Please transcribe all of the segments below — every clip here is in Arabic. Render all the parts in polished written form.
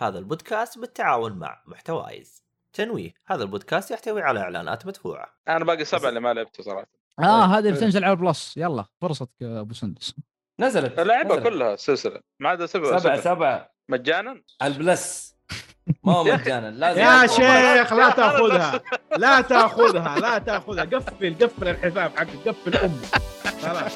هذا البودكاست بالتعاون مع محتوايز. تنويه: هذا البودكاست يحتوي على إعلانات مدفوعة. أنا باقي 7 اللي ما لعبته صراحة. هذه بتنزل على البلس. يلا فرصتك أبو سندس. نزلت اللعبة كلها السلسلة ما عدا 7 مجانا على البلس. ما هو مجانا لازم يا شيخ لا تاخذها لا تاخذها لا تاخذها. قفل الحساب حقك، قفل امك خلاص.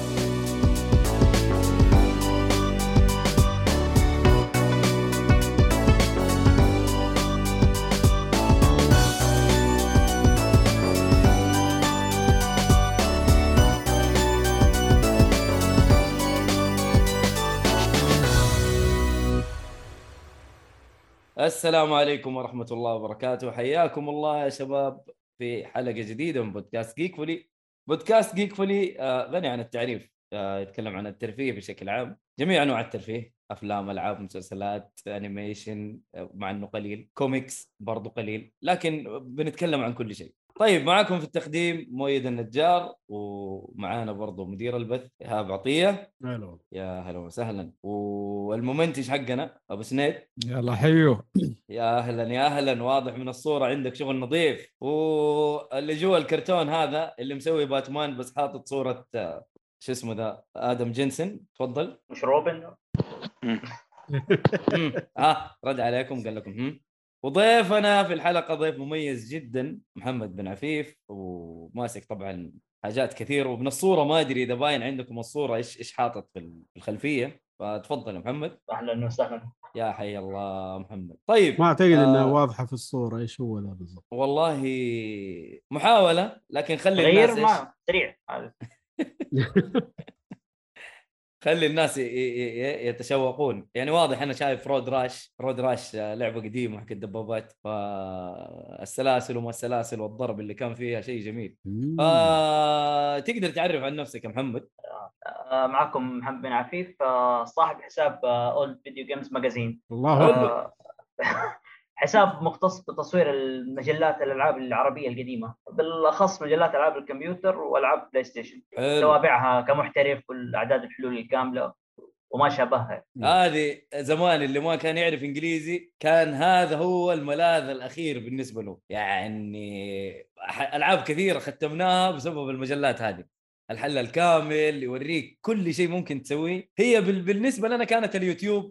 السلام عليكم ورحمة الله وبركاته. حياكم الله يا شباب في حلقة جديدة من بودكاست جيك فولي. بودكاست جيك فولي غني عن التعريف، يتكلم عن الترفيه بشكل عام، جميع أنواع الترفيه، أفلام، ألعاب، مسلسلات، أنيميشن، مع أنه قليل، كوميكس برضو قليل، لكن بنتكلم عن كل شيء. طيب معكم في التقديم مؤيد النجار، ومعانا برضو مدير البث إيهاب عطية. يا هلا وسهلا. والممنتج حقنا أبو سنيد. يلا حيو. يا أهلا. واضح من الصورة عندك شغل نظيف. واللي جوا الكرتون هذا اللي مسوي باتمان بس حاطط صورة شو اسمه ذا، آدم جينسون. تفضل. مش روبن. رد عليكم قال لكم. وضيفنا في الحلقة ضيف مميز جدا، محمد بن عفيف، وماسك طبعا حاجات كثير. ومن الصورة ما أدري إذا باين عندكم الصورة إيش حاطط في الخلفية، فتفضل يا محمد. أهلا وسهلا. يا حي الله محمد. طيب ما أعتقد أنها واضحة في الصورة إيش هو ذا بالضبط. والله محاولة، لكن خلي غير الناس ما سريع خلي الناس يتشوقون. يعني واضح أنا شايف رود راش لعبة قديمة حق الدبابات، فالسلاسل وما السلاسل والضرب اللي كان فيها شيء جميل. تقدر تعرف عن نفسك يا محمد؟ معكم محمد بن عفيف، صاحب حساب اولد فيديو جيمز ماجازين. الله حساب مختص بتصوير المجلات الالعاب العربيه القديمه، بالاخص مجلات العاب الكمبيوتر والعاب بلاي ستيشن. توابعها كمحترف والاعداد الحلول الكامله وما شابهها. هذه زمان اللي ما كان يعرف انجليزي كان هذا هو الملاذ الاخير بالنسبه له. يعني العاب كثيره ختمناها بسبب المجلات هذه. الحل الكامل يوريك كل شيء ممكن تسويه. هي بالنسبه لنا كانت اليوتيوب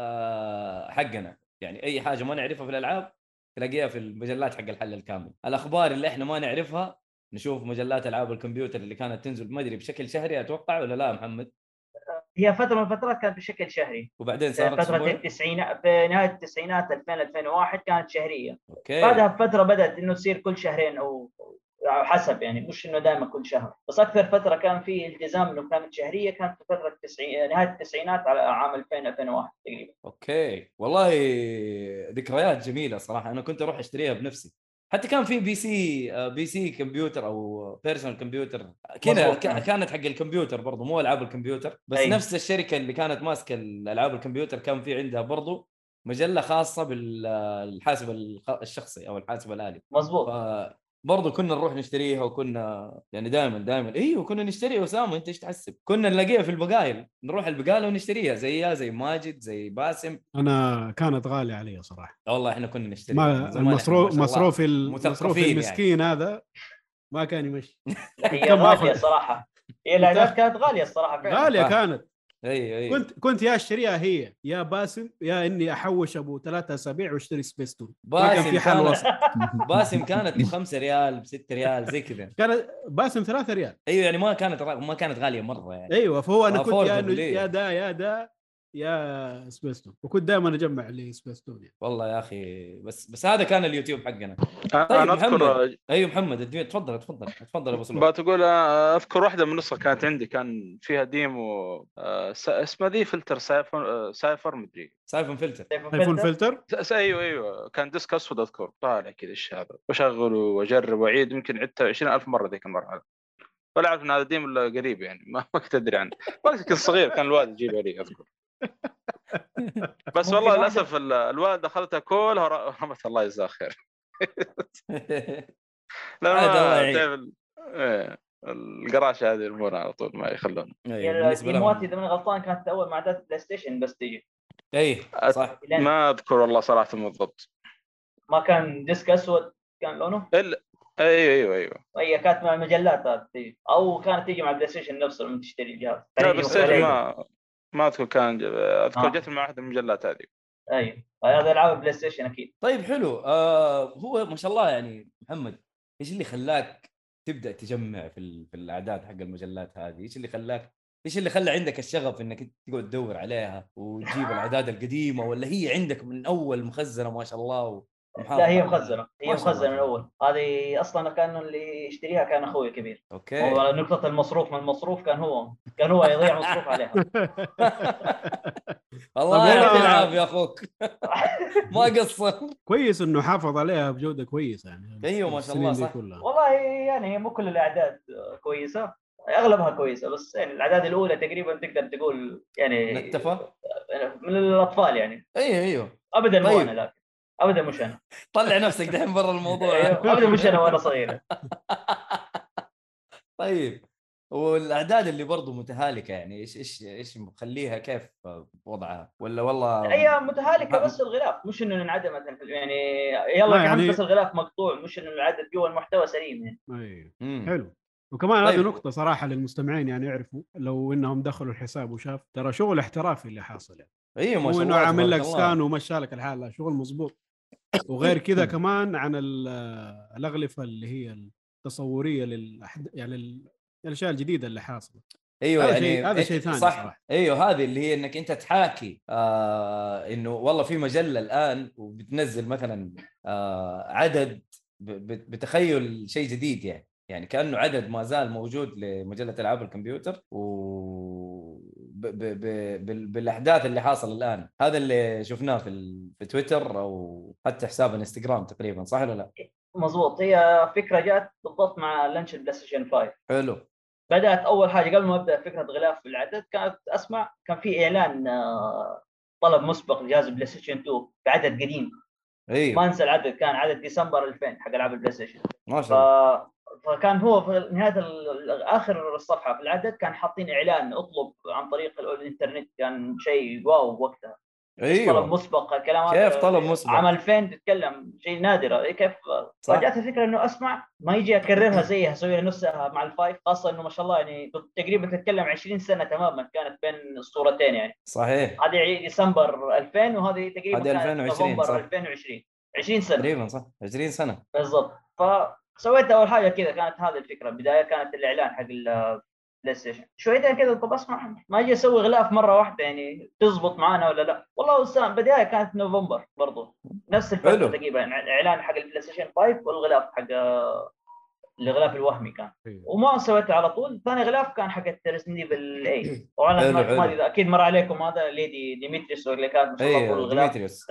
حقنا. يعني اي حاجه ما نعرفها في الالعاب تلاقيها في المجلات حق الحل الكامل. الاخبار اللي احنا ما نعرفها نشوف مجلات العاب الكمبيوتر اللي كانت تنزل ما ادري بشكل شهري اتوقع ولا لا محمد؟ هي فتره من الفترات كانت بشكل شهري، وبعدين صارت فتره التسعينات، في نهايه التسعينات 2001 كانت شهريه. أوكي. بعدها بفتره بدات انه تصير كل شهرين او حسب، يعني مش انه دائما كل شهر، بس اكثر فتره كان في التزام انه كانت شهريه كانت في فتره نهايه التسعينات على عام 2001 تقريبا. اوكي والله ذكريات جميله صراحه. انا كنت اروح اشتريها بنفسي. حتى كان في بي سي كمبيوتر او بيرسونال كمبيوتر كذا، كانت حق الكمبيوتر برضو، مو العاب الكمبيوتر بس. أي. نفس الشركه اللي كانت ماسكه الالعاب الكمبيوتر كان في عندها برضو مجله خاصه بالحاسب الشخصي او الحاسب الآلي. مظبوط. برضو كنا نروح نشتريها، وكنا يعني دائما ايوه كنا نشتريها. اسامه انت ايش تحسب؟ كنا نلاقيها في البقايل، نروح البقاله ونشتريها زي ماجد زي باسم. انا كانت غاليه علي صراحه. والله احنا كنا نشتريها. المصروف المسكين يعني. هذا ما كان يمشي. هي غاليه صراحه. هي الاعداد كانت غاليه الصراحه فعلا. غاليه كانت. اي كنت يا اشتريها هي يا باسم يا اني احوش ابو 3 أسابيع واشتري سبيس تون. باسم في حال وسط. باسم كانت ب5 ريال ب6 ريال زي كذا. كانت باسم 3 ريال. ايوه يعني ما كانت غاليه مره يعني. ايوه فهو انا كنت يا دا يا سبيستون، وكنت دائما اجمع لي سبيستون يعني. والله يا اخي بس هذا كان اليوتيوب حقنا. طيب انا اذكر ايوه محمد تفضل ابو سلمان. بتقول اذكر واحده من النسخ كانت عندي كان فيها ديمو اسمه ذي فلتر سايفر مدري سايفون فلتر. ايوه كان ديسك اسود اذكر طالع كذا ايش هذا، بشغله واجرب واعيد، يمكن عدتها 20,000 مره ذيك المره. ولا اعرف ان هذا ديم قريب يعني ما كنت ادري عنه. وقت كنت صغير كان الوالد يجيب لي اذكر. بس والله للاسف الوالده اخذتها كلها رحمه الله يجزاه خير. لا القراشه هذه الامور على طول ما يخلون. الديموات اذا من غلطان كانت اول معدات بلاي ستيشن بس تيجي. اي صح. ما اذكر والله صراحه بالضبط. ما كان ديسك اسود كان لونه؟ ايوه هي كانت مع المجلات هذه او كانت تيجي مع البلاي ستيشن نفسه لما تشتري الجهاز. لا بس ما اذكر كان اذكر جت مع احد المجلات هذه. ايوه هذا العاب بلاي ستيشن اكيد. طيب حلو. هو ما شاء الله يعني محمد، ايش اللي خلاك تبدا تجمع في الاعداد حق المجلات هذه؟ ايش اللي خلى عندك الشغف انك تقعد تدور عليها وتجيب الاعداد القديمه، ولا هي عندك من اول مخزنه ما شاء الله؟ لا هي مخزنه من اول. هذه اصلا كان اللي يشتريها كان اخوي الكبير. اوكي. ونقطه المصروف من المصروف كان هو يضيع مصروف عليها. الله يعطيه العافيه اخوك. ما قصر. كويس انه حافظ عليها بجوده كويسه يعني. ايوه ما شاء الله صح. والله يعني مو كل الاعداد كويسه، اغلبها كويسه، بس يعني الاعداد الاولى تقريبا تقدر تقول يعني نتفق من الاطفال يعني. ايوه ابدا طيب. مو انا، لكن ابدا مش انا. طلع نفسك دحين برا الموضوع. ابدا مش انا وانا صغير. طيب والاعداد اللي برضو متهالكه يعني ايش مخليها كيف وضعها؟ ولا والله هي متهالكه بس الغلاف مش انه انعدمت يعني. يلا يعني بس الغلاف مقطوع، مش انه العدد جوا المحتوى سليم يعني. ايوه حلو. وكمان هذه نقطه صراحه للمستمعين يعني يعرفوا لو انهم دخلوا الحساب وشاف ترى شغل احترافي اللي حاصل يعني. ايوه ما شاء الله. انه عامل لك سكان ومشى لك الحاله، شغل مظبوط. وغير كذا كمان عن الاغلفه اللي هي التصوريه يعني الاشياء الجديده اللي حاصله. ايوه يعني هذا شيء ثاني صح صراحه. ايوه هذه اللي هي انك انت تحاكي انه والله في مجله الان وبتنزل مثلا عدد بتخيل شيء جديد يعني كانه عدد ما زال موجود لمجله العاب الكمبيوتر بالاحداث اللي حاصل الان. هذا اللي شفناه في تويتر او حتى حساب الانستغرام تقريبا، صح ولا لا؟ مظبوط. هي فكره جات بالضبط مع لانش البلاي ستيشن 5. حلو. بدات اول حاجه قبل ما ابدا فكره غلاف العدد كانت اسمع كان في اعلان طلب مسبق لجهاز البلاي ستيشن 2 بعدد قديم. ايوه ما انسى العدد، كان عدد ديسمبر 2000 حق العاب البلاي ستيشن. ما شاء الله. فكان هو في نهايه اخر الصفحه في العدد كان حاطين اعلان اطلب عن طريق الانترنت. كان شيء واو وقتها. ايوه طلب مسبق كلام. كيف طلب مسبق؟ عام 2000 تتكلم شيء نادر. كيف فجأت الفكره انه اسمع ما يجي اكررها زيها اسوي نفسها مع الفايف، خاصه انه ما شاء الله يعني تقريبا تتكلم 20 سنه تماما كانت بين الصورتين يعني. صحيح. هذه ديسمبر 2000 وهذه تقريبا كانت نوفمبر 2020. 20 سنه تقريبا صح 20 سنه بالضبط. فسويت اول حاجه كذا كانت هذه الفكره. بدايه كانت الاعلان حق بلاي ستيشن. شويتين كذا طب اسمع ما اجي اسوي غلاف مره واحده يعني تزبط معانا ولا لا. والله استاذ بدايه كانت نوفمبر برضو نفس الفتره تقريبا اعلان حق البلاي ستيشن 5 والغلاف حق الغلاف الوهمي كان. وما سويته على طول. ثاني غلاف كان حق ريزدنت ايفل اي. طبعا ما ادري اكيد مر عليكم هذا ليدي ديمتريوس اللي كانت ما شاء الله طول الغلاف. ديمتريوس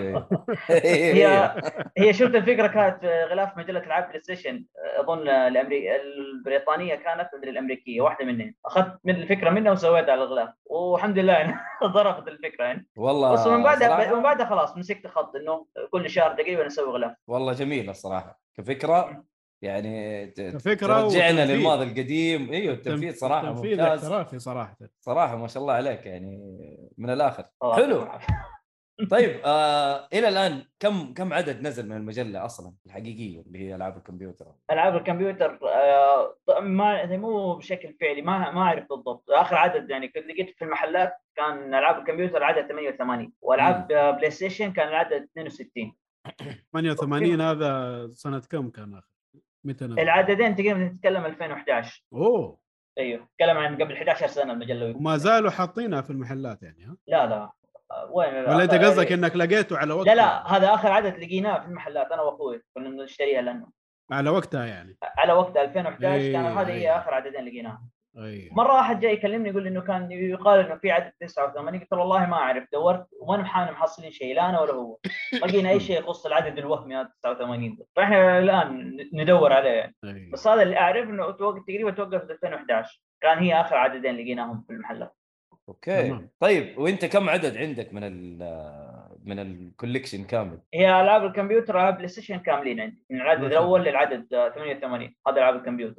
ايوه هي شفت الفكره كانت غلاف مجله العاب بلاي ستيشن اظن البريطانيه كانت مدري الامريكيه واحده منهم. اخذت من الفكره منها وسويتها على الغلاف والحمد لله يعني ضربت الفكره يعني والله. بس من بعدها خلاص مسكت خط انه كل شهر تقريبا اسوي غلاف. والله جميل الصراحه كفكره يعني فكرة رجعنا للماضي القديم. ايوه التنفيذ صراحه تنفيذ احترافي صراحه ما شاء الله عليك يعني من الاخر. حلو. طيب الى الان كم عدد نزل من المجله اصلا الحقيقيه اللي هي العاب الكمبيوتر؟ العاب الكمبيوتر ما مو بشكل فعلي ما اعرف بالضبط. اخر عدد يعني كنت لقيت في المحلات كان العاب الكمبيوتر عدد 88 والعاب بلاي ستيشن كان العدد 62. 88 هذا سنه كم كان اخر؟ متى نزل؟ العددين تقريبا تتكلم 2011. اوه ايوه تكلم عن قبل 11 سنه المجله. وما زالوا حاطينها في المحلات يعني ها؟ لا وين ولا انت قصدك انك لقيته على وقتها؟ لا هذا اخر عدد لقيناه في المحلات انا واخوي كنا نشتريها لانه على وقتها يعني على وقتها 2011 كان هذه هي اخر عددين لقيناها. مره واحد جاي يكلمني يقول لي انه كان يقال انه في عدد 89. قلت له والله ما اعرف دورت وما نحن محصلين شيء لا انا ولا هو ما لقينا اي شيء يخص العدد الوهمي هذا 89 فاحنا الان ندور عليه يعني. بس هذا اللي اعرف انه تقريبا توقف في 2011 كان هي اخر عددين لقيناهم في المحلات. اوكي طيب وانت كم عدد عندك من الكوليكشن كامل؟ هي العاب الكمبيوتر العاب بلاي ستيشن كاملين عندي من العدد الاول للعدد 88 هذا العاب الكمبيوتر.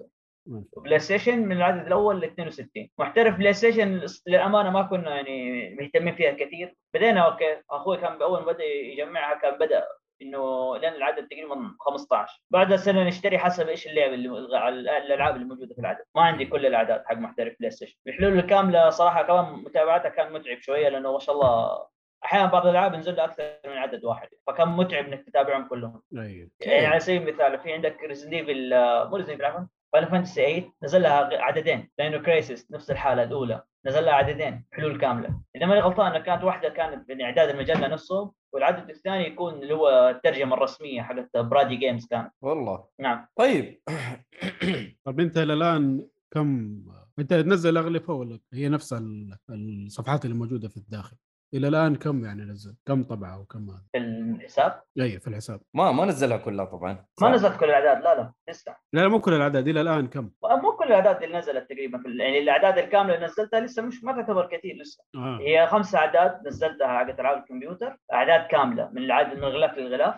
بلاي ستيشن من العدد الاول ل 62. محترف بلاي ستيشن للامانه ما كنا يعني مهتمين فيها كثير. بدينا اوكي، اخوي كان اول ما بدا يجمعها كان بدا انه لان العدد تقريبا 15. بعد سنه نشتري حسب ايش اللعبه الالعاب اللي موجوده في العدد. ما عندي كل الاعداد حق محترف بلاي ستيشن. الحلول الكامله صراحه كمان متابعتها كان متعب شويه، لانه ما شاء الله احيانا بعض الالعاب ينزل له اكثر من عدد واحد، فكان متعب انك تتابعهم كلهم. ايوه يعني على سبيل المثال في عندك ريزدنت ايفل، مو ريزدنت ايفل، فاينل فانتسي 8 نزل لها عددين، لانه كرايسيس نفس الحاله الاولى نزل لها عددين حلول كامله. اذا ماني غلطان كانت واحده كانت من اعداد المجله نفسه، والعدد الثاني يكون اللي هو الترجمه الرسميه حقت برادي جيمز كانت. والله نعم. طيب. طب انت الان كم انت تنزل اغلفه ولا هي نفس الصفحات اللي موجوده في الداخل؟ الى الان كم يعني نزل؟ كم طبعه وكم هذا؟ في الحساب اي في الحساب. ما نزلها كلها طبعا. ما نزلت كل الاعداد، لا لسه. لا مو كل الاعداد، الى الان كم؟ مو كل الاعداد اللي نزلت تقريبا يعني الاعداد الكامله اللي نزلتها لسه مش ما تعتبر كثير لسه. هي 5 اعداد نزلتها حقت العاب الكمبيوتر، اعداد كامله من العدد من غلاف للغلاف،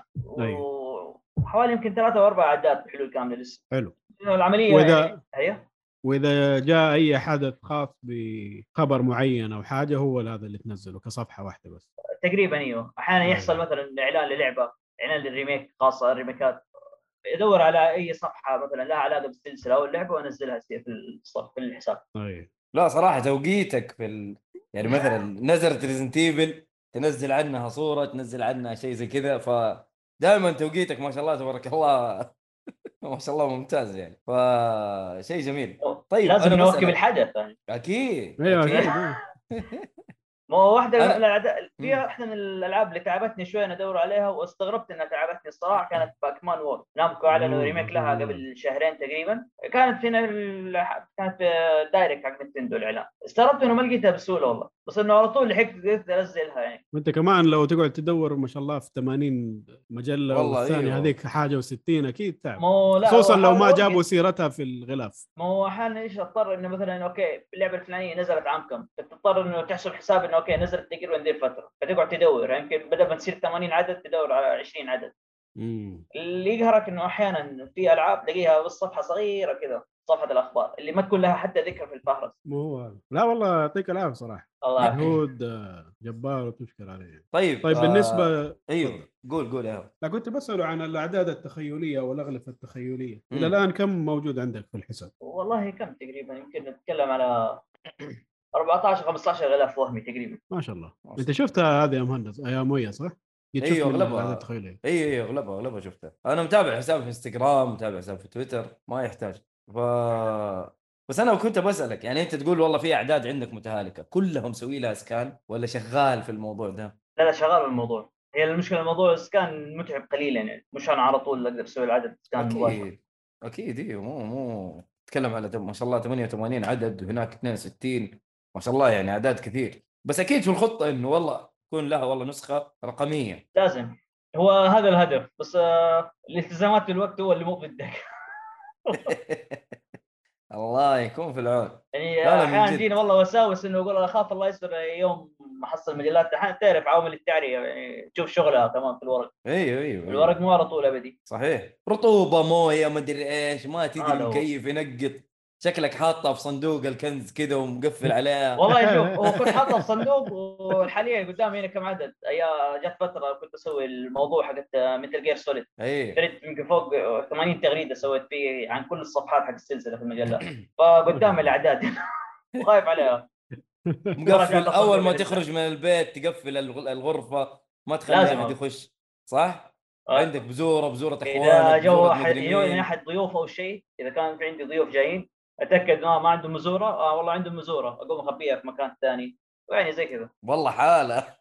وحوالي يمكن 3 أو 4 اعداد بحلول كامله لسه. حلو. العمليه وإذا يعني واذا جاء اي حدث خاص بخبر معين او حاجه هو هذا اللي تنزله كصفحه واحده بس تقريبا. ايوه احيانا يحصل مثلا اعلان للعبه، اعلان للريميك، خاصه الريميكات ادور على اي صفحه مثلا لها علاقه بالسلسله او اللعبه وانزلها في الصف في الحساب. لا صراحه توقيتك في يعني مثلا نزلت ريزنت ايفل تنزل عنها صوره، تنزل عنها شيء زي كذا، فدائما توقيتك ما شاء الله تبارك الله ما شاء الله ممتاز يعني، فشيء جميل. طيب لازم انا نواكب الحدث يعني. اكيد ايوه أكيد. ما هو واحده من الاعداء فيها، واحده من الالعاب اللي تعبتني شويه انا ادور عليها واستغربت انها تعبتني الصراحه، كانت باكمان وور. نامكو اعلنوا ريميك لها قبل شهرين تقريبا، كانت هنا كانت في دايركت حق نينتندو الاعلان. استغربت انه ما لقيتها بسهوله والله، بس انه على طول لحقت قدرت انزلها يعني. وانت كمان لو تقعد تدور ما شاء الله في 80 مجله والثانيه هذيك حاجه و60 اكيد تعب، خصوصا لو ما جابوا سيرتها في الغلاف. ما هو احيانا ايش اضطر انه مثلا اوكي اللعبه الفلانيه نزلت عام كم، تضطر انه تحسب حساب انه اوكي نزلت تقريبا ذي الفتره، فتقعد تدور يمكن يعني بدل ما تصير 80 عدد تدور على 20 عدد. اللي يقهرك انه احيانا في العاب تلاقيها بالصفحه صغيره كذا، صفحه الاخبار اللي ما تكون لها حتى ذكر في الفهرس. مو هو لا والله يعطيك العافيه صراحه، مجهود جبار وتشكر عليه. طيب بالنسبه ايوه قول يا لا كنت بسأله عن الاعداد التخيليه والاغلفه التخيليه. الى الان كم موجود عندك في الحساب؟ والله كم تقريبا يمكن نتكلم على 14 15 غلاف وهمي تقريبا. ما شاء الله. انت شفتها هذه يا مهندس يا مويه صح؟ ايوه اغلبها. ايوه اغلبها شفتها. انا متابع حساب في انستغرام، متابع حساب في تويتر، ما يحتاج. بس انا كنت بسالك يعني انت تقول والله في اعداد عندك متهالكه كلها مسوي لها اسكان ولا شغال في الموضوع ده؟ لا شغال الموضوع. هي المشكله الموضوع اسكان متعب قليلا يعني، مش انا على طول اقدر اسوي العدد اسكان مباشر. اكيد ايوه مو تتكلم على ما شاء الله 88 عدد وهناك 62 ما شاء الله يعني اعداد كثير. بس اكيد في الخطه انه والله يكون لها والله نسخه رقميه. لازم، هو هذا الهدف، بس الالتزامات في الوقت هو اللي مو بدك. الله يكون في العون. يعني احيانا تجيني والله وساوس انه اقول اخاف الله يستر يوم ما احصل مجلات. احيانا تعرف عوامل التعريه يعني تشوف شغلها كمان في الورق. ايوه الورق مو على طول ابدي. صحيح، رطوبه مويه ما ادري ايش، ما تدري مكيف ينقط، شكلك حاطه في صندوق الكنز كذا ومقفل عليها. والله شوف هو كنت حاطه في صندوق، وحاليا قدامي هنا كم عدد. جت فتره كنت اسوي الموضوع حق مثل جير سوليد، فريد يمكن فوق 80 تغريده سويت فيه عن كل الصفحات حق السلسله في المجلات، فقدامي الاعداد وخايف عليها. مقفل اول ما تخرج من البيت تقفل الغرفه، ما تخلي احد يخش صح؟ عندك بزوره اخوانك، اذا جو احد ضيوف او شيء، اذا كان في عندي ضيوف جايين اتاكد ما عندهم مزوره. والله عندهم مزوره، اقوم اخبيها في مكان ثاني يعني زي كذا. والله حاله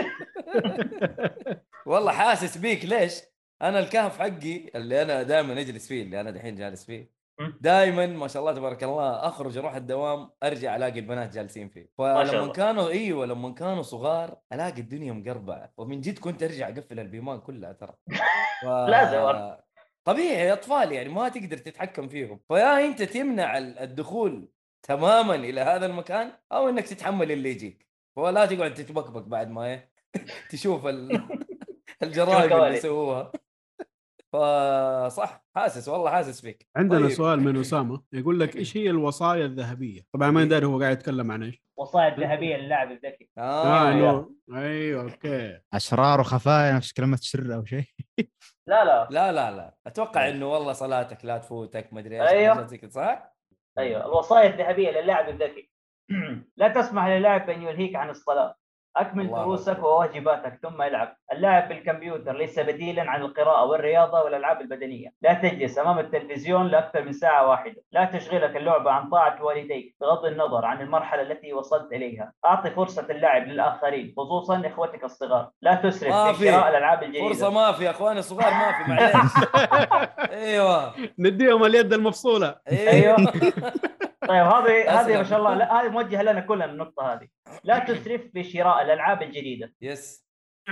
والله حاسس بيك. ليش انا الكهف حقي اللي انا دائما اجلس فيه، اللي انا دحين جالس فيه دائما ما شاء الله تبارك الله، اخرج اروح الدوام ارجع الاقي البنات جالسين فيه. فلما كانوا لما كانوا صغار الاقي الدنيا مقربعه، ومن جد كنت ارجع اقفل البيمان كلها ترى. لازم طبيعي اطفال يعني ما تقدر تتحكم فيهم، فيا انت تمنع الدخول تماما الى هذا المكان او انك تتحمل اللي يجيك، ولا تقعد تتبكبك بعد ما تشوف الجرائم اللي سووها. فصح حاسس والله حاسس فيك. عندنا طيب. سؤال من اسامه يقول لك ايش هي الوصايا الذهبيه؟ طبعا ما ندري هو قاعد يتكلم عن ايش. وصايا الذهبيه للاعب الذكي. انه ايوه اوكي. اسرار وخفايا نفس كلمه سر او شيء. لا اتوقع انه والله صلاتك لا تفوتك ما ادري ايش أيوه. حاجات زي كذا صح؟ ايوه الوصايا الذهبيه للاعب الذكي. لا تسمح للاعب ان يلهيك عن الصلاه. اكمل الله دروسك أكبر. وواجباتك ثم العب. اللعب بالكمبيوتر ليس بديلا عن القراءه والرياضه والالعاب البدنيه. لا تجلس امام التلفزيون لاكثر من ساعه واحده. لا تشغلك اللعبه عن طاعه والديك بغض النظر عن المرحله التي وصلت اليها. اعطي فرصه اللعب للاخرين خصوصا اخوتك الصغار. لا تسرف ما في شراء في. الالعاب الجديده. فرصه ما في اخواني الصغار ما في معليش. ايوه نديهم اليد المفصوله. ايوه. طيب هذه أسلم. ما شاء الله، لا هذه موجهه لنا كلنا النقطه هذه. لا تسرف في شراء الالعاب الجديده. يس.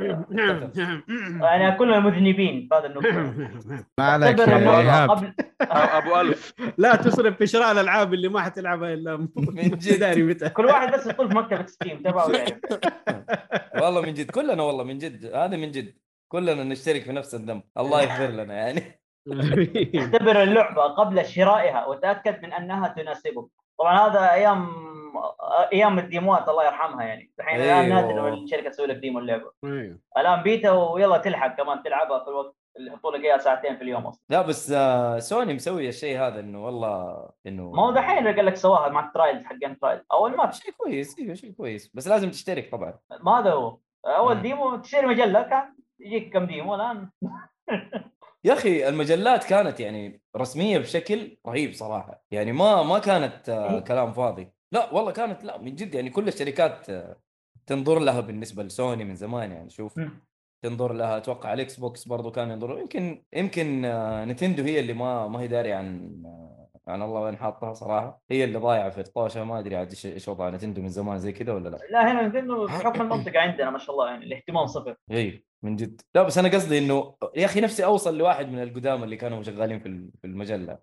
يعني كلنا مذنبين في هذه النقطه. ما عليك اعتبر يا اللعبة ايهاب. قبل ابو الف. لا تسرف في شراء الالعاب اللي ما حتلعبها الا من جد. داري متى. كل واحد بس يدخل في مكتبه ستيم تبعه ويعرف. والله من جد كلنا والله من جد هذا من جد كلنا نشترك في نفس الذنب الله يغفر لنا يعني. اختبر اللعبه قبل شرائها وتاكد من انها تناسبك. طبعا هذا ايام الديموات الله يرحمها يعني. الحين الان نادر لما الشركه تسوي لك ديمو اللعبه. الان بيتا ويلا تلحق كمان تلعبها في الوقت اللي يحطوا لك اياها ساعتين في اليوم اصلا. لا بس سوني مسوي الشيء هذا انه والله انه ما هو دحين قال لك سواها مع الترايلز حقين ترايل اول ما شيء كويس. ايوه شيء كويس بس لازم تشترك طبعا. ما هذا هو اول ديمو تشتري مجله كان يجيك كم ديمو الان. يا اخي المجلات كانت يعني رسميه بشكل رهيب صراحه يعني ما كانت كلام فاضي. لا والله كانت لا من جد يعني كل الشركات تنظر لها بالنسبه لسوني من زمان يعني. شوف تنظر لها. اتوقع الاكس بوكس برضو كان ينظر. يمكن نتندو هي اللي ما هي داري عن الله وين حاطها صراحه. هي اللي ضايعه في الطوشه. ما ادري عاد ايش وضع نتندو من زمان زي كذا ولا لا. لا هنا نتندو بحكم المنطقه عندنا ما شاء الله يعني الاهتمام صفر. اي من جد. لا بس انا قصدي انه يا اخي نفسي اوصل لواحد من القدامى اللي كانوا شغالين في المجله.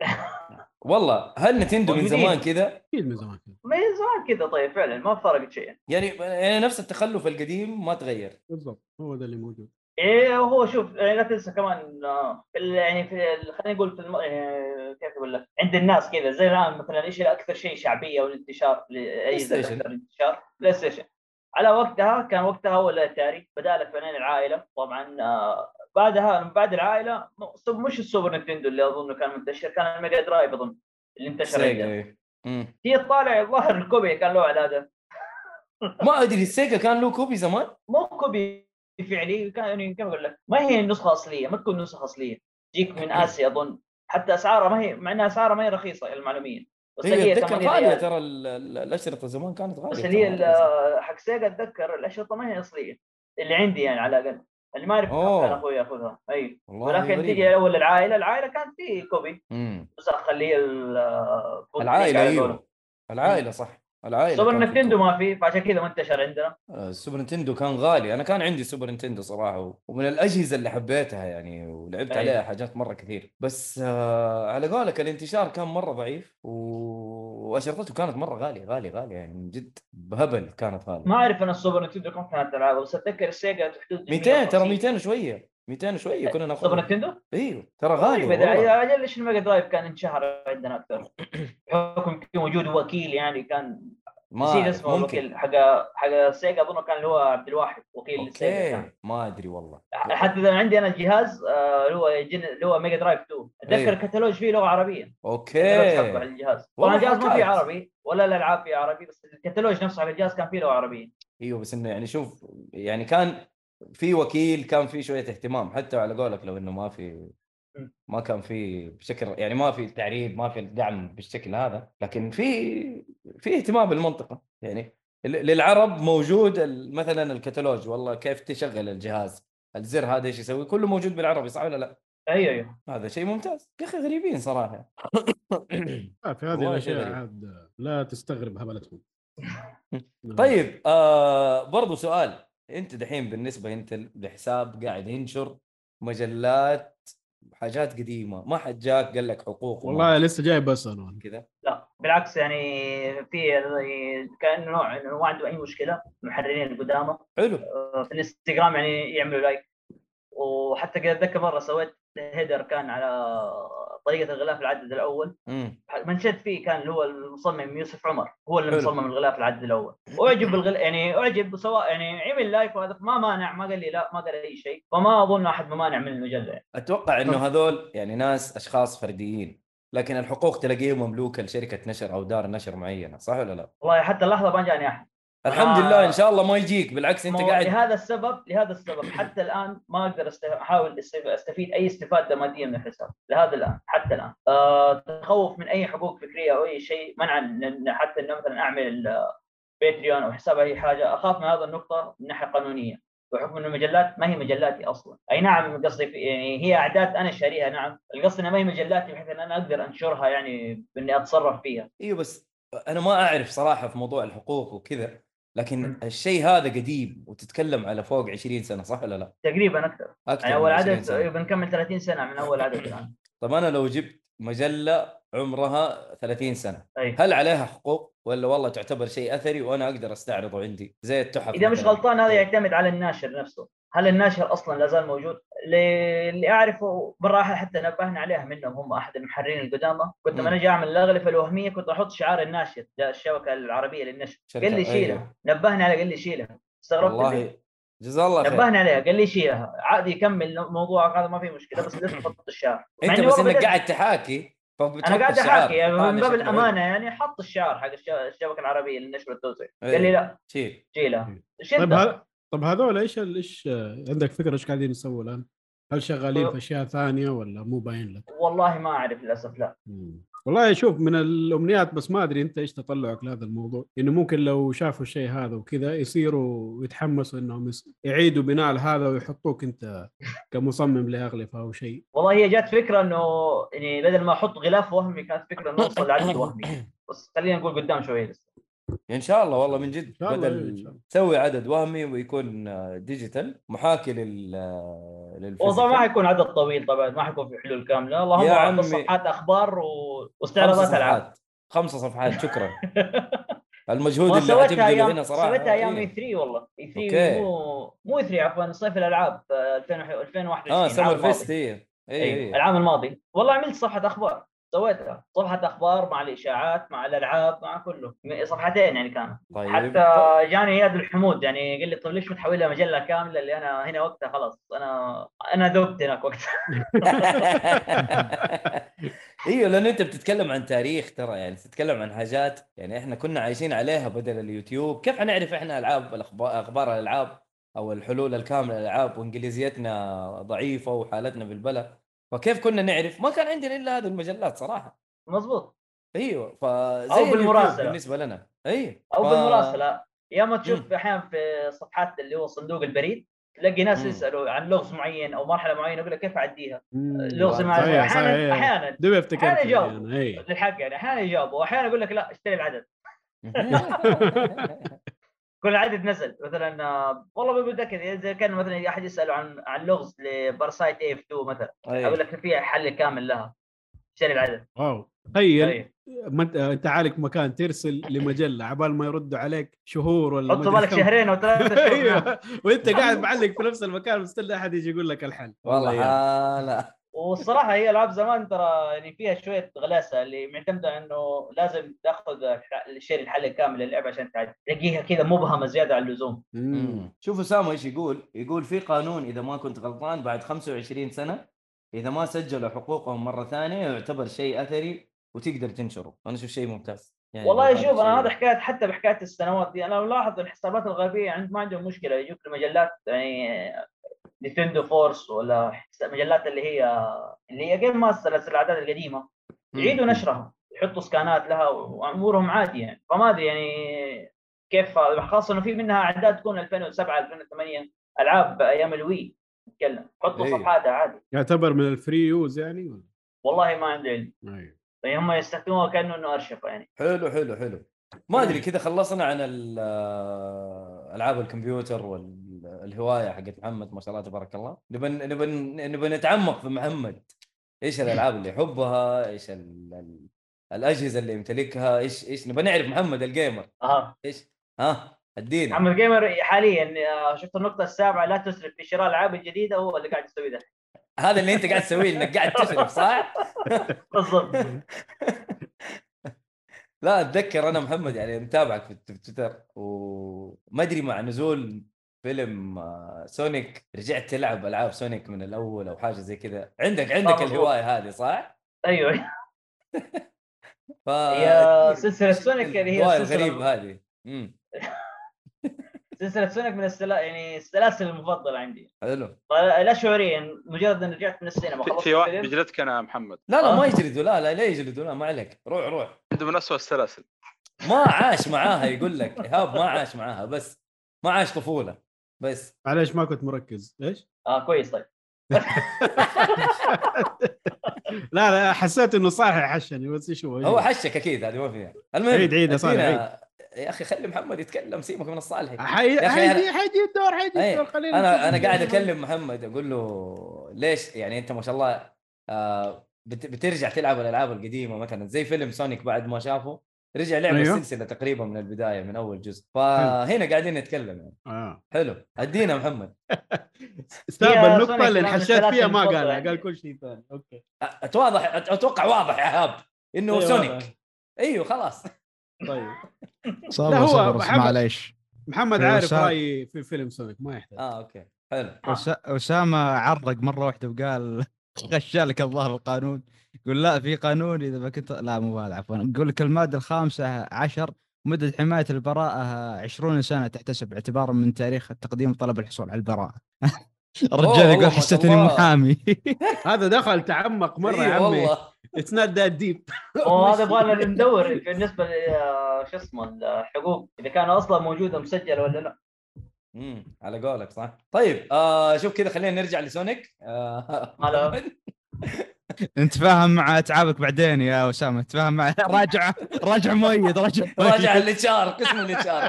والله هل نتندو من زمان كذا؟ اكيد من زمان كذا. طيب فعلا ما فرقت شيء يعني نفس التخلف القديم ما تغير بالضبط. هو ده اللي موجود. ايه هو شوف يعني لا تنسى كمان يعني خلينا نقول كيف اقول لك عند الناس كذا زي الان مثلا ايش الاكثر شيء شعبيه والانتشار لاجهزه اكثر انتشار بلاي ستيشن. على وقتها كان هو الاتاري بدأ فنان العائله طبعا. بعدها بعد العائله مش السوبر نينتندو اللي اظن كان منتشر كان الميجا درايف اظن اللي انتشر عندنا. في طالع الظاهر الكوبي كان له علاقه. ما ادري السيجا كان له كوبي زمان. مو كوبي فعلي كان يعني كيف اقول لك ما هي النسخه اصليه ما تكون نسخه اصليه تجيك من اسيا اظن. حتى اسعارها ما هي مع انها اسعارها ما هي رخيصه المعلوميه بس هي كمان غاليه ترى. الاشرطه زمان كانت غاليه بس اللي هي حق سيجا اتذكر الاشرطه ما هي اصليه اللي عندي يعني على الاقل اللي ما اعرف كان اخوي ياخذها. اي ولكن تيجي اول العائله كان في كوبي بس خليه العائله صح. العائله سوبر نينتندو ما في فعشان كذا منتشر عندنا. السوبر نينتندو كان غالي. انا كان عندي سوبر نينتندو صراحه ومن الاجهزه اللي حبيتها يعني ولعبت عليها حاجات مره كثير. بس على قولك الانتشار كان مره ضعيف واشرطته كانت مره غاليه يعني من جد بهبل كانت غاليه. ما اعرف انا السوبر نينتندو كم كانت العابها بس اتذكر السيجا تحدود 200 ترى 200 وشويه 200 وشويه كنا ناخذ سوبر نينتندو. ايوه ترى غالي والله. اجل ايش الميجا درايف كان انشهر عندنا اكثر بحكم وجود وكيل يعني كان نسيت اسمه الوكيل حق سيجا اظن كان اللي هو عبد الواحد وكيل سيجا. ما ادري والله. حتى اذا عندي انا الجهاز اللي هو ميجا درايف 2 اتذكر الكتالوج فيه لغه عربيه. اوكي حق الجهاز طبعا الجهاز ما فيه عربي ولا الالعاب فيه عربي بس الكتالوج نفسه حق الجهاز كان فيه لغه عربيه. ايوه بس انه يعني شوف يعني كان في وكيل كان في شويه اهتمام حتى على قولك لو انه ما كان في بشكل يعني ما في تعريب ما في الدعم بالشكل هذا لكن في اهتمام بالمنطقه يعني للعرب موجود مثلا الكتالوج والله كيف تشغل الجهاز الزر هذا ايش يسوي كله موجود بالعربي صح ولا لا؟ ايوه هذا شيء ممتاز يا اخي. غريبين صراحه. في هذه الاشياء عاد لا تستغرب هبلتهم. طيب برضو سؤال. انت دحين بالنسبه انت بحساب قاعد ينشر مجلات حاجات قديمه ما حد جاك قال لك حقوق والله لسه جاي بس انا كذا. لا بالعكس يعني في كانه نوع انه ما عنده اي مشكله المحررين القدامى حلو في الانستغرام يعني يعملوا لايك وحتى كذا اتذكر مره سويت هيدر كان على طريقه الغلاف العدد الاول، منشد فيه كان اللي هو المصمم يوسف عمر، هو اللي مصمم الغلاف العدد الاول، واعجب يعني اعجب سواء يعني عمل لايك وهذا ما مانع، ما قال لي لا، ما قال اي شيء، فما اظن احد ممانع من المجله يعني. اتوقع انه هذول يعني ناس اشخاص فرديين، لكن الحقوق تلاقيها مملوكه لشركه نشر او دار نشر معينه، صح ولا لا؟ والله حتى اللحظه ما جاني احد. الحمد لله، ان شاء الله ما يجيك، بالعكس انت قاعد. لهذا السبب حتى الان ما اقدر احاول استفيد اي استفاده ماديه من الحساب لهذا الان، حتى الان تخوف من اي حقوق فكريه او اي شيء، منعا حتى انه مثلا اعمل باتريون او حساب اي حاجه، اخاف من هذا النقطه من ناحيه قانونيه، بحكم انه المجلات ما هي مجلاتي اصلا. اي نعم قصدي يعني هي اعداد انا شاريها، نعم، القصد انها ما هي مجلاتي بحيث ان انا اقدر انشرها يعني باني اتصرف فيها. ايوه بس انا ما اعرف صراحه في موضوع الحقوق وكذا، لكن الشيء هذا قديم وتتكلم على فوق 20 سنه، صح ولا لا؟ تقريبا اكثر يعني اول عدد بنكمل 30 سنه من اول عدد الان. طب انا لو جبت مجله عمرها 30 سنه أي. هل عليها حقوق ولا والله تعتبر شيء اثري وانا اقدر استعرضه عندي زي التحف؟ اذا مش غلطان هذا يعتمد على الناشر نفسه، هل الناشر اصلا لا زال موجود؟ اللي اعرفه مره حتى نبهنا عليها منهم، هم احد المحررين القدامى، كنت لما اجي اعمل الاغلفه الوهميه كنت احط شعار الناشر، الشبكه العربيه للنشر، قال لي شيلها. أيوه. نبهنا عليه قال لي شيلها، استغربت والله جزاه الله خير، نبهنا عليها قال لي شيلها عادي، يكمل موضوعك هذا ما في مشكله، بس لا تحط الشعار. انت بس انك قاعد تحاكي، انا قاعد احاكي يعني من باب الامانه يعني، حط الشعار حق الشبكه العربيه للنشر والتوزيع. قال لي لا شيلها. طب هذول ايش عندك فكره ايش قاعدين يسووا الان؟ هل شغالين في اشياء ثانيه ولا مو باين لك؟ والله ما اعرف للاسف، لا. والله شوف، من الامنيات بس ما ادري انت ايش تطلعك لهذا الموضوع، انه ممكن لو شافوا الشيء هذا وكذا يصيروا يتحمسوا انهم يعيدوا بناء هذا ويحطوك انت كمصمم لاغلفه او شيء. والله هي جات فكره انه يعني بدل ما احط غلاف وهمي كانت فكره نوصل لعدد وهمي، بس خلينا نقول قدام شويه لسه ان شاء الله. والله من جد بدل تسوي عدد وهمي ويكون ديجيتال محاكي للفيزيكال، وطبعا ما حيكون عدد طويل، طبعا ما حيكون في حلول كامله، اللهم صفحات اخبار واستعراضات العاب، 5 صفحات شكرا. المجهود اللي هتبذله هنا صراحه سويتها ايام اي 3 والله، اي 3 مو اي 3 عفوا، صيف الالعاب 2021 سمر فيست. اي العام الماضي والله عملت صفحه اخبار، سويتها صفحه اخبار مع الاشاعات مع الالعاب مع كله، صفحتين يعني كانت. طيب. حتى جاني اياد الحمود يعني قال لي طيب ليش متحولها مجله كامله؟ اللي انا هنا وقتها خلاص انا ذبت هناك وقتها. ايوه لان انت بتتكلم عن تاريخ ترى، يعني تتكلم عن حاجات يعني احنا كنا عايشين عليها بدل اليوتيوب. كيف حنعرف احنا العاب اخبار الالعاب او الحلول الكامله للالعاب وانجليزيتنا ضعيفه وحالتنا بالبلا؟ فكيف كنا نعرف؟ ما كان عندنا الا هذه المجلات صراحه. مظبوط. ايوه فزي او بالمراسله بالنسبه لنا. ايوه او بالمراسله يا ما تشوف احيانا في صفحات اللي هو صندوق البريد تلاقي ناس يسالوا عن لغز معين او مرحله معينه، يقول لك كيف اعديها؟ لغز معين احيانا يجاوب للحق يعني، احيانا يجاوبوا واحيانا يقول لك لا اشتري العدد. كل عدد نزل مثلا والله ما متاكد اذا كان مثلا احد يساله عن لغز لبارسايت اف 2 مثلا، اقول لك في حل كامل لها، اشتري العدد. واو تخيل انت عالك مكان ترسل لمجله عبال ما يردوا عليك شهور ولا حط بالك شهرين او 3 شهور وانت قاعد معلق في نفس المكان مستني احد يجي يقول لك الحل. والله لا. والصراحه هي العاب زمان ترى يعني فيها شويه غلاسه، اللي معتمده انه لازم تاخذ الشيء الحل الكامل للعبه عشان تلاقيها كذا مبهمه زياده عن اللزوم. شوف اسامه ايش يقول في قانون اذا ما كنت غلطان بعد 25 سنه اذا ما سجلوا حقوقهم مره ثانيه يعتبر شيء اثري وتقدر تنشره. انا اشوف شيء ممتاز يعني. والله شوف انا هذا حكايه، حتى بحكايه السنوات دي انا ملاحظ الحسابات الغربيه ما عندهم مشكله يجوك المجلات يعني نينتندو فورس ولا مجلات اللي هي جيم ماستر الاعداد القديمه يعيدوا نشرها يحطوا سكانات لها وامورهم عادي يعني. فما ادري يعني كيف، خاصه انه في منها اعداد تكون 2007 2008 العاب ايام الوي نتكلم حطوا صفحاتها عادي. يعتبر من الفري يوز يعني؟ والله ما عندي علم. يعني هم يستخدموها كانه ارشفه يعني. حلو ما ادري كذا خلصنا عن العاب الكمبيوتر والهوايه حقت محمد ما شاء الله تبارك الله. نبى نتعمق في محمد. ايش الالعاب اللي يحبها؟ ايش الاجهزه اللي يمتلكها؟ ايش نبى نعرف محمد الجيمر. ايش ادينا. محمد جيمر حاليا شفت النقطه السابعه، لا تسرف في شراء الالعاب الجديده، هو اللي قاعد يسوي ده. هذا اللي انت قاعد تسويه، انك قاعد تسرف صح؟ بالضبط. لا اتذكر انا محمد يعني متابعك في تويتر، وما ادري مع نزول فيلم سونيك رجعت تلعب العاب سونيك من الاول او حاجه زي كذا. عندك الهوايه هذه صح؟ ايوه. ف هي سلسله سونيك اللي هي الغريبه هذه. سلسله سونيك من يعني السلاسل المفضله عندي. حلو. لا شعوريا مجرد ان رجعت من السينما خلصت في واحد الفيلم. بجلدك انا محمد. لا ما يجلدوا، لا يجلدوا، لا ما عليك، روح. عنده من أسوأ السلاسل. ما عاش معاها، يقول لك إيهاب ما عاش معاها، بس ما عاش طفوله بس. معليش ما كنت مركز. ايش؟ كويس. طيب. لا حسيت انه صالح يحشني، بس ايش هو حشك اكيد، هذه ما فيها. المهم عيد صالح. يا اخي خلي محمد يتكلم، سيبك من الصالح. حيجي الدور خلينا. انا قاعد اكلم محمد اقول له ليش يعني انت ما شاء الله بترجع تلعب الالعاب القديمه، مثلا زي فيلم سونيك بعد ما شافه رجع لعب السلسله تقريبا من البدايه من اول جزء، فهنا قاعدين نتكلم يعني. حلو ادينا محمد. استقبل النقطه اللي انحشيت فيها، ما قال كل شيء ثاني. اوكي اتوقع واضح يا هاب انه سونيك. ايوه خلاص. طيب صبر معليش. محمد عارف رايي في فيلم سونيك، ما يحتاج. اوكي حلو. أسامة عرق مرة واحدة وقال غشالك الظاهر القانون. يقول لا في قانون إذا ما كنت، لا مو هذا عفوا، يقول لك المادة 15 مدة حماية البراءة 20 سنة تحتسب اعتبارا من تاريخ تقديم طلب الحصول على البراءة. الرجال يقول حسيتني محامي. هذا دخل تعمق مرة يا عمي. It's not that deep. وهذا يبغى ندور بالنسبة شو اسمه الحقوق إذا كان أصلا موجودة مسجلة ولا لا. على قولك صح. طيب شوف كذا خلينا نرجع لسونيك. هلا. انت فاهم مع اتعابك بعدين يا أسامة، تفاهم مع راجع مؤيد راجع الاتشار، قسم الاتشار.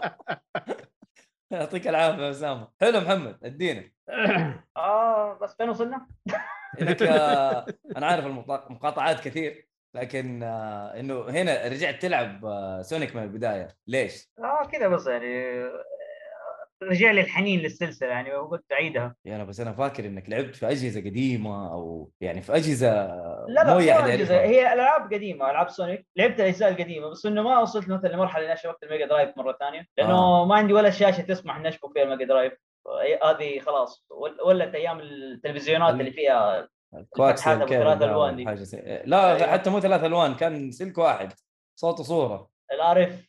يعطيك العافية يا أسامة. حلو محمد ادينا. بس فين وصلنا؟ لك انا عارف المقاطعات كثير، لكن انه هنا رجعت تلعب سونيك من البداية ليش؟ كذا بس يعني رجع لي الحنين للسلسله يعني، وقلت اعيدها. يعني بس انا فاكر انك لعبت في اجهزه قديمه او يعني في اجهزه لا أجهزة. هي العاب قديمه، العاب سونيك لعبت الاجزاء القديمه، بس انه ما وصلت مثلا لمرحله نشر وقت الميجا درايف مره ثانيه، لانه ما عندي ولا شاشه تسمح نشبك فيها الميجا درايف. هذه خلاص ولت ايام التلفزيونات اللي فيها الفتحات ابو 3 الوان دي. لا حتى مو 3 الوان، كان سلك واحد صوت وصوره. العارف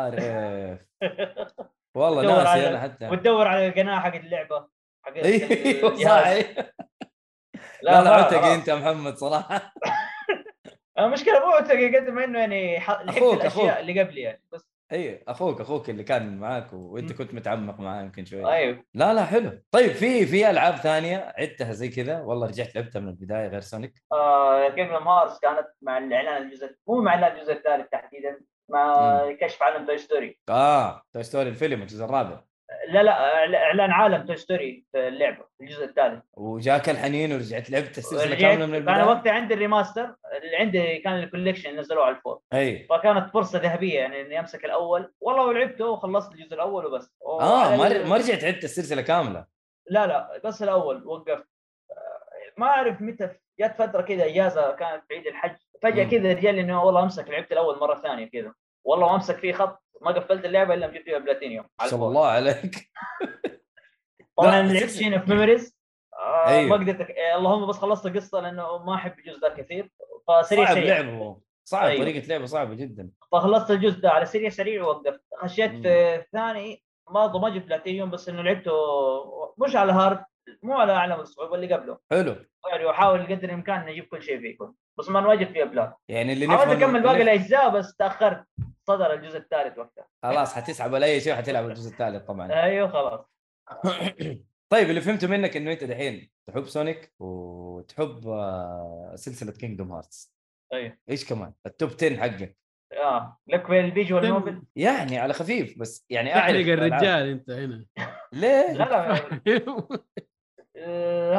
والله ناسي انا حتى. وتدور على القناه حق اللعبه حق صحيح. لا عتقي انت محمد صراحه. المشكله مو عتقي قد ما انه يعني لحقت الاشياء اللي قبلي يعني، بس اي اخوك اللي كان معاك وانت كنت متعمق معاه يمكن شوي. ايوه لا حلو. طيب في العاب ثانيه عدتها زي كذا والله رجعت لعبتها من البدايه غير سونيك؟ كينغدم هارتس كانت مع الاعلان الجزء، مو مع الاعلان الجزء الثالث تحديدا، مع كشف عالم توي ستوري. توي ستوري الفيلم الجزء الرابع. لا اعلان عالم توي ستوري في اللعبه الجزء الثالث. وجاك الحنين ورجعت لعبت السلسله كامله من البدايه. كان وقتها عندي الريماستر اللي عندي، كان الكوليكشن نزلوه على الفور. فكانت فرصه ذهبيه يعني اني امسك الاول والله، ولعبته وخلصت الجزء الاول وبس. ما رجعت عدت السلسله كامله؟ لا بس الاول وقفت. ما اعرف متى جت فتره كذا اجازه كانت في عيد الحج، فجاه كذا رجال لي انه والله امسك لعبت الاول مره ثانيه كذا، والله ما امسك فيه خط، ما قفلت اللعبه الا جبت فيها بلاتينيوم. ما شاء الله عليك. طبعا لعبت شين في ميموريز. ما قدرت اللهم بس خلصت القصه لانه ما احب الجزء ذا كثير، فسريع صعب لعبه صعب. طريقه لعبه صعبه جدا، فخلصت الجزء ده على سريع ووقفت. خشيت في الثاني ما جبت بلاتينيوم، بس انه لعبته مش على هارد، مو على اعلى الصعوبه اللي قبله. حلو يعني واحاول قدر الامكان نجيب كل شيء فيه بس ما نواجه فيه بلاد. يعني اللي حاولت اكمل باقي الاجزاء بس تاخرت، صدر الجزء الثالث وقتها. خلاص حتسحب على اي شيء وحتلعب الجزء الثالث طبعا. ايوه خلاص. طيب اللي فهمته منك انه انت دحين تحب سونيك وتحب سلسله كينغدوم هارتس. ايوه ايش كمان التوب 10 حقك؟ لك في الفيجوال نوفل يعني على خفيف بس يعني اعرف الرجال انت هنا ليه؟ لا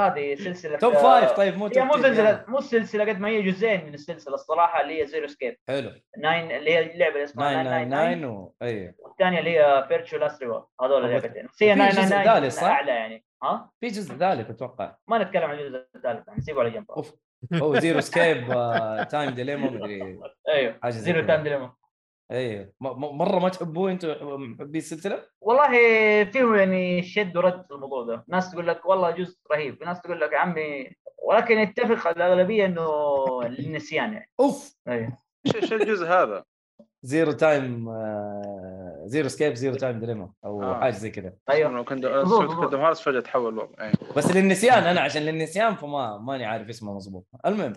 هذه سلسله توب 5. طيب مو هي توب مو 10 سلسله يعني. مو سلسله قد ما هي جزئين من السلسله الصراحه، اللي هي زيرو سكيب حلو 9 اللي هي اللعبه اللي اسمها 999 ايوه. والثانيه اللي هي فيرتشوال استريوا. هذول اللعبتين بس هي وفي جزء 999 ثالث صح؟ اعلى يعني. ها في جزء ثالث اتوقع. ما نتكلم عن الجزء الثالث يعني، نسيبه على جنب. اوف هو زيرو سكيب تايم ديليما مدري ايوه حاجه زي زيرو كذا. تايم ديليما. ايوه مره ما تحبوه انتوا محبي السلسله؟ والله فيه يعني شد ورد في الموضوع ده، ناس تقول لك والله جزء رهيب، ناس تقول لك يا عمي، ولكن يتفق الاغلبيه انه للنسيان يعني. اوف ايوه ايش الجزء هذا؟ زيرو تايم زيرو سكيب زيرو تايم ديليما او حاجه زي كذا. ايوه كنت مظبوط. كنت هارس فجاه تحول الوضع. أيوة. بس للنسيان انا عشان للنسيان فما ماني عارف اسمه مضبوط. المهم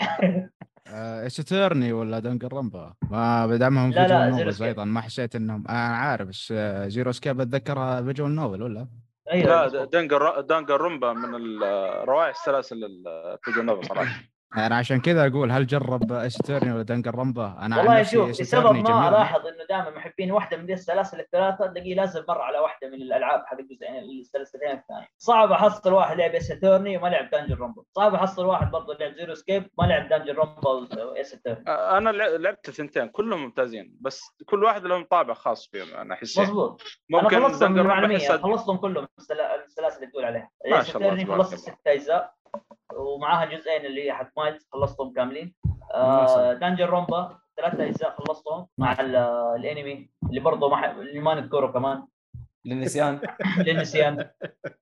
ستيرني ولا دنجرامبا ما بدعمهم لا، فيجوال زيرو نوفلز سكيب. ايضا، ما حسيت انهم انا عارف بس زيرو سكيب اتذكرها فيجوال نوفل ولا ايوه لا مظبوط. دانجر رومبا من روائع السلاسل الفيجوال نوفل صراحه. انا عشان كذا اقول هل جرب ستيرني ولا دنجرامبا؟ انا عن والله نفسي شوف، لسبب ستيرني ما جميل. الاحظ انه دائما محبين واحده من ذي السلاسل الثلاثه تلاقيه لازم مر على واحده من الالعاب حق الجزئين السلسلتين الثانيه. صعب احصل واحد لعب اساتورني وما لعب دانجر رومبا، صعب احصل واحد برضه لعب زيرو سكيب ما لعب دانجر رومبا واساتورني. انا لعبت الثنتين كلهم ممتازين، بس كل واحد لهم طابع خاص فيهم انا احس. مظبوط. ممكن انا خلصتهم دانجر رومبا المعلوميه، احس خلصتهم كلهم السلاسل اللي تقول عليها. ما شاء الله اساتورني تبارك خلصت الله. 6 اجزاء ومعاها جزئين اللي هي حق مايلز خلصتهم كاملين. ما شاء الله. دانجر رومبا 3 اجزاء خلصتهم مع الانمي اللي برضه اللي ما نذكره كمان للنسيان للنسيان.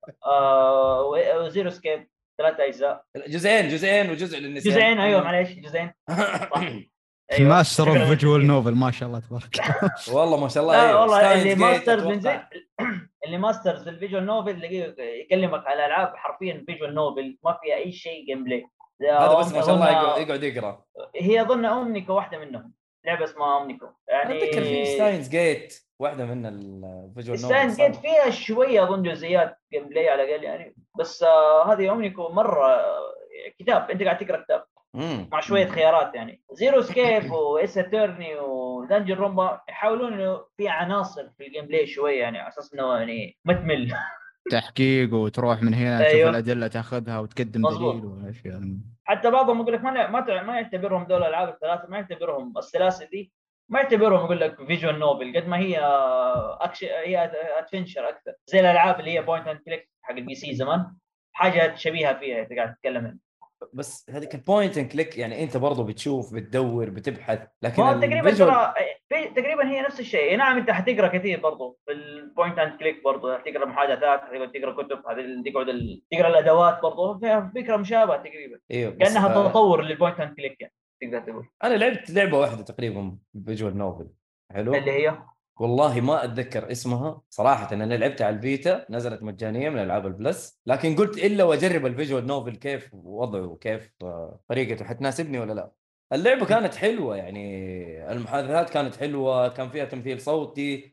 وزيرو سكيب 3 اجزاء، جزئين وجزء للنسيان. جزئين ايوه معليش جزئين صح. أيوة. ماستر اوف فيجوال نوفل ما شاء الله تبارك الله. والله ما شاء الله. لا ايوه والله اللي ستاينز ماسترز جيت من زي أتوقع. اللي ماسترز في الفيجوال نوفل تلاقيه يكلمك على العاب حرفيا فيجوال نوفل ما فيها اي شيء جيم بلاي. هذا بس ما شاء الله يقعد يقرا. هي اظن اومنيكو واحده منهم، لعبه اسمها اومنيكو يعني. اتذكر في ستاينز جيت واحده من الفيجوال نوفل. ستاينز جيت فيها شويه اظن جزئيات جيم بلاي على الاقل يعني، بس هذه اومنيكو مره كتاب، انت قاعد تقرا كتاب مع شويه خيارات يعني. زيرو سكيب واساتورني ودنجن رومبا يحاولون انه في عناصر في الجيم بلاي شويه يعني على اساس انه يعني ما تمل. تحقيق وتروح من هنا تشوف أيوه. الادله تاخذها وتقدم مظبوط. دليل والاشياء. حتى بعضهم يقول لك ما يعتبرهم دول الالعاب الثلاثه، ما يعتبرهم السلاسل دي، ما يعتبرهم يقول لك فيجوال نوفل قد ما هي اكشن، هي ادفنشر اكثر زي الالعاب اللي هي بوينت اند كليك حق البي سي زمان، حاجه شبيهه فيها انت قاعد تتكلم عنها. بس هذيك البوينت اند كليك يعني انت برضو بتشوف بتدور بتبحث، لكن ما تقريبا الفيجوال تقريبا هي نفس الشيء. نعم انت حتقرا كثير برضو في البوينت اند كليك، برضو حتقرا محادثات، تقرا كتب، تقعد تقرا الادوات، برضو فيها فكره مشابهه تقريبا. ايوه كانها تطور للبوينت اند كليك يعني تقدر تقول. انا لعبت لعبه واحده تقريبا فيجوال نوفل حلو، اللي هي والله ما اتذكر اسمها صراحه. انا لعبتها على البيتا نزلت مجانيه من العاب البلس، لكن قلت الا واجرب الفيجوال نوفل كيف وضعه وكيف طريقته حتناسبني ولا لا. اللعبه كانت حلوه يعني، المحادثات كانت حلوه، كان فيها تمثيل صوتي،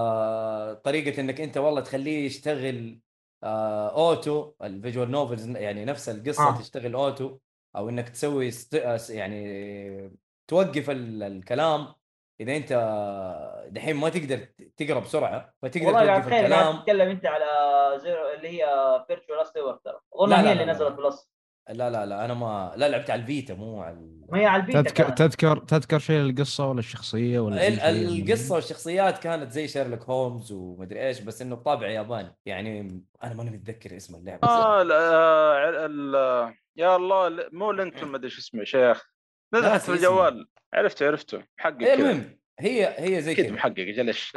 طريقه انك انت والله تخليه يشتغل اوتو. الفيجوال نوفلز يعني نفس القصه تشتغل اوتو، او انك تسوي يعني توقف الكلام اذا انت دحين ما تقدر تقرا بسرعه فتقدر توقف الكلام. تتكلم انت على زيرو اللي هي فيرتشوال استور ترى اظن لا هي لا اللي لا نزلت بلس. لا انا ما لعبت على الفيتا مو على ما هي على البيتا. تذكر شيء القصه ولا الشخصيه ولا اي شيء؟ القصه والشخصيات كانت زي شيرلوك هولمز ومدري ايش، بس انه بطابع ياباني يعني. انا ماني متذكر اسم اللعبه. يا الله مو لينكتون ما ادري ايش اسمه شيخ، نزلت في الجوال. عرفته محقق كذا. المهم هي زي كذا محقق جلش.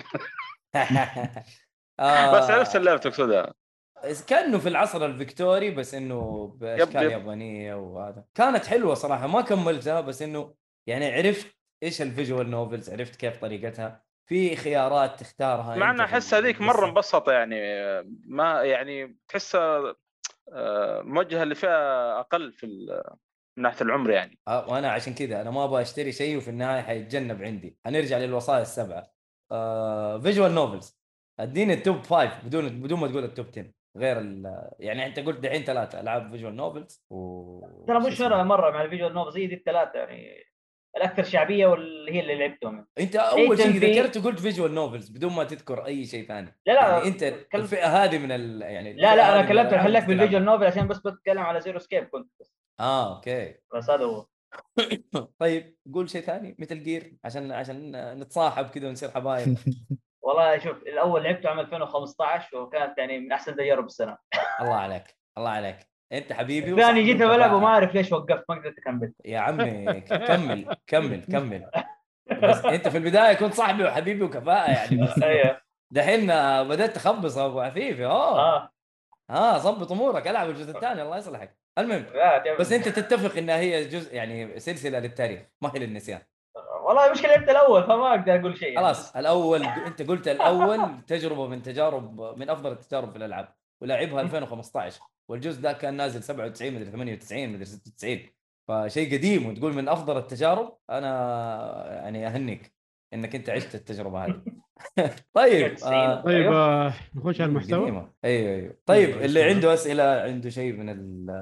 بس عرفت اللعبه تقصدها، كانه في العصر الفيكتوري بس انه باشكال يابانيه، وهذا كانت حلوه صراحه. ما كملتها بس انه يعني عرفت ايش الفيجوال نوفلز، عرفت كيف طريقتها، في خيارات تختارها. مع ان احس هذيك مره مبسطه يعني، ما يعني تحسها موجهه اللي فيها اقل في من ناحيه العمر يعني. وانا عشان كذا انا ما ابغى اشتري شيء وفي النهايه حيتجنب عندي. هنرجع للوصايا السبعه. فيجوال نوفلز اديني التوب 5 بدون ما تقول التوب 10 غير يعني انت قلت دحين 3 العاب فيجوال نوفلز ترى مش فارقه مره مع الفيجوال نوفلز، هي دي الثلاثه يعني. الاكثر شعبيه واللي هي اللي لعبتهم. انت اول شيء في- ذكرت وقلت فيجوال نوفلز بدون ما تذكر اي شيء ثاني. لا لا يعني انت الفئه هذه من يعني لا الفئة انا هذه من كلمت الألعاب خليك اللي بالفيجوال تلعبها. نوفل عشان بس بتكلم على زيرو سكيب كنت بس. اوكي. بس هذا هو. طيب قول شيء ثاني مثل جير عشان نتصاحب كذا ونصير حبايب. والله شوف الاول لعبته عام 2015 وكانت يعني من احسن تجارب السنه. الله عليك الله عليك انت حبيبي. الثاني جيت بلعب وكفاءة. وما اعرف ليش وقفت ما قدرت اكمل. يا عمي كمل. بس انت في البدايه كنت صاحبي وحبيبي وكفاءه يعني. بس ايوه دحين بدأت تخبص ابو عفيفي. ضبط امورك. العب الجزء الثاني الله يصلحك. المهم بس انت تتفق انها هي جزء يعني سلسله للتاريخ ما هي للنسيان. والله مشكله لعبت الاول فما اقدر اقول شيء يعني. خلاص الاول انت قلت الاول تجربه من افضل التجارب في الالعاب ولعبها 2015 والجزء ده كان نازل 97 مدري 98 مدري 96 فشيء قديم وتقول من افضل التجارب. انا يعني اهنيك انك انت عشت التجربه هذه. طيب طيب نخش على المحتوى. ايوه طيب اللي عنده اسئله عنده شيء من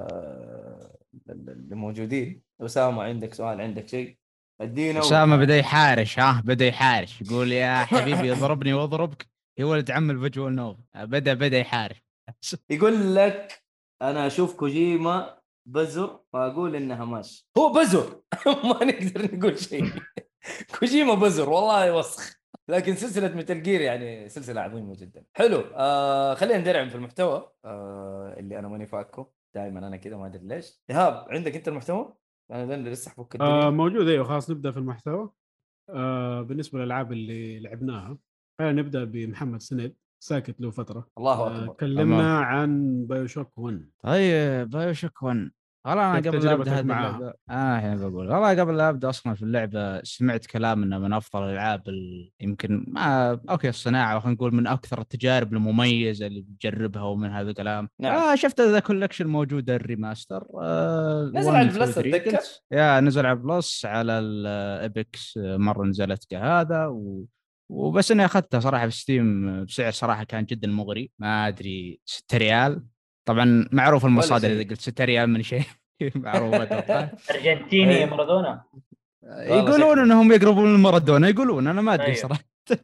اللي موجودين. اسامه عندك سؤال عندك شيء ادينا. اسامه بدا يحارش يقول يا حبيبي اضربني واضربك يا ولد عم الفيجوال نوفل. بدا يحارش. يقول لك انا اشوف كوجيما بزر فاقول انها ماشي. هو بزر. ما نقدر نقول شيء. كوجيما بزر والله وسخ. لكن سلسله ميتال جير يعني سلسله عظيمه جدا. حلو. خلينا ندرعم في المحتوى اللي انا ماني فاكه دائما انا كذا ما ادري ليش. ايهاب عندك انت المحتوى؟ انا لسه حفك الدنيا. موجود. ايوه خلاص نبدا في المحتوى. بالنسبه للالعاب اللي لعبناها خلينا نبدا بمحمد سند ساكت له فتره. الله اكبر. كلمنا عن بايوشوك 1. طيب بايوشوك 1 والله انا قبل لا ابدا هذه اللعبه الحين بقول والله قبل لا ابدا اصلا في اللعبه سمعت كلام انه من افضل الالعاب يمكن ما اوكي الصناعه خلينا نقول من اكثر التجارب المميزه اللي بتجربها ومن هذا الكلام. نعم. شفت ذا كولكشن موجوده الريماستر نزل على البلس اتذكر. نزل على البلس على الابيكس مره نزلت كهذا وبس اني اخذتها صراحه في ستيم بسعر صراحه كان جدا مغري. ما ادري 6 ريال طبعا معروف المصادر اذا قلت 6 ريال من شيء معروفه اتوقع. ارجنتيني مارادونا يقولون انهم يقربون من مارادونا يقولون انا ما ادري صراحه.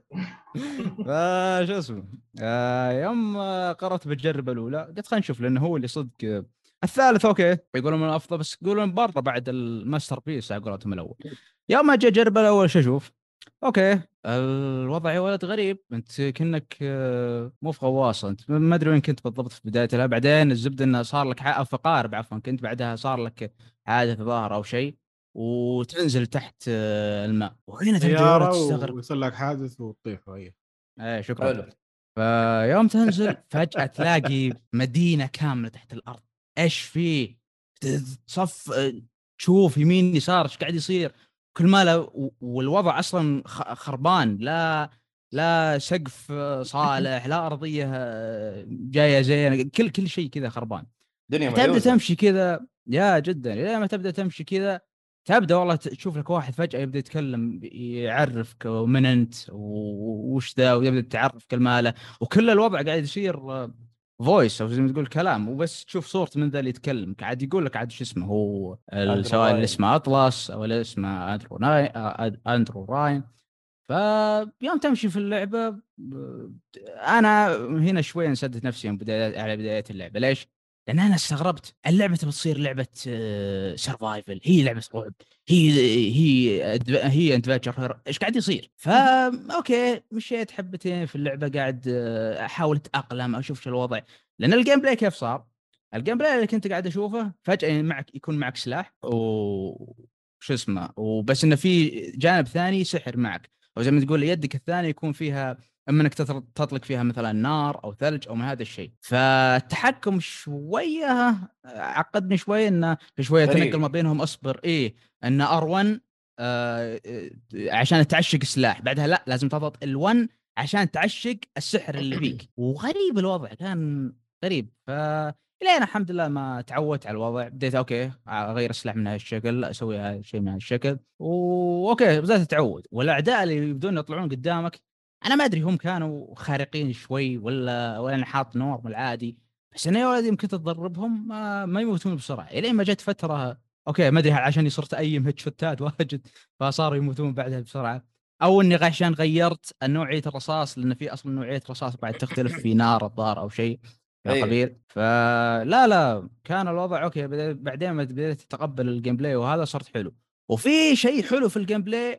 فشو اسمه يوم قررت بتجرب الاولى قلت خلينا نشوف لانه هو اللي صدق. الثالث اوكي يقولون من الافضل بس يقولون برا بعد الماستر بيس على قولتهم الاول. يوم اجي اجرب الاول شو اشوف اوكي الوضع يا ولد غريب. انت كأنك مو في غواصه. انت ما ادري وين كنت بالضبط في بدايتها. بعدين الزبده انه صار لك في قارب عفوا كنت بعدها صار لك حادث ظاهر او شيء وتنزل تحت الماء وهنا تبدا تستغرب ويصير لك حادث وتطيح. ايه شكرا. فيوم تنزل فجاه تلاقي مدينه كامله تحت الارض. ايش فيه صف تشوف يمين يسار ايش قاعد يصير كل ما له والوضع اصلا خربان. لا سقف صالح لا ارضيه جايه زين كل شيء كذا خربان. تبدا تمشي كذا يا جدا لما تبدا تمشي كذا تبدا والله تشوف لك واحد فجاه يبدا يتكلم يعرفك من انت وش ذا ويبدا تعرف كلماله وكل الوضع قاعد يصير فويس او زي ما تقول كلام وبس تشوف صورة من ذا اللي يتكلم قاعد يقول لك عاد شو اسمه هو سواء اللي اسمه اطلس او اللي اسمه اندرو راين. فيوم تمشي في اللعبه انا هنا شوي نسدت نفسي على بدايه اللعبه. ليش؟ لان انا استغربت اللعبه بتصير لعبه سرفايفل. هي لعبه رعب هي ادفنتشر ايش قاعد يصير. اوكي مشيت حبتين في اللعبه قاعد احاول اتاقلم اشوف شو الوضع. لان الجيم بلاي كيف صار الجيم بلاي اللي كنت قاعد اشوفه فجاه يكون معك سلاح وشو اسمه وبس انه في جانب ثاني سحر معك او زي ما تقول يدك الثانيه يكون فيها اما انك تطلق فيها مثلا نار او ثلج او من هذا الشيء. فالتحكم شويه عقدني شويه انه شويه تنقل ما بينهم اصبر ان R1 عشان تعشق السلاح بعدها لا لازم تضغط L1 عشان تعشق السحر اللي فيك. وغريب الوضع كان غريب. لين الحمد لله ما تعودت على الوضع بديت اوكي اغير السلاح من هالشكل لا اسوي هذا الشيء من هالشكل واوكي بدأت اتعود. والاعداء اللي يبدون يطلعون قدامك انا ما ادري هم كانوا خارقين شوي ولا انا حاط نورمال عادي بس انا يا ولدي يمكن تضربهم ما يموتون بسرعه. الين ما جت فتره اوكي ما ادري هل عشان صرت ايم هيد شوتات واجد فصاروا يموتون بعدها بسرعه، او اني عشان غيرت نوعيه الرصاص، لان في اصلا نوعيه رصاص بعد تختلف في نار الظاهر او شيء من أيوه. القبيل. فلا كان الوضع اوكي. بعدين ما بديت اتقبل الجيم بلاي وهذا صرت حلو. وفي شيء حلو في الجيم بلاي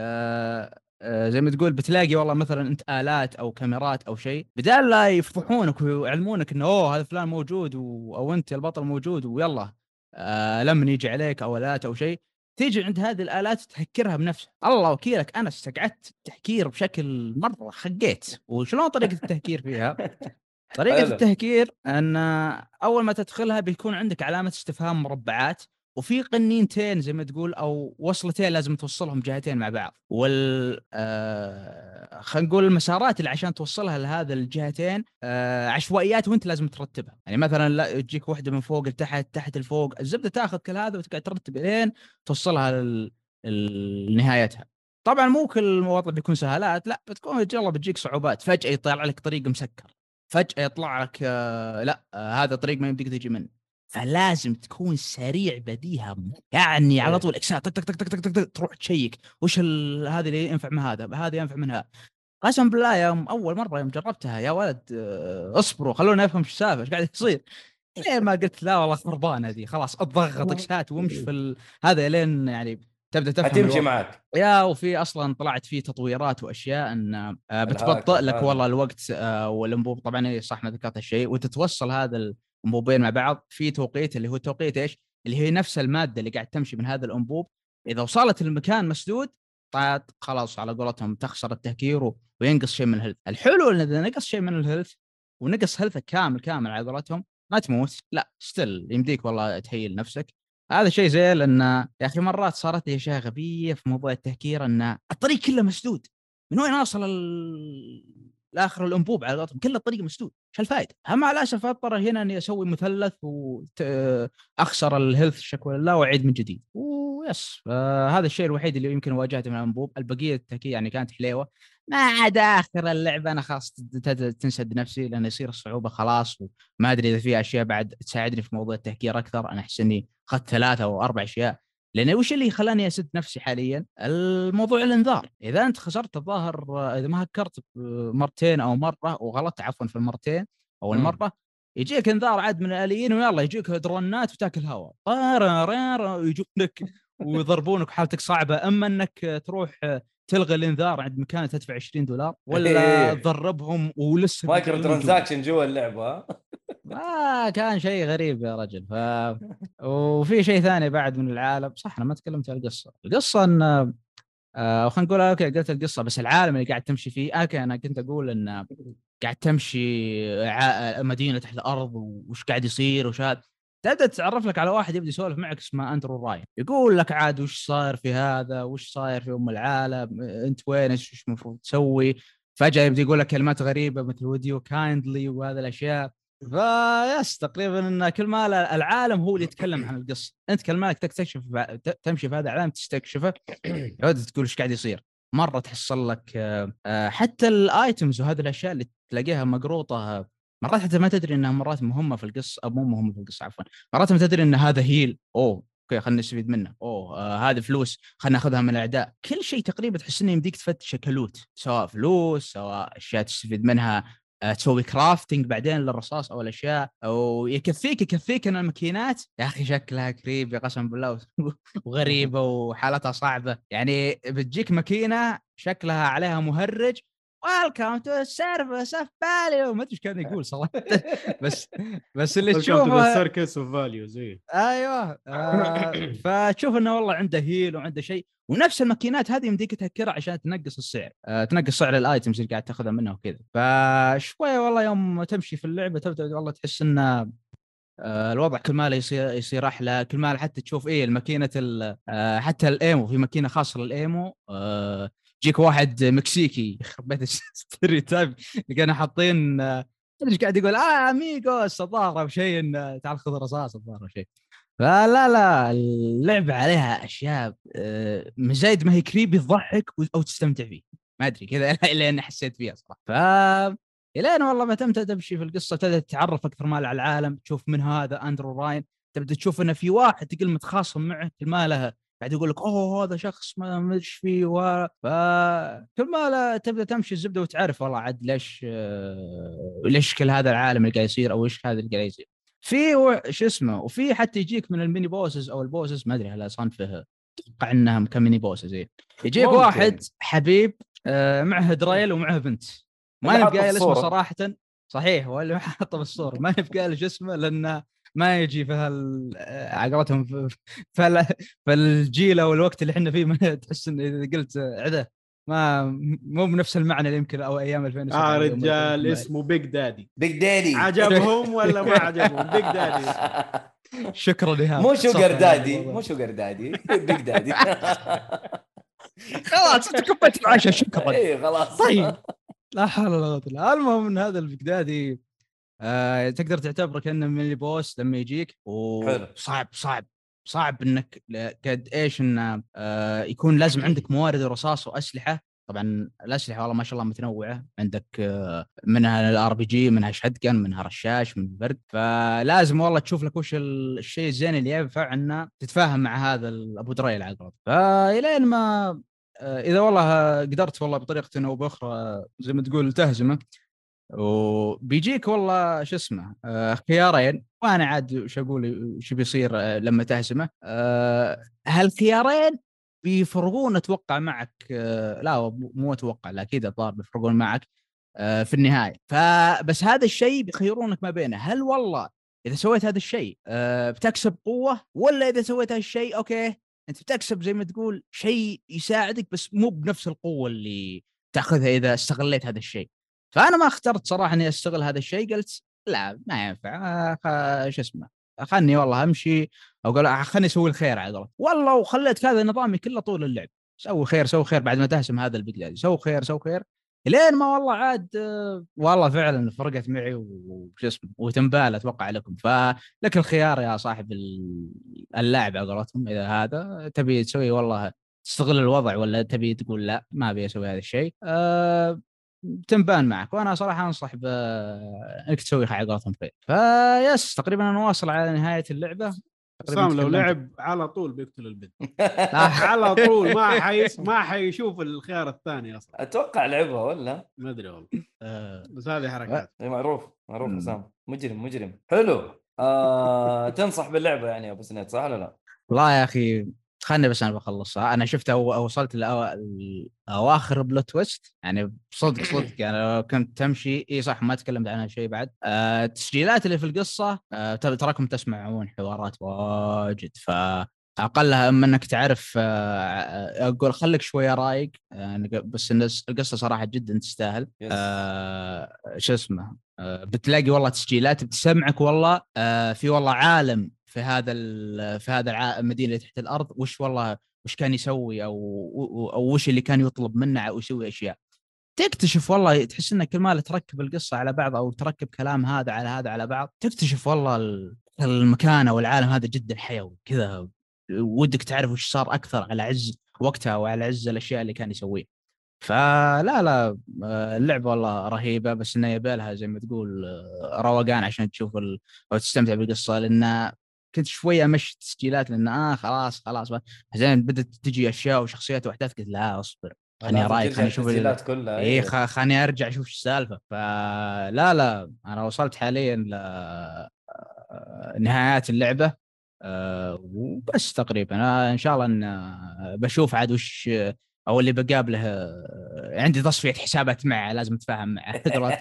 زي ما تقول بتلاقي والله مثلا انت آلات او كاميرات او شيء، بدال لا يفضحونك ويعلمونك انه اوه هذا فلان موجود او انت البطل موجود ويلا لمن يجي عليك او آلات او شيء، تيجي عند هذه الآلات تهكرها بنفسها. الله وكيلك انا استقعدت التهكير بشكل مره خقيت. وشلون طريقه التهكير فيها؟ طريقه حلو. التهكير ان اول ما تدخلها بيكون عندك علامه استفهام مربعات، وفي قنينتين زي ما تقول او وصلتين لازم توصلهم جهتين مع بعض، وال خلينا نقول المسارات اللي عشان توصلها لهذا الجهتين عشوائيات وانت لازم ترتبها. يعني مثلا لا تجيك واحده من فوق لتحت، تحت لفوق، الزبده تاخذ كل هذا وتقعد ترتب لين توصلها لنهايتها. طبعا مو كل المواضيع بيكون سهالات، لا بتكون يلا بتجيك صعوبات، فجاه يطلع لك طريق مسكر، فجأة يطلع لك لا هذا طريق ما يمديك تجي منه. فلازم تكون سريع بديهة، يعني على طول اكسات تك تك تك تك تك تك تروح تشيك وش هذا اللي ينفع من هذا ينفع منها. قسم بالله يوم اول مرة يوم جربتها يا ولد اصبروا خلونا نفهم ايش السالفة ايش قاعد يصير. ليه ما قلت لا والله خربانة دي خلاص اضغط اكسات وامش في هذا لين يعني تبدا تفهم حتمشي الوضع. معك. يا وفي اصلا طلعت فيه تطويرات واشياء ان بتبطئ الهاكر لك هذا. والله الوقت والانبوب. طبعا صح ما ذكرت الشيء، وتتوصل هذا الانبوبين مع بعض في توقيت اللي هو توقيت ايش اللي هي نفس الماده اللي قاعد تمشي من هذا الانبوب. اذا وصلت المكان مسدود طاط خلاص على قولتهم تخسر التهكير وينقص شيء من الهيلث. الحلو ان اذا نقص شيء من الهيلث ونقص هيلثك كامل على قولتهم ما تموت، لا ستيل يمديك والله تهيل نفسك. هذا شيء زي لان يا اخي مرات صارت لي اشياء غبيه في موضوع التهكير ان الطريق كله مسدود، من وين اوصل لاخر الانبوب على قولتهم كل الطريق مسدود، ايش الفائده؟ اما على الاسف اضطر هنا اني اسوي مثلث واخسر الهيلث شكوى لله واعيد من جديد ويس. هذا الشيء الوحيد اللي يمكن واجهته من الانبوب. البقيه التهكير يعني كانت حليوه ما عدا اخر اللعبه انا خلاص تنسد نفسي لان يصير الصعوبه خلاص. وما ادري اذا في اشياء بعد تساعدني في موضوع التهكير اكثر. انا احس اني اخذت 3 أو 4 اشياء، لان وش اللي خلاني اسد نفسي حاليا الموضوع الانذار. اذا انت خسرت الظاهر اذا ما هكرت مرتين او مره وغلطت عفوا في المرتين او المره يجيك انذار عاد من الاليين ويلا يجيك درونات وتاكل هواء يجونك ويضربونك حالتك صعبه. اما انك تروح تلغي الانذار عند مكان تدفع $20 ولا تضربهم ولسه مايكرو ترانزاكشن جوا اللعبه. ما كان شيء غريب يا رجل. وفي شيء ثاني بعد من العالم. صح انا ما تكلمت عن القصه ان خلينا نقول اوكي قلت القصه بس العالم اللي قاعد تمشي فيه. اوكي انا كنت اقول ان قاعد تمشي مدينه تحت الارض وش قاعد يصير وش هذا. تبدا تتعرف لك على واحد يبدا يسولف معك اسمه اندرو راين، يقول لك عاد وش صاير في هذا وش صاير في العالم انت وين ايش المفروض تسوي. فجاه يبدا يقول لك كلمات غريبه مثل وديو كايندلي وهذا الاشياء. فيس تقريبا ان كل ما العالم هو اللي يتكلم عن القصه. انت كل ما تكتشف تمشي في هذا العالم تستكشفه يقعد تقول ايش قاعد يصير. مره تحصل لك حتى الايتمز وهذه الاشياء اللي تلاقيها مقروطه مرات حتى ما تدري انها مرات مهمه في القصه او مو مهمه في القصه عفوا. مرات ما تدري ان هذا هيل اوكي خلينا نستفيد منه هذه فلوس خلينا ناخذها من الاعداء. كل شيء تقريبا تحس انه يمديك تفتش كلوت سواء فلوس سواء اشياء تستفيد منها تسوي كرافتنج بعدين للرصاص او الاشياء او يكفيك ان الماكينات يا اخي شكلها كريبي قسم بالله وغريبه وحالتها صعبه. يعني بتجيك ماكينه شكلها عليها مهرج ويلكم تو سيرفيس اوف فاليو ما ادري ايش كان يقول صراحه بس اللي تشوفه سيركس اوف فاليو زي ايوه فتشوف انه والله عنده هيل وعنده شيء. ونفس الماكينات هذه يمديك تهكرها عشان تنقص السعر تنقص سعر الايتمز اللي قاعد تاخذها منها وكذا. فشوي والله يوم تمشي في اللعبه تبدا والله تحس ان الوضع كل ما يصير احلى كل ما حتى تشوف الماكينه حتى الايمو في ماكينه خاصه للايمو جيك واحد مكسيكي يخرب بيت الستيريوتايب اللي كانوا حاطين ادري ايش قاعد يقول اميغوس الظاهر او شيء تعال خذ رصاص الظاهر او شيء. فلا اللعبه عليها اشياء مزايد ما هي كريبي تضحك او تستمتع فيه ما ادري كذا لين حسيت فيها صراحه. الين والله ما تمشي في القصه تبدا تتعرف اكثر مال على العالم تشوف من هذا اندرو راين تبدا تشوف انه في واحد تقل متخاصم معه كل ما له بعد يقول لك اوه هذا شخص ما مش فيه فكل ما لا تبدا تمشي الزبده وتعرف والله عاد ليش كل هذا العالم اللي قاعد يصير او ايش هذا اللي قاعد يصير في شو اسمه. وفي حتى يجيك من الميني بوسز او البوسز ما ادري هل صنفه اتوقع انهم كميني بوسز يجيك ممكن. واحد حبيب معه درايل ومعه بنت ما نبقى قايل اسمه صراحه صحيح ولا حاطه بالصوره ما نبقى قايل اسمه لانه ما يجي في عقرتهم فالجيل او الوقت اللي احنا فيه ما تحس ان اذا قلت عده ما مو بنفس المعنى اللي يمكن او ايام 2007 رجال اسمه بيج دادي بيج دادي عجبهم ولا ما عجبهم بيج دادي شكرا لهذا مو شوغر دادي مو شوغر دادي بيج دادي خلاص كبت العشاء شكرا اي خلاص طيب لا حول ولا قوه الا بالله. المهم من هذا البيج دادي تقدر تعتبره كأنه ميني بوس لما يجيك وصعب انك قد ايش انه يكون لازم عندك موارد رصاص واسلحه. طبعا الاسلحه والله ما شاء الله متنوعه عندك منها الار بي جي منها شتقن منها رشاش من برد فلازم والله تشوف لك وش الشيء الزين اللي ينفع انه تتفاهم مع هذا ابو دريل على القرب. فإلين ما اذا والله قدرت والله بطريقه او باخرى زي ما تقول تهزمه وبيجيك والله شو اسمه خيارين وانا عاد وش اقول شو بيصير لما تهزمه. هالخيارين بيفرقون اتوقع معك لا مو اتوقع لا اكيد الظاهر بيفرقون معك في النهايه. فبس هذا الشيء بيخيرونك ما بينه هل والله اذا سويت هذا الشيء بتكسب قوه ولا اذا سويت هذا الشيء اوكي انت بتكسب زي ما تقول شيء يساعدك بس مو بنفس القوه اللي تاخذها اذا استغليت هذا الشيء. فانا ما اخترت صراحه اني استغل هذا الشيء قلت لا ما ينفع شو اسمه خلني والله امشي او قال خلني اسوي الخير على قولتهم والله وخليت هذا نظامي كله طول اللعب سوي خير بعد ما تهزم هذا البقلادي سوي خير لين ما والله عاد والله فعلا فرقت معي وش اسمه وتنبال اتوقع لكم. فلك الخيار يا صاحب اللاعب على قولتهم اذا هذا تبي تسوي والله تستغل الوضع ولا تبي تقول لا ما ابي اسوي هذا الشيء تنبان معك. وانا صراحه انصح انك تسوي عقارتهم خير. فيس تقريبا انا واصل على نهايه اللعبه تقريبا. لو لعب على طول بيقتل البنت على طول ما حيشوف الخيار الثاني اصلا. اتوقع لعبها ولا ما ادري والله بس هذه حركات معروف حسام مجرم حلو. تنصح باللعبه يعني يا ابو سنيد صح ولا لا؟ والله يا اخي خلني بس انا بخلصها. انا شفتها ووصلت لاواخر بلوت تويست يعني صدق يعني كنت تمشي اي صح ما تكلمت عنها شيء بعد. التسجيلات اللي في القصه تراكم تسمعون حوارات واجد فاقلها اما انك تعرف اقول خليك شويه رايق بس القصه صراحه جدا تستاهل. شو اسمه بتلاقي والله تسجيلات بتسمعك والله في والله عالم في هذا المدينه اللي تحت الارض وش كان يسوي او وش اللي كان يطلب منه او يسوي اشياء تكتشف والله تحس انك كل ما تركب القصه على بعض او تركب كلام هذا على بعض تكتشف والله المكان او العالم هذا جدا حيوي كذا ودك تعرف وش صار اكثر على عز وقتها وعلى عز الاشياء اللي كان يسويه. فلا اللعبه والله رهيبه بس انه يبالها زي ما تقول روقان عشان تشوف او تستمتع بالقصه لان كنت شويه امشي تسجيلات لان خلاص زين بدت تجي اشياء وشخصيات واحداث قلت لا اصبر خليني رايق خليني اشوف التسجيلات كلها خليني ارجع اشوف ايش السالفه. فلا انا وصلت حاليا لنهايات اللعبه وبس تقريبا ان شاء الله ان بشوف عاد وش او اللي بقابله عندي تصفيه حسابات معه لازم اتفاهم معه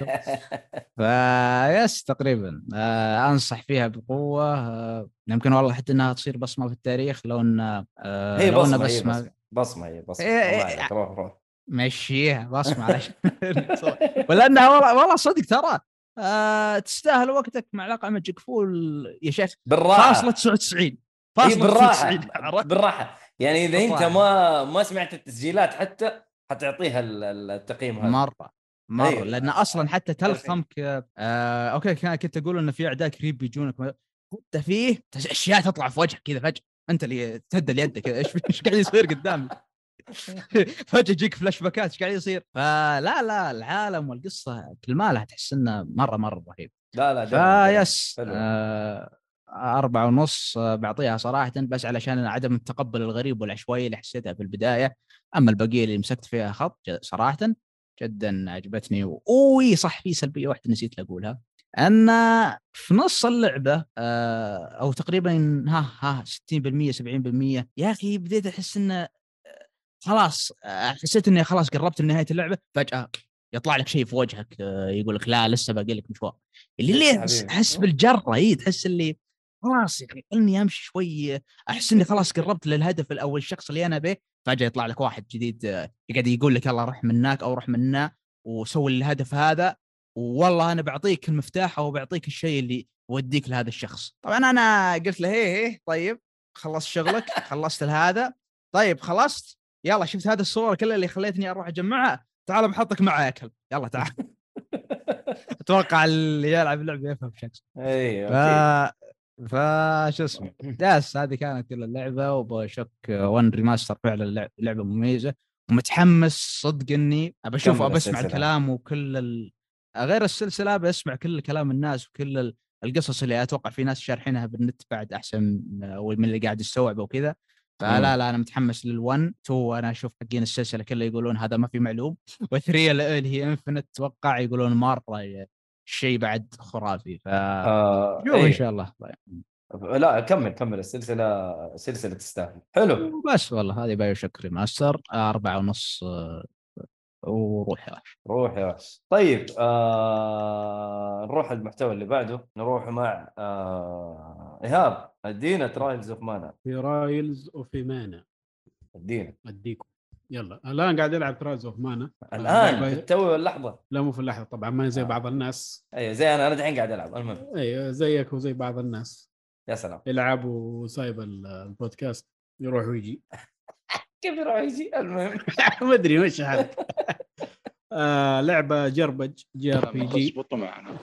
فيس تقريبا انصح فيها بقوه. يمكن والله حتى انها تصير بصمه في التاريخ لو ان هي بصمه روح مشيها بصمه علشان ولانها والله صدق ترى تستاهل وقتك مع لقب ماجيك فول يا شيخ بالراحه فاصلة 99 بالراحه يعني اذا انت ما سمعت التسجيلات حتى حتعطيها التقييم هذا مره أيوة. لان اصلا حتى تلخمك اوكي كنت اقول انه في اعداء قريب يجونك حتى فيه اشياء تطلع في وجهك كذا فجاه انت اللي تهدى يدك كذا ايش قاعد يصير قدامي فجاه يجيك فلاش باكات ايش قاعد يصير. فلا العالم والقصه كل ما لها تحس انه مره رهيب. لا فيس 4.5 بعطيها صراحة، بس علشان عدم التقبل الغريب والعشوائية اللي حسيتها في البداية. أما البقية اللي مسكت فيها خط صراحة جدا عجبتني. وي صح، في سلبية واحدة نسيت أقولها، أن في نص اللعبة أو تقريبا 60% 70%، يا أخي بديت أحس إنه خلاص، حسيت إني خلاص قربت لنهاية اللعبة، فجأة يطلع لك شيء في وجهك يقول لك لا لسه باقي لك مشوار، اللي ليه أحس بالجرة، تحس اللي خلاص يا أخي خلني أمشي شوي، أحس إني خلاص قربت للهدف الأول، الشخص اللي أنا به. فجأة يطلع لك واحد جديد يقعد يقول لك يلا روح منك أو روح منا وسوي الهدف هذا، والله أنا بعطيك المفتاح أو بعطيك الشيء اللي يوديك لهذا الشخص. طبعا أنا قلت له هي طيب خلص شغلك، خلصت هذا، طيب خلصت، يلا شفت هذه الصور كلها اللي خليتني أروح أجمعها، تعال بحطك معي أكل، يلا تعال. أتوقع اللي يلعب اللعبة يفهم شخص. ايوه شو اسمه داس، هذه كانت كل اللعبة. وبشك 1 ريماستر فعلا لعبة مميزة، ومتحمس صدق اني ابى اسمع الكلام وكل غير السلسلة، بسمع كل كلام الناس وكل القصص اللي اتوقع في ناس شارحينها بالنت بعد احسن من اللي قاعد يستوعبه وكذا. فلا انا متحمس لل1 2. انا اشوف حقين السلسلة كلها يقولون هذا ما في معلوم، و3 اللي هي انفنت توقع يقولون مرة شيء بعد خرافي. ف ان شاء الله. لا كمل السلسله تستاهل. حلو بس والله هذه بايو شوك ريماستر 4.5 وروح يا وحش. طيب نروح المحتوى اللي بعده، نروح مع إيهاب. ادينا ترايلز اوف مانا. ترايلز اوف مانا اديكم يلا. الان قاعد العب ترايلز اوف مانا الان في التو واللحظه. لا مو في اللحظه طبعا، ما زي بعض الناس. ايوه زي انا دحين قاعد العب. المهم ايوه زيك وزي بعض الناس. يا سلام، يلعب وسايب البودكاست يروح ويجي. كيف يروح يجي؟ المهم ما ادري وش حالك. لعبه جربج JRPG. تضبطوا معنا.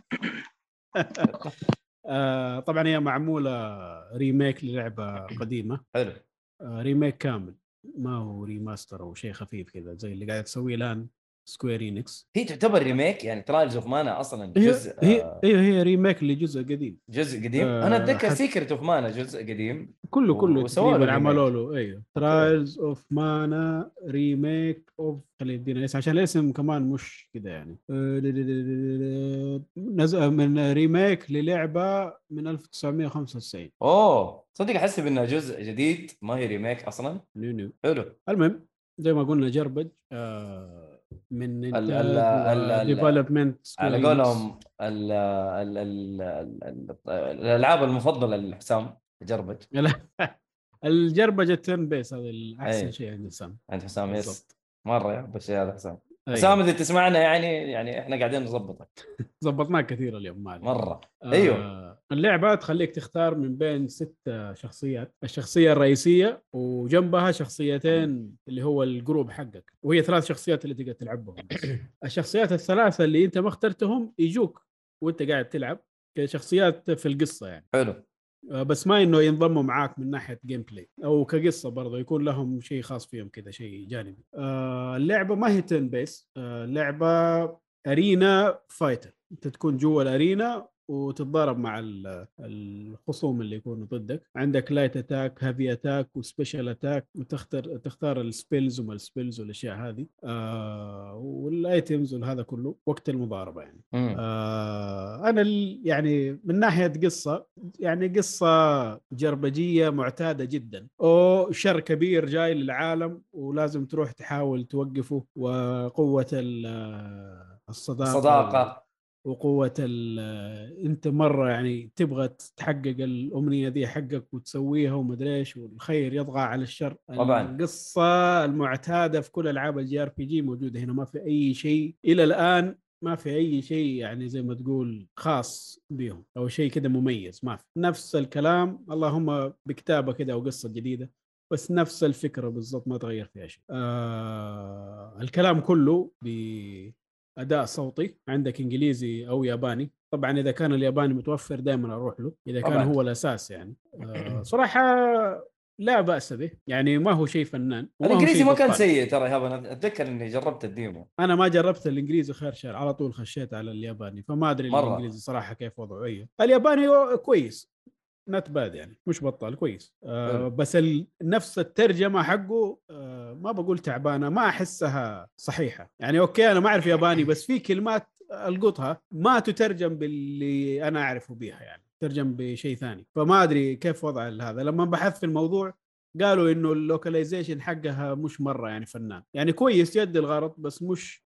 طبعا هي معموله ريميك للعبه قديمه. حلو. ريميك كامل، ما هو ريماستر او شيء خفيف كذا زي اللي قاعد تسويه الان سكوير إينكس. هي تعتبر ريميك يعني ترايلز اوف مانا اصلا جزء هي ريميك لجزء قديم. انا اتذكر سيكرت اوف مانا جزء قديم كله تقريبا عملوا له. ايوه ترايلز اوف مانا ريميك اوف، خلي يدينا اسم عشان الاسم كمان مش كذا يعني. نزل من ريميك للعبه من 1995. صدق احسب انها جزء جديد ما هي ريميك اصلا. نيو. حلو. المهم زي ما قلنا جربج من ديفلوبمنت على قولهم الالعاب المفضله لحسام جربج. الجربجه الترن بيس هذا الاحسن شيء عند حسام. يس مره يحب الشيء هذا حسام. حسام اذا تسمعنا يعني احنا قاعدين نظبطك. ظبطناك كثير اليوم مره. ايوه اللعبه تخليك تختار من بين 6 شخصيات. الشخصيه الرئيسيه وجنبها شخصيتين اللي هو الجروب حقك، وهي 3 شخصيات اللي تقدر تلعبهم. الشخصيات الثلاثه اللي انت ما اخترتهم يجوك وانت قاعد تلعب كشخصيات في القصه يعني. حلو. بس ما انه ينضموا معاك من ناحيه جيم بلاي او كقصه، برضه يكون لهم شيء خاص فيهم كذا، شيء جانبي. اللعبه ما هي تيرن بيس، لعبه ارينا فايتر. انت تكون جوا الارينا وتتضارب مع الخصوم اللي يكونوا ضدك. عندك لايت اتاك، هافي اتاك، وسبيشال اتاك، وتختار السبيلز وما السبيلز والاشياء هذه والايتمز وهذا كله وقت المضاربه يعني. انا يعني من ناحيه قصه، يعني قصه جربجيه معتاده جدا، او شر كبير جاي للعالم ولازم تروح تحاول توقفه، وقوه الصداقه وقوة انت مرة يعني تبغى تحقق الأمنية ذي حقك وتسويها ومدري ايش، والخير يطغى على الشر. طبعا القصة المعتادة في كل ألعاب الJRPG موجودة هنا، ما في أي شيء إلى الآن، ما في أي شيء يعني زي ما تقول خاص بيهم أو شيء كده مميز. ما في نفس الكلام، اللهم بكتابة كده أو قصة جديدة، بس نفس الفكرة بالضبط، ما تغير فيها شيء. الكلام كله أداء صوتي، عندك إنجليزي أو ياباني. طبعا إذا كان الياباني متوفر دائما أروح له، إذا كان هو الأساس يعني. صراحة لا بأس به يعني، ما هو شيء فنان. الإنجليزي ما كان سيء ترى يا أنا أتذكر إني جربت الديمو. أنا ما جربت الإنجليزي خير شر، على طول خشيت على الياباني، فما أدري الإنجليزي صراحة كيف وضعه. الياباني كويس نت باد يعني مش بطال كويس. حلو. بس نفس الترجمه حقه ما بقول تعبانه، ما احسها صحيحه يعني. اوكي انا ما اعرف ياباني بس في كلمات القطها ما تترجم باللي انا اعرفه بيها يعني، ترجم بشيء ثاني. فما ادري كيف وضع هذا. لما بحثت في الموضوع قالوا انه اللوكاليزيشن حقها مش مره يعني فنان، يعني كويس يد الغرض بس مش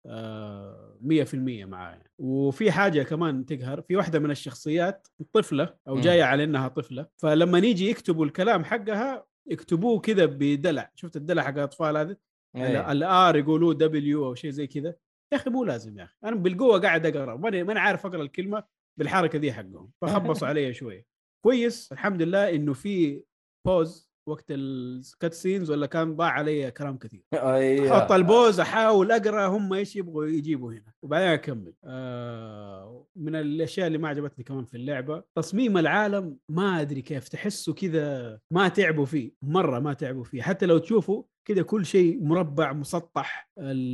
100% معاه يعني. وفي حاجه كمان تقهر، في واحده من الشخصيات طفله او جايه على انها طفله، فلما نيجي يكتبوا الكلام حقها يكتبوه كذا بدلع. شفت الدلع حق الاطفال هذا؟ الار يقولوا دبليو او شيء زي كذا. يا اخي مو لازم يا اخي، انا بالقوه قاعد اقرا ماني عارف اقرا الكلمه بالحركه دي حقهم، فخبصوا علي شويه. كويس الحمد لله انه في بوز وقت الكات سينز، ولا كان ضاع علي كلام كثير. احط البوز احاول اقرا هم ايش يبغوا يجيبوا هنا وبعدين اكمل. من الاشياء اللي ما عجبتني كمان في اللعبه تصميم العالم، ما ادري كيف تحسه كذا ما تعبوا فيه مره، ما تعبوا فيه. حتى لو تشوفوا كذا كل شيء مربع مسطح،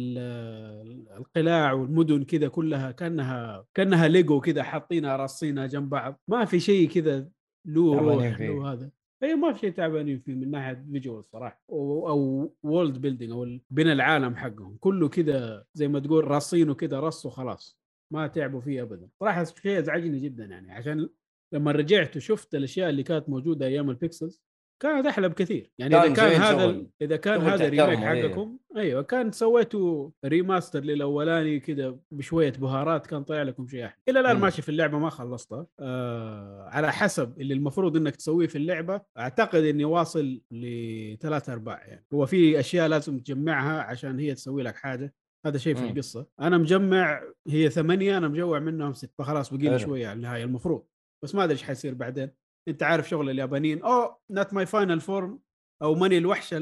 القلاع والمدن كذا كلها كانها ليجو كذا حاطينها رصينها جنب بعض، ما في شيء كذا له روح له هذا. اي ما في شيء تعبانين فيه من ناحيه فيجوال صراحه او وورلد بيلدينج او بناء العالم حقهم كله كذا زي ما تقول رصينه كذا رص وخلاص، ما تعبوا فيه ابدا صراحه. شيء ازعجني جدا يعني، عشان لما رجعت وشفت الاشياء اللي كانت موجوده ايام البيكسلز كانت احلى بكثير يعني. اذا كان هذا ريميك حقكم ايوه كان سويتوا ريماستر للاولاني كذا بشويه بهارات كان طلع لكم شيء احلى. الى الان ماشي في اللعبه ما خلصتها. على حسب اللي المفروض انك تسويه في اللعبه اعتقد اني واصل ل3/4 يعني. هو في اشياء لازم تجمعها عشان هي تسوي لك حاجه، هذا شيء في القصه. انا مجمع هي 8، انا مجوع منهم 6، فخلاص بقي لي شويه على النهايه المفروض، بس ما ادري ايش حيصير بعدين. انت عارف شغل اليابانيين، نات ماي فاينل فورم او ماني الوحش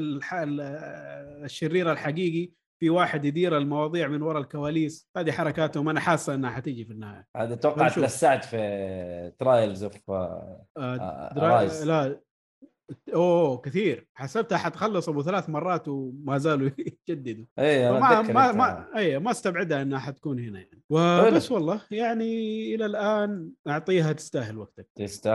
الشرير الحقيقي، في واحد يدير المواضيع من وراء الكواليس. هذه حركاتهم انا حاسه انها حتيجي في النهايه. هذا توقعت لسعت في ترايلز اوف رايز. لا كثير، حسبتها حتخلص ابو 3 مرات وما زالوا يجددوا. ما استبعدها انها حتكون هنا يعني. وبس والله يعني الى الان اعطيها تستاهل وقتك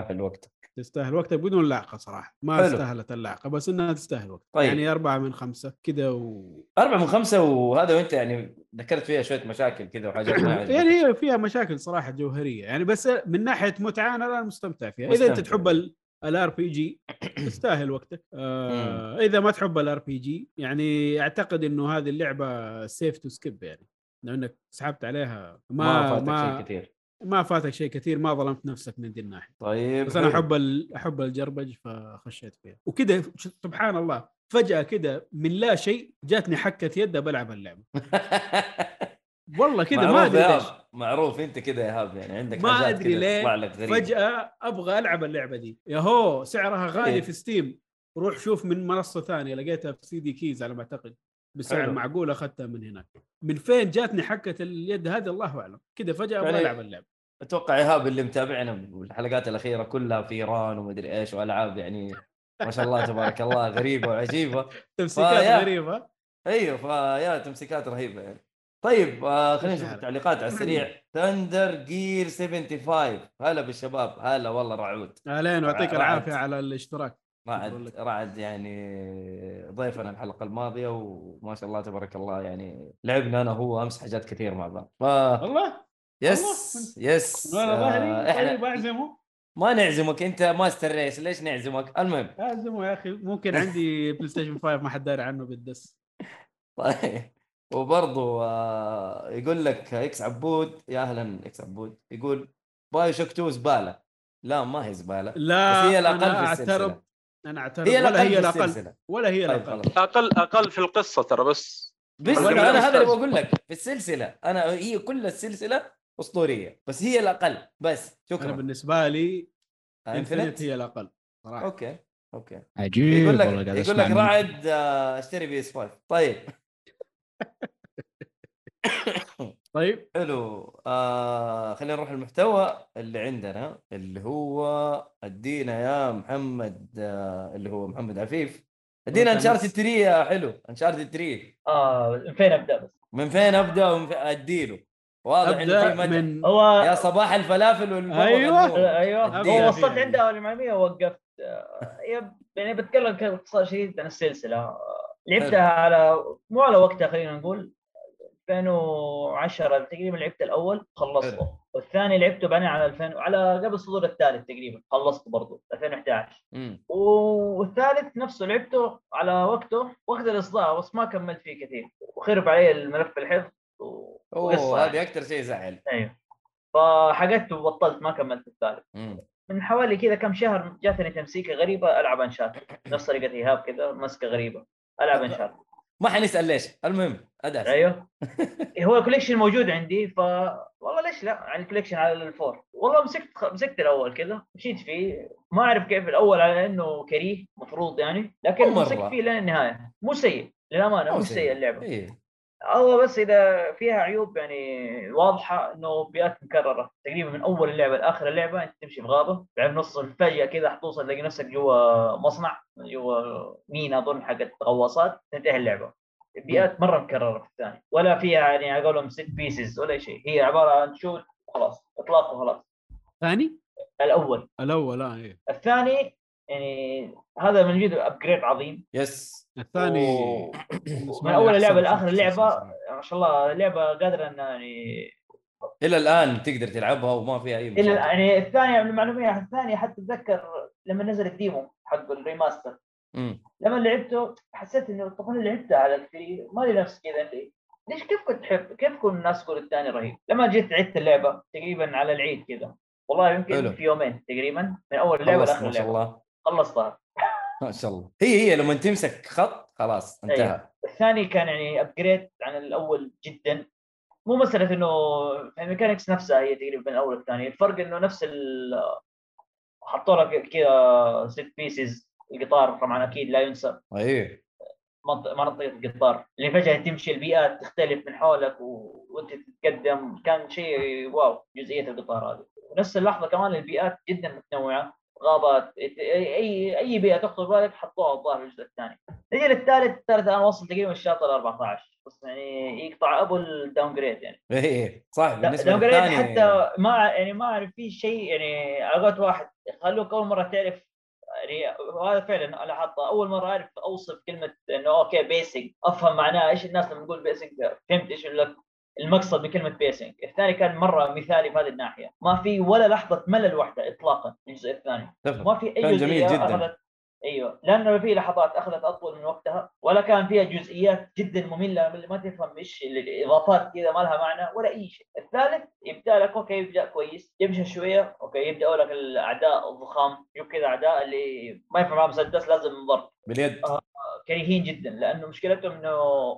بدون لعقه صراحه. ما استاهلت اللعقه بس انها تستاهل وقتك. طيب. يعني 4 من 5 كذا 4 من 5 وهذا. وانت يعني ذكرت فيها شويه مشاكل كذا وحاجات ما عجبتك. يعني هي فيها مشاكل صراحه جوهريه يعني، بس من ناحيه متعه انا مستمتع فيها. اذا انت تحب الار بي جي تستاهل وقتك. اذا ما تحب الار بي جي يعني اعتقد انه هذه اللعبه سيف تو سكيب يعني، لانك سحبت عليها ما فاتك شيء كثير، ما ظلمت نفسك من دي الناحيه. طيب بس انا احب الجربج فخشيت فيها وكذا. سبحان الله فجاه كذا من لا شيء جاتني حكه يد بلعب اللعبه. والله كذا ما ادري ليش. معروف انت كذا يا هاب يعني عندك ما حاجات كذا تطلع لك غريبه. فجاه ابغى العب اللعبه دي، ياهو سعرها غالي في ستيم، روح شوف من منصه ثانيه لقيتها في سي دي كيز على ما اعتقد بسعر معقول، اخذتها من هناك. من فين جاتني حكه اليد هذه الله اعلم، كذا فجاه ابغى العب اللعبه. اتوقع يا هاب اللي متابعنا بالحلقات الاخيره كلها في ايران ومدري ايش والعاب يعني ما شاء الله تبارك الله غريبه وعجيبه. تمسيكات غريبه. ايوه فيا تمسيكات رهيبه يعني. طيب خلينا نشوف التعليقات على السريع. ثندر جير 75 هلا بالشباب. هلا والله رعود. اهلين ويعطيك العافيه على الاشتراك. رعد يعني ضيفنا الحلقه الماضيه وما شاء الله تبارك الله يعني لعبنا انا وهو امس حاجات كثير مع بعض. والله يس انا ظهري. طيب اعزمه. ما نعزمك انت ماستر ريس، ليش نعزمك؟ المهم اعزمه يا اخي، ممكن عندي بلاي ستيشن 5 ما حد داري عنه بالدس. طيب وبرضه يقول لك اكس عبود، يا اهلا اكس عبود، يقول بايو شوك 2 زباله. لا ما هي زباله، لا بس هي الاقل في السلسله. انا اعترف ولا هي الاقل ولا هي الاقل اقل في القصه ترى. بس انا هذا اللي بقول لك في السلسله. انا هي كل السلسله اسطوريه بس هي الاقل. بس شكرا. انا بالنسبه لي انفنت هي الاقل صراحه. اوكي عجيب. يقول لك رعد اشتري بي اس 5. طيب طيب حلو. خلينا نروح المحتوى اللي عندنا اللي هو ادينا يا محمد اللي هو محمد عفيف. ادينا انشارتد 3 يا حلو. انشارتد 3 فين ابدا؟ بس من فين ابدا اديله. واضح انه في ابدا مدى من هو يا صباح الفلافل والبابا أيوة. غنور. ايوه الدين. هو وصلت عند اول المعلوميه ووقفت. يعني بتكلم باختصار شديد عن السلسله. لعبتها على مو على وقتها، خلينا نقول 2010 تقريبا لعبت الاول خلصته، والثاني لعبته بعدين على 2000 على قبل صدور الثالث تقريبا خلصته برضه 2011. والثالث نفسه لعبته على وقته وقت الاصدار، بس ما كملت فيه كثير وخرب علي الملف الحفظ وقصه هذه اكثر شيء زعل. ايوه، فحققته وبطلت ما كملت الثالث. من حوالي كذا كم شهر جاتني تمسيكه غريبه العب انشات، نفس طريقه ايهاب كذا مسكه غريبه العب انشات. ما حنسال ليش، المهم ادعس. ايوه هو الكوليكشن موجود عندي، والله ليش لا يعني الكوليكشن على الفور. والله مسكت الاول كذا مشيت فيه، ما اعرف كيف الاول على انه كريه مفروض يعني، لكن مسكت فيه لين النهايه. مو سيء للامانه، مش سيء اللعبه. إيه. هو بس اذا فيها عيوب يعني واضحه، انه بيئات مكرره تقريبا من اول اللعبه لاخر اللعبه. انت تمشي في غابه بعد نص فجاه كذا حتوصل تلاقي نفسك جوا مصنع، جوا مينا اظن حقت غواصات، تنتهي اللعبه. بيئات مره مكرره في الثاني، ولا فيها يعني على قولهم ست بيسز ولا شيء، هي عباره عن شوت خلاص اطلاق وخلاص. ثاني الاول ايه. الثاني يعني هذا من جد ابجريد عظيم. يس الثاني من اول اللعبه لاخر اللعبه ما شاء الله اللعبه قادره ان يعني الى الان تقدر تلعبها وما فيها اي مشاكل. يعني الثانيه من المعلوميه الثانيه حتى اتذكر لما نزل الديمو حق الريماستر، لما لعبته حسيت انه طبعا لعبته على الثري ما لي نفس كذا. ليش كيف كنت تحب كيف كل الناس تقول الثاني رهيب؟ لما جيت عدت اللعبه تقريبا على العيد كذا، والله يمكن حلو. في يومين تقريبا من اول لعبه لاخر لعبه ما شاء الله خلصتها ما شاء الله. هي لما تمسك خط خلاص انتهى. أيوة. الثاني كان يعني ابجريد عن الاول جدا. مو مساله انه الميكانكس نفسها هي تقريبا من الاول والثاني، الفرق انه نفس حطوا لك كذا ست بيسز. القطار طبعا اكيد لا ينسى. ايوه منطقه القطار اللي فجاه تمشي البيئات تختلف من حولك وانت تتقدم، كان شيء واو. جزئيه القطار هذه ونفس اللحظه كمان البيئات جدا متنوعه، غابات اي بيئه تخطر بالك حطوها الظاهر الجزء الثاني. نجي للثالث انا وصل تقريبا الشاطر 14 بس يعني يقطع ابو الداون جريد يعني. ايه صح بالنسبه للثاني حتى ما اعرف في شيء يعني عقد واحد خلوك اول مره تعرف يعني. وهذا فعلا انا حاطه اول مره اعرف اوصف كلمه انه اوكي بيسنج، افهم معناها ايش الناس لما نقول بيسنج فهمت ايش المقصد بكلمه بيسنج. الثاني كان مره مثالي في هذه الناحيه، ما في ولا لحظه ملل واحده اطلاقا. الجزء الثاني ما في اي جميل جدا أخذت ايوه، لانه في لحظات اخذت اطول من وقتها، ولا كان فيها جزئيات جدا ممله اللي ما تفهم ايش الاضافات كذا ما لها معنى ولا اي شيء. الثالث يبدا لك اوكي يبدا كويس يمشي شويه اوكي يبداوا لك الاعداء الضخام، شوف كذا اعداء اللي ما ينفع معهم مسدس لازم ضرب باليد. كريهين جدا لانه مشكلتهم انه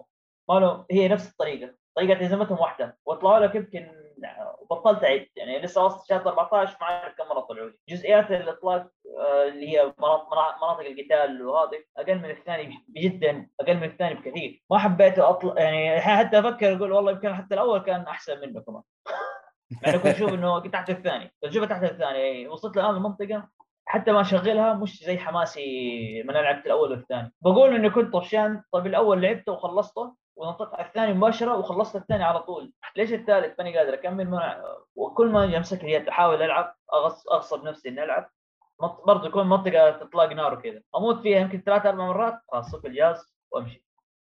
ما هي نفس طريقه هزيمتهم واحده وطلعوا لك. يمكن بطلت اعد يعني لسه وصلت شهر 14 ما اعرف كم مره طلعوا لي جزئيات الاطلاق اللي هي مناطق القتال، وهذه اقل من الثاني جدا، اقل من الثاني بكثير. ما حبيته يعني حتى افكر اقول والله يمكن حتى الاول كان احسن منه كمان. يعني كنت اشوف انه تحت الثاني تحت الثاني وصلت الان المنطقه حتى ما اشغلها مش زي حماسي من لعبت الاول والثاني. بقول اني كنت طفشان. طيب الاول لعبته وخلصته ونطيت على الثاني مباشره وخلصت الثاني على طول، ليش الثالث ماني قادر اكمل؟ وكل ما امسك اليد احاول العب اغصب نفسي اني العب برضه يكون منطقه تطلق نار وكذا اموت فيها يمكن 3-4 مرات خلاص صف الجهاز وامشي.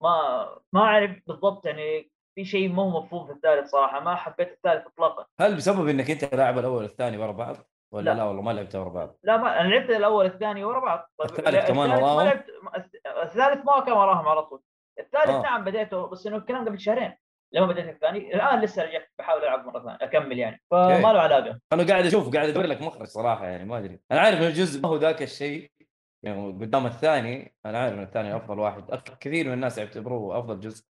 ما اعرف بالضبط يعني في شيء مو مفهوم في الثالث صراحه. ما حبيت الثالث اطلاقا. هل بسبب انك انت لاعب الاول والثاني ورا بعض ولا لا والله ما لعبته ورا بعض؟ لا ما انا لعبت الاول والثاني ورا بعض. الثالث كمان وراهم؟ ما لعبت الثالث ما كان وراهم على طول. الثالث نعم بديته بس انه الكلام قبل شهرين لما بديت الثاني. الان لسه رجعت بحاول العب مره ثانيه اكمل يعني فما له علاقه. انا قاعد ادور لك مخرج صراحه يعني ما ادري. انا عارف ان الجزء ما هو ذاك الشيء يعني قدام الثاني. انا عارف ان الثاني افضل واحد، كثير من الناس يعتبروه افضل جزء،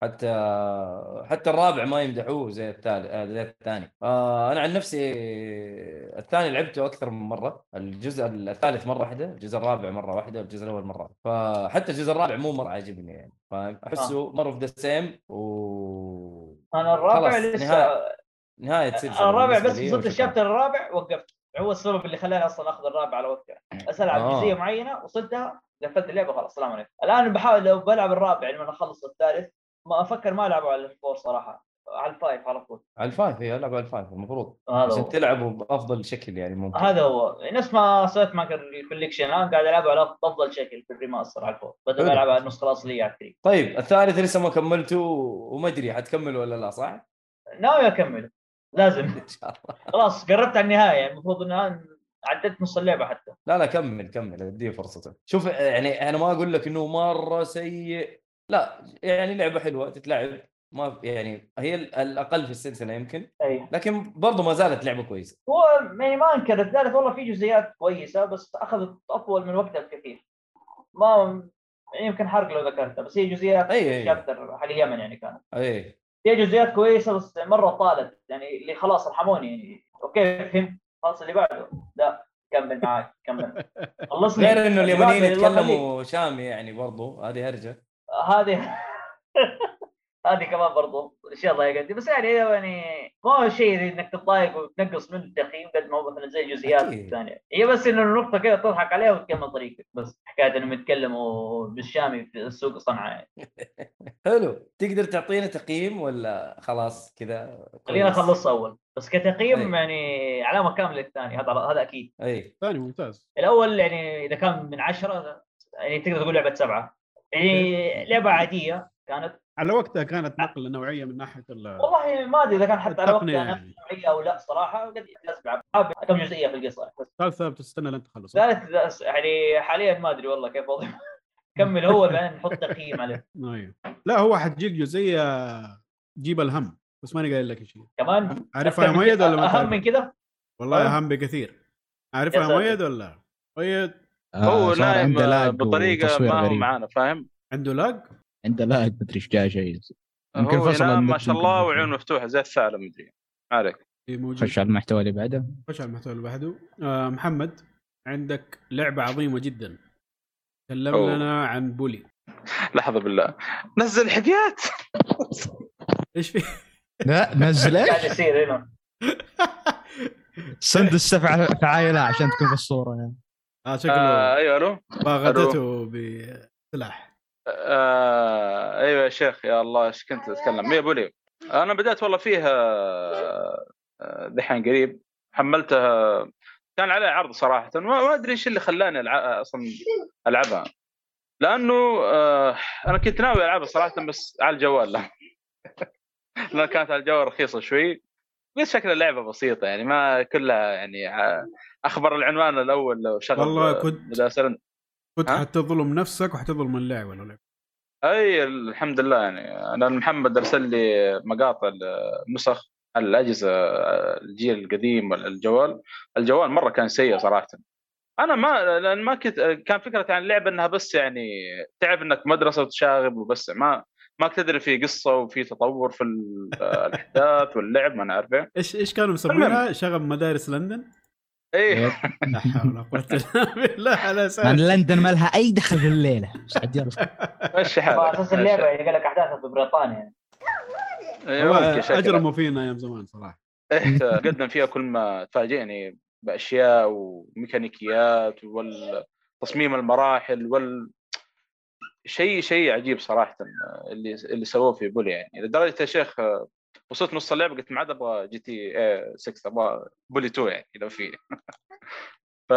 حتى الرابع ما يمدحوه زي زي الثاني. انا عن نفسي الثاني لعبته اكثر من مره، الجزء الثالث مره واحده، الجزء الرابع مره واحده، والجزء الاول مره. فحتى الجزء الرابع مو مره عاجبني يعني، فاحسه مره في ذا سيم. انا الرابع لسه نهايه سلسله الرابع بس وصلت الشابتر الرابع وقفت. هو السبب اللي خلاني اصلا اخذ الرابع على وقتها. العب جزئيه معينه وصلتها قفلت اللعبه خلاص السلام عليكم. الان بحاول لو بلعب الرابع لما اخلص الثالث ما افكر ما العبه على الفور صراحه. على الفايف على طول. على الفايف، هي العب على الفايف المفروض هذا عشان هو. تلعبه بافضل شكل يعني ممكن. هذا هو نفس ما سويت مع الكوليكشن، الان قاعد العبه على افضل شكل في الريماستر على الفور بدل ما حلو. العب على النسخه الاصليه على الثري. طيب الثالث لسه ما كملته وما ادري حتكمل ولا لا، صح؟ ناوي اكمل لازم. ان شاء الله. خلاص قربت على النهايه، يعني المفروض انها عدت نص اللعبه حتى. لا كمل اديه فرصته. شوف يعني انا ما اقول لك انه مره سيء، لا يعني لعبه حلوه تتلعب، ما يعني هي الاقل في السلسله يمكن، اي لكن برضو ما زالت لعبه كويسه. هو يعني ما انكر الثالث والله في جزئيات كويسه، بس اخذت اطول من وقتها بكثير. ما يعني يمكن حرق لو ذكرتها، بس هي جزئيات شابتر حق اليمن يعني كانت. اي هي جزئيات كويسه بس مره طالت، يعني اللي خلاص ارحموني يعني اوكي فهمت خلاص اللي بعده لا كمل معاك كمل خلصني. غير انه اليمنيين اللي بعده يتكلموا شامي يعني برضو هذه هرجه. هذه هذه كمان برضو ان شاء الله يقدم، بس يعني ما هو شيء انك تتضايق وتنقص من التقييم قد ما هو مثلا زي جزئيات أكيد. ثانيه. هي بس انه النقطه كذا تضحك عليها وتكمل طريقك، بس حكايه انهم يتكلموا بالشامي في السوق صنعاء. حلو، تقدر تعطينا تقييم ولا خلاص كذا؟ خلينا نخلص اول بس كتقييم أي. يعني علامه كامله للثاني، هذا اكيد. اي ثاني ممتاز. الاول يعني اذا كان من 10 يعني تقدر تقول لعبه 7، يعني لعبه عاديه كانت على وقتها كانت نقله نوعيه من ناحيه والله ما ادري اذا كان حتى على التقنية وقتها يعني. نوعيه او لا صراحه. قد اسمع كم جزئيه في القصه، بس ثالثة بتستنى لين تخلص. ثالث يعني حاليا ما ادري والله كيف وضعه. كمل هو بعدين نحط تقييم عليه. ايوه لا هو حتجيك جزئيه جيب الهم، بس ماني قايل لك شيء. كمان عارفها يا مؤيد ولا ما اهم تعرف؟ من كده والله اهم بكثير. عارفها يا مؤيد ولا مؤيد؟ هو صار نايم عنده لاج بطريقه وتصوير ما هو غريب. معانا فاهم. عنده لاج. عنده لاج مدري ايش جاي شيء يمكن هو فصل ينام النت ما شاء يمكن الله فصل. وعيون مفتوحه زي الثعلب مدري عليك. خش على المحتوى اللي بعده. خش على المحتوى اللي بعده. محمد عندك لعبه عظيمه جدا، تكلم لنا عن بولي. لحظه بالله نزل حقيات. ايش في؟ لا نزل قاعد ايش يصير هنا سند السفع فعايلة عشان تكون في الصورة يعني. شكله ايوه الو باغتته بسلاح. ايوه يا شيخ يا الله ايش كنت اتكلم يا بولي. انا بدأت والله فيها دحين قريب، حملتها كان عليها عرض صراحه، ما ادري ايش اللي خلاني اصلا العبها، لانه انا كنت ناوي العبها صراحه بس على الجوال لا لأن كانت على الجوال رخيصه شوي، بس شكل اللعبه بسيطه يعني ما كلها يعني اخبر العنوان الاول لو شغل والله كنت ها؟ حتظلم نفسك وحتظلم اللعبه ولا لا؟ اي الحمد لله يعني انا محمد ارسل لي مقاطع النسخ الاجهزه الجيل القديم الجوال مره كان سيء صراحه. انا ما كنت كان فكره عن اللعبه انها بس يعني تعرف انك مدرسه وتشاغب وبس، ما تدري في قصه وفي تطور في الاحداث واللعب ما نعرف ايش كانوا مسمينها شغب مدارس لندن. ايه لا حول ولا قوه الا بالله على اساس من لندن ما لها اي دخل في الليله سعد يعرف ماشي حالك على اساس اللعبه يعني قال لك احداثها في بريطانيا يعني اجرموا فينا ايام زمان صراحه. قدم فيها كل ما تفاجئني باشياء وميكانيكيات والتصميم المراحل شيء عجيب صراحه اللي سووه في بولي يعني لدرجه يا شيخ وصلت نص اللعبه قلت ما عاد ابغى جي تي 6 ابغى بولي 2 يعني لو في ف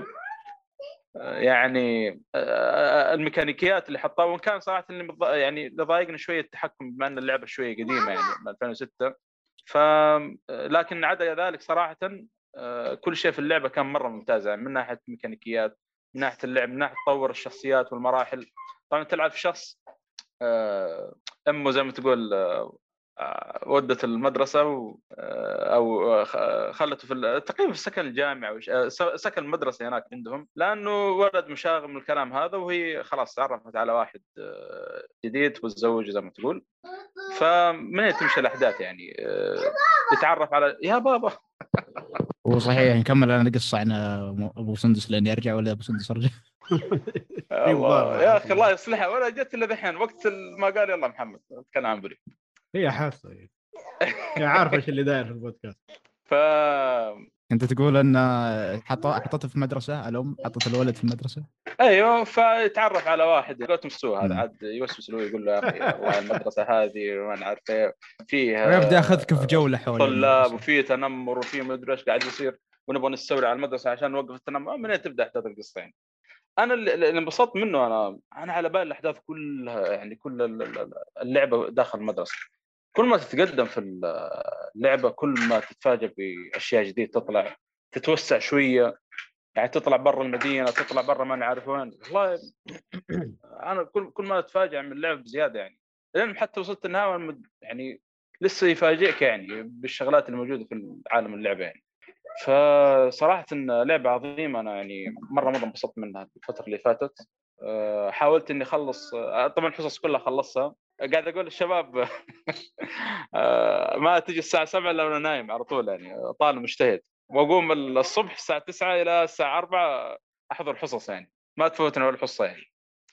يعني الميكانيكيات اللي حطوها، وان كان صراحه يعني ضايقني شويه التحكم بما ان اللعبه شويه قديمه يعني من 2006 لكن عدا ذلك صراحه كل شيء في اللعبه كان مره ممتاز يعني من ناحيه الميكانيكيات من ناحيه اللعب من ناحيه تطور الشخصيات والمراحل. طبعا تلعب في شخص امه زي ما تقول ودت المدرسه او خلته في تقريبا في سكن الجامعه او سكن المدرسه هناك عندهم، لانه ولد مشاغب من الكلام هذا وهي خلاص تعرفت على واحد جديد وتزوج زي ما تقول. فمن هنا تمشي الاحداث يعني يتعرف على يا بابا. وصحيح نكمل انا قصه عن ابو سندس لين يرجع ولا ابو سندس رجع. الله يا اخي الله يصلحها ولا جت الا دحين وقت ما قال يلا محمد اتكلم عن بولي. هي حاسه هي عارفه ايش اللي داير في البودكاست. انت تقول ان حطته في مدرسه، الام حطت الولد في المدرسه. ايوه، فيتعرف على واحد قلت مسوه هذا مم. عاد يوسوس له يقول له يا اخي والله المدرسه هذه ما نعرف ايه ويبدا فيها ياخذك في جوله حول طلاب المدرسه. وفي تنمر وفي مدري ايش قاعد يصير، ونبغى نستولي على المدرسه عشان نوقف التنمر. من أين تبدا احداث القصه يعني؟ انا اللي انبسطت منه، انا على بالي الاحداث كلها يعني كل اللعبه داخل المدرسه. كل ما تتقدم في اللعبه كل ما تتفاجئ باشياء جديده تطلع، تتوسع شويه يعني، تطلع برا المدينه، تطلع برا ما نعرف وين. والله انا كل ما اتفاجئ من اللعب بزياده يعني، لان حتى وصلت النهايه يعني لسه يفاجئك يعني بالشغلات الموجوده في عالم اللعبه يعني. فصراحه إن لعبه عظيمه، انا يعني مره انبسطت منها الفتره اللي فاتت. حاولت اني اخلص، طبعا الحصص كلها خلصها. قاعد اقول للشباب ما تجي الساعه 7 الا وانا نايم على طول يعني، طالب مجتهد، واقوم الصبح الساعه 9 الى الساعه 4 احضر حصص يعني، ما تفوتنا ولا حصه يعني.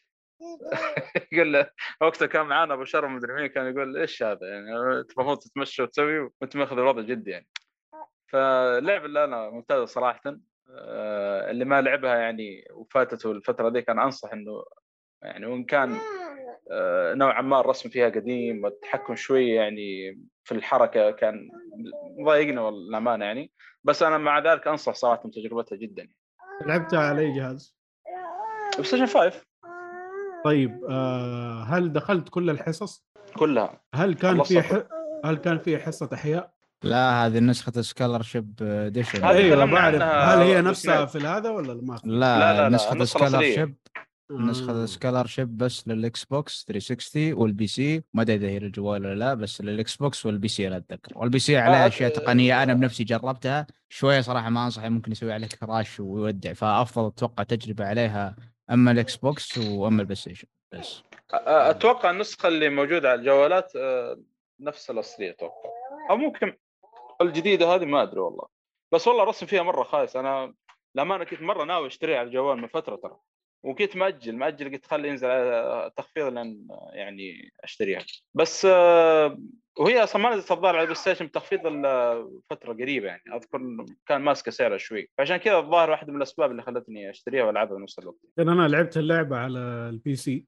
يقول له وقتها كان معانا ابو شرم مدري مين، كان يقول ايش هذا يعني، انت المفروض تتمشى وتسوي وانت ماخذ الوضع جد يعني. فاللعبه اللي انا ممتازه صراحه. اللي ما لعبها يعني وفاتته الفتره ذيك، انا انصح انه يعني، وان كان نوعا ما الرسم فيها قديم والتحكم شوي يعني في الحركه كان مضايقني والامانه يعني، بس انا مع ذلك انصح صراحه بتجربتها جدا يعني. لعبتها على اي جهاز؟ بلايستيشن 5 طيب هل دخلت كل الحصص؟ كلها. هل كان في حصة احياء؟ لا هذه نسخه سكالرشيب اديشن. هذه ايوه تكلمنا بعرف، عنها هل هي أبو نفسها سمير. في هذا ولا ما في؟ لا لا نسخه النسخه الاصليه. سكالرشيب، نسخة سكالرشيب بس للإكس بوكس 360 والبي سي، ما أدري إذا هي للجوال ولا لا، بس للإكس بوكس والبي سي أنا أتذكر. والبي سي عليه أشياء تقنية أنا بنفسي جربتها شوية صراحة، ما أنصح، ممكن يسوي عليك كراش ويودع، فأفضل أتوقع تجربة عليها أما الإكس بوكس وأما البلاي ستيشن بس. اتوقع النسخه اللي موجوده على الجوالات نفس الاصليه اتوقع، او ممكن الجديده هذه ما ادري والله. بس والله الرسم فيها مره خايس. انا لما انا كنت مره ناوي اشتريها على الجوال من فتره ترى، وكنت مأجل قلت خلي ينزل على تخفيض لان يعني اشتريها. بس وهي اصلا ما نزلت الظاهر على البلاي ستيشن بتخفيض فتره قريبه يعني، اذكر كان ماسكه سعرها شوي، فعشان كذا الظاهر واحده من الاسباب اللي خلتني اشتريها والعبها بنفس الوقت. انا لعبت اللعبة على البي سي،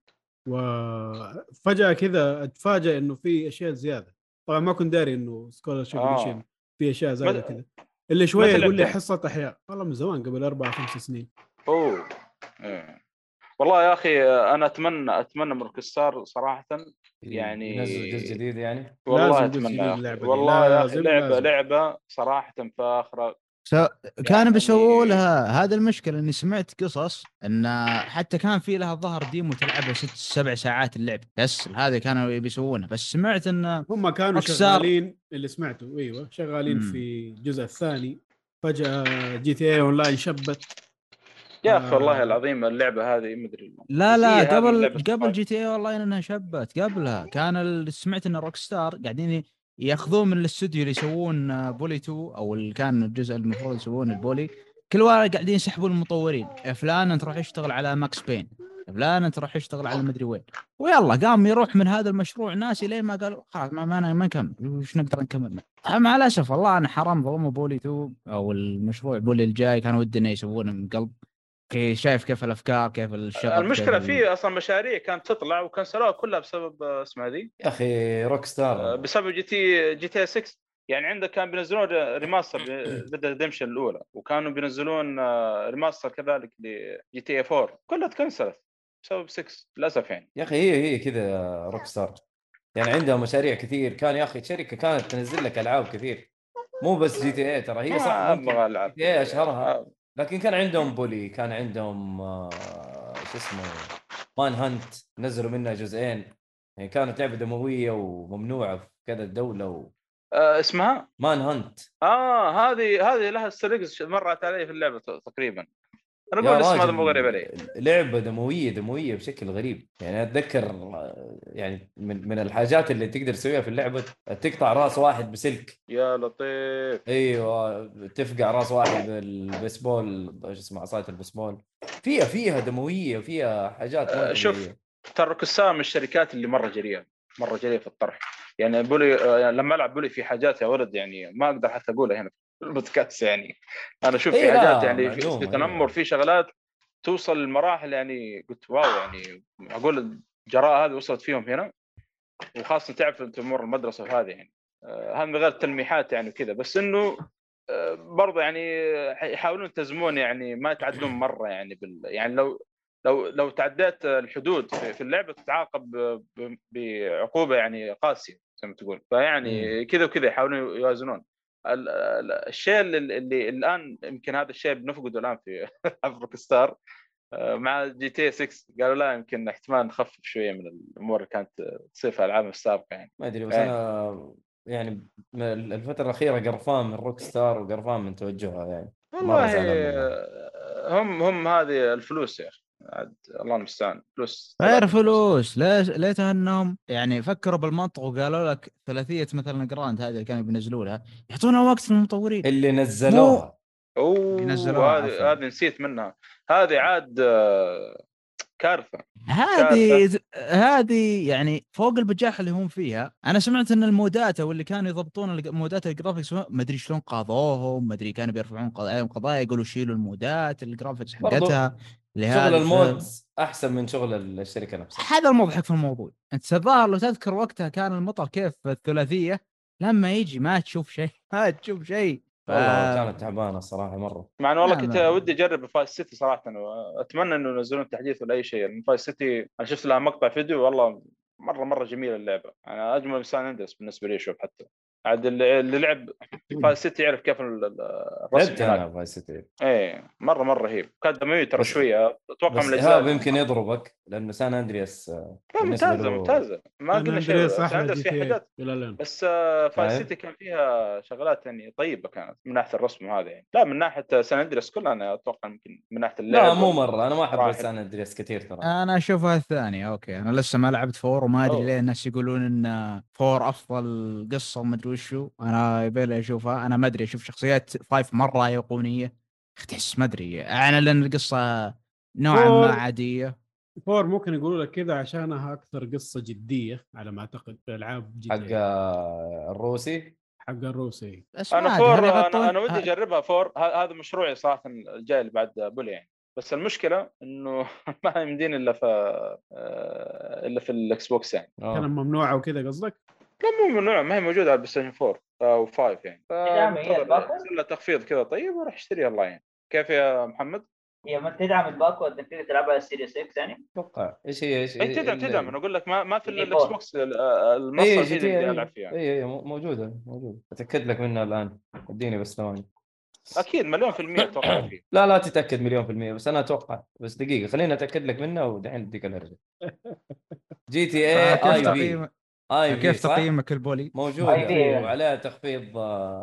وفجأة كذا اتفاجأ انه في اشياء زيادة. طبعا ما كنت داري انه سكولرشيب اديشن في اشياء زايدة كذا. اللي شوية يقول لي حصة احياء، والله من زمان قبل 4-5 سنين. اوه والله يا اخي انا اتمنى من روكستار صراحه يعني ينزل جزء جديد يعني. والله لازم جزء اتمنى جديد يا اخي، اللعبة دي، والله يا اخي لازم. لعبه صراحه فاخره كانوا يعني. بيسووا لها، هذا المشكلة اني سمعت قصص ان حتى كان في لها ظهر ديمو تلعبها 6-7 ساعات اللعب بس، هذا كانوا بيسوونها، بس سمعت ان هم كانوا روكستار شغالين، اللي سمعته ايوه شغالين في الجزء الثاني، فجأة جي تي اي اونلاين شبت. يا اخي والله العظيم اللعبه هذه مدري لا هذه من قبل لعبه قبل جي تي اي والله انها شبت قبلها. كان سمعت ان روك ستار قاعدين ياخذون من الاستوديو اللي يسوون بولي 2 او اللي كان الجزء المفروض يسوون البولي، كل واحد قاعدين يسحبون المطورين، فلان انت روح اشتغل على ماكس بين، فلان انت روح اشتغل على مدري وين، ويلا قام يروح من هذا المشروع ناس لين ما قالوا خلاص ما نكمل، وش نقدر نكمل. مع الاسف والله انا حرام ظلموا بولي 2 او المشروع بولي الجاي، كان ودنا يسوونه من قلب. شايف كيف الافكار، كيف الشغف، كيف المشكله في اصلا مشاريع كانت تطلع وكنسلوها كلها بسبب اسمها ذي يا اخي روك ستار بسبب جي تي 6 يعني. عندك كان بينزلون ريماستر ضد ريدمشن الاولى، وكانوا بينزلون ريماستر كذلك لجي تي 4، كلها تكنسلت بسبب 6 للاسف يعني. يا اخي هي كذا روك ستار يعني عندها مشاريع كثير. كان يا اخي شركه كانت تنزل لك العاب كثير، مو بس جي تي اي ترى، هي صح ما ممكن ابغى جي العب تي اي اشهرها، لكن كان عندهم بولي، كان عندهم شو اسمه مان هانت، نزلوا منها جزئين يعني، كانت لعبه دمويه وممنوعه في كذا الدوله اسمها مان هانت. هذه لها ستريكس مرت علي في اللعبه تقريبا. انا يا اقول اسم هذا مو راجل غريب علي. لعبه دمويه بشكل غريب يعني. اتذكر يعني من الحاجات اللي تقدر تسويها في اللعبه تقطع راس واحد بسلك. يا لطيف. ايوه تفقع راس واحد بالبيسبول، ايش اسمه، عصايه البيسبول. فيها دمويه وفيها حاجات مره شوف طبيعيه. ترى روكستار من الشركات اللي مره جريئه في الطرح يعني. بولي لما العب بولي في حاجات يا ولد يعني ما اقدر حتى اقولها هنا البودكاست يعني. انا اشوف إيه في لا، حاجات يعني في معلومة، تنمر، إيه. في شغلات توصل لمراحل يعني قلت واو، يعني اقول الجراءه هذه وصلت فيهم هنا، وخاصه تعرف انت امور المدرسه هذه يعني. هذا من غير التلميحات يعني كذا، بس انه برضه يعني يحاولون يلتزمون يعني ما يتعدون مره يعني يعني لو تعديت الحدود في اللعبه تتعاقب بعقوبه يعني قاسيه زي ما تقول. فيعني كذا وكذا يحاولون يوازنون. الشيء اللي الان يمكن هذا الشيء بنفقده الان في روك ستار مع جي تي 6، قالوا لا يمكن احتمال نخفف شويه من الامور اللي كانت تصير في الالعاب السابقه يعني. ما ادري، بس انا يعني الفتره الاخيره قرفان من روك ستار وقرفان من توجهها يعني. مره والله زعلان منها. هم هذه الفلوس يا اخي، عاد الله المستعان، فلوس غير طلعت الفلوس. فلوس. ليت انهم يعني فكروا بالمنطق وقالوا لك ثلاثيه مثلا جراند هذه اللي كانوا بينزلوا لها يعطونا وقت للمطورين اللي مو نزلوها ينزلوها. عفوا هذه نسيت منها. هذه عاد كارثه. هذه يعني فوق البجاحه اللي هم فيها. انا سمعت ان المودات او اللي كانوا يضبطون المودات الجرافيكس ما ادري شلون قاضوهم، ما ادري كانوا بيرفعون قضايا يقولوا شيلوا المودات الجرافيكس برضو حقتها شغل لهذه. المودز احسن من شغل الشركه نفسها. هذا المضحك في الموضوع. انت الظاهر لو تذكر وقتها كان المطر كيف في الثلاثيه، لما يجي ما تشوف شيء ما تشوف شيء. والله كانت تعبانه الصراحه مره. مع انه والله كنت ودي اجرب فايس سيتي صراحه، واتمنى انه ينزلون تحديث ولا اي شيء. من فايس سيتي انا شفت لها مقطع فيديو، والله مره جميله اللعبه. انا اجمل من سان اندرس بالنسبه لي. شوف حتى عاد اللي لعب فايس سيتي يعرف كيف الرسم لعبت هناك. انا فايس سيتي. ايه مره رهيب. كان دموي ترى بس شويه، اتوقع من بس ايهاب الاجزاء. يمكن يضربك لانه سان اندرياس لا بالنسبه ممتازه له ممتازه، ما انا قلنا اندريس شيء. سان احلى اندرس جي في تي حاجات، الى الان. بس فايس شايف؟ سيتي كان فيها شغلات يعني طيبه كانت من ناحيه الرسم وهذا يعني. لا من ناحيه سان اندريس كلها انا اتوقع يمكن من ناحيه لا اللعب مو مره، انا ما احب والمراحل. سان اندرياس كثير ترى. انا اشوفها الثانيه. اوكي انا لسه ما لعبت فور وما ادري أوه. ليه الناس يقولون ان فور افضل قصه وما ادري وشو. انا يبيلي اشوفها. انا ما ادري اشوف شخصيات فايف مره ايقونيه، تحس ما ادري انا لان القصه نوعا ما عاديه. فور ممكن يقولوا لك كذا عشانها اكثر قصه جديه على ما اعتقد في العاب جي حق تي الروسي. حق الروسي. بس انا ما ادري هل فور يغطون انا ودي اجربها فور. هذا مشروعي صراحه الجاي اللي بعد بولي يعني. بس المشكله انه ما يمدين الا في الاكس بوكس يعني. كان ممنوعه وكذا قصدك؟ لا مو ممنوع، ما هي موجوده على البلاي ستيشن 4 او 5 يعني. تدعم هي فانتظر الباكو؟ يصير له تخفيض كذا طيب وراح اشتريها الله يعني. كيف يا محمد؟ هي ما تدعم الباكو انك تقدر تلعبها على السيريس اكس يعني؟ اتوقع ايش هي اي تدعم انا اقول لك ما في جي الاكس فور. بوكس المنصه اي جي الوحيده تي اللي العب اي فيها. اي موجوده اتاكد لك منها الان. اديني بس ثواني. اكيد مليون في المية اتوقع فيه. لا تتاكد مليون في المية، بس انا اتوقع. بس دقيقه خليني اتاكد لك منها ودحين اديك الهرجه. جي تي اي كيف اي في كيف صح؟ تقييمك البولي؟ موجوده في. وعليها تخفيض.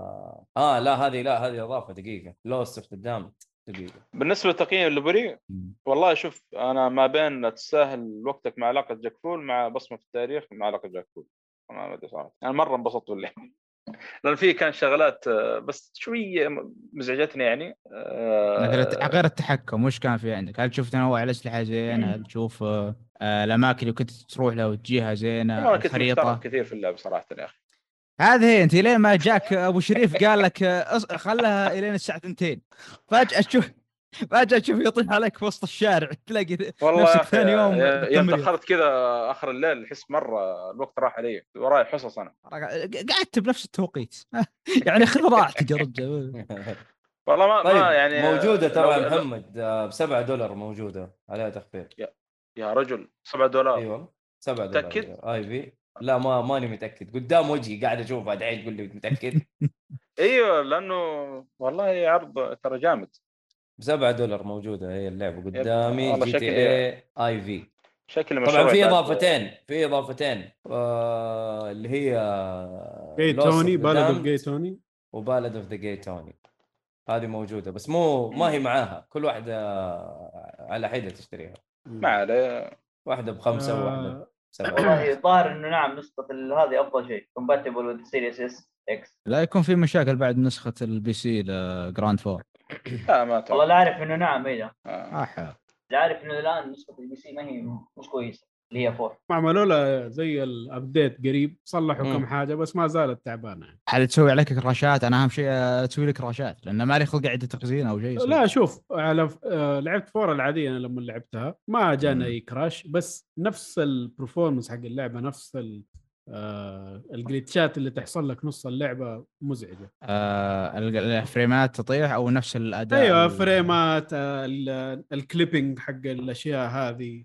لا هذه اضافه. دقيقه لوست اوف ذا دقيقه. بالنسبه للتقييم الليبري، والله شوف انا ما بين تستاهل وقتك مع علاقه جاك فول مع بصمه في التاريخ مع علاقه جاك فول. ما ادري صراحه انا مره انبسطت باللعبه لان في كان شغلات بس شويه مزعجتني يعني. غير التحكم وش كان في عندك؟ هل تشوف تنوع الاسلحه زين؟ هل تشوف الاماكن اللي كنت تروح لها وتجيها زينه؟ انا كنت محترم الخريطه كثير في اللعبه صراحه يا اخي. هذه هي. انت لين ما جاك ابو شريف قال لك خلها الين الساعه 2 فجاه تشوف يطيح عليك في وسط الشارع تلاقي والله نفسك ثاني يوم يوم بتمرين. تاخرت كذا اخر الليل احس مره الوقت راح علي، وراي حصص انا. قعدت بنفس التوقيت يعني خذ راحتك يا رجال. والله ما طيب يعني موجوده ترى يا محمد ب$7 موجوده عليها تخفيض. يا رجل $7. ايوه $7 متأكد؟ اي في. لا ماني متاكد، قدام وجهي قاعد اشوفها دحين تقول لي متاكد. ايوه لانه والله عرض ترى جامد. $7 موجوده هي اللعبه قدامي. والله جي تي شكلي اي في. شكل طبعا مشروع في بعد. اضافتين اللي هي جاي Lost توني of the بالد اوف Damned جاي توني وبالد اوف ذا جاي توني. هذه موجوده بس ما هي معاها، كل واحده على حده تشتريها. ما عليه. واحده ب5 وواحده ب7. والله الظاهر انه نعم نسخه هذه افضل شيء كومباتبل وذ سيريس اكس. لا يكون في مشاكل بعد نسخه البي سي لجراند فور. لا ما والله لا اعرف انه نعم ايه ده. لا لا اعرف انه الان نسخه البي سي ما هي مش كويسه. اللي هي 4. عملوا له زي الابديت قريب، صلحوا مم. كم حاجه بس ما زالت تعبانه يعني. هل تسوي عليك كراشات؟ انا اهم شيء تسوي لك كراشات، لان ما لي خلق اعيد تخزين او شيء يصير. لا شوف، على لعبت فور العاديه أنا لما لعبتها ما جانا اي كراش، بس نفس البرفورمانس حق اللعبه، نفس الجليتشات اللي تحصل لك نص اللعبه مزعجه. الفريمات تطيح او نفس الاداء ايوه فريمات، الكليبنج حق الاشياء هذه،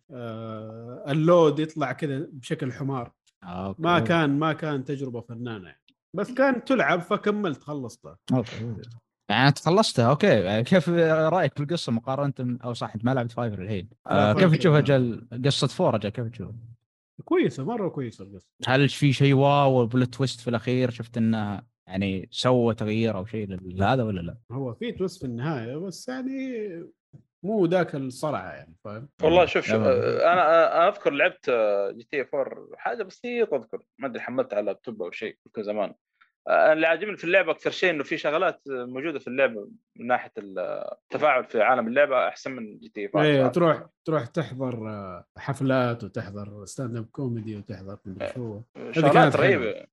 اللود يطلع كذا بشكل حمار. أوكي. ما كان تجربه فنانه يعني. بس كان تلعب فكملت خلصتها. اوكي يعني انت خلصتها. اوكي كيف رايك في القصه مقارنه، او صح انت ما لعبت فايفر الحين؟ لا، كيف فايفر تشوف اجل قصه فور اجل كيف تشوف؟ كويسه مره كويسه القصه. هل في شيء واو بلوت تويست في الاخير؟ شفت انها يعني سوى تغيير او شيء لهذا ولا لا؟ هو في تويست في النهايه بس يعني مو ذاك الصرعه يعني، فاهم؟ والله شوف انا اذكر لعبت جي تي 4 حاجه بسيطه، اذكر ما ادري حملتها على اللابتوب او شيء كل زمان. اللي عاجبني في اللعبه اكثر شيء انه في شغلات موجوده في اللعبه من ناحيه التفاعل في عالم اللعبه احسن من جي تي 5 ايه، صراحه. تروح تحضر حفلات وتحضر ستاند اب كوميدي وتحضر مدري شو. هذه شغلات كانت حلوة. رهيبه.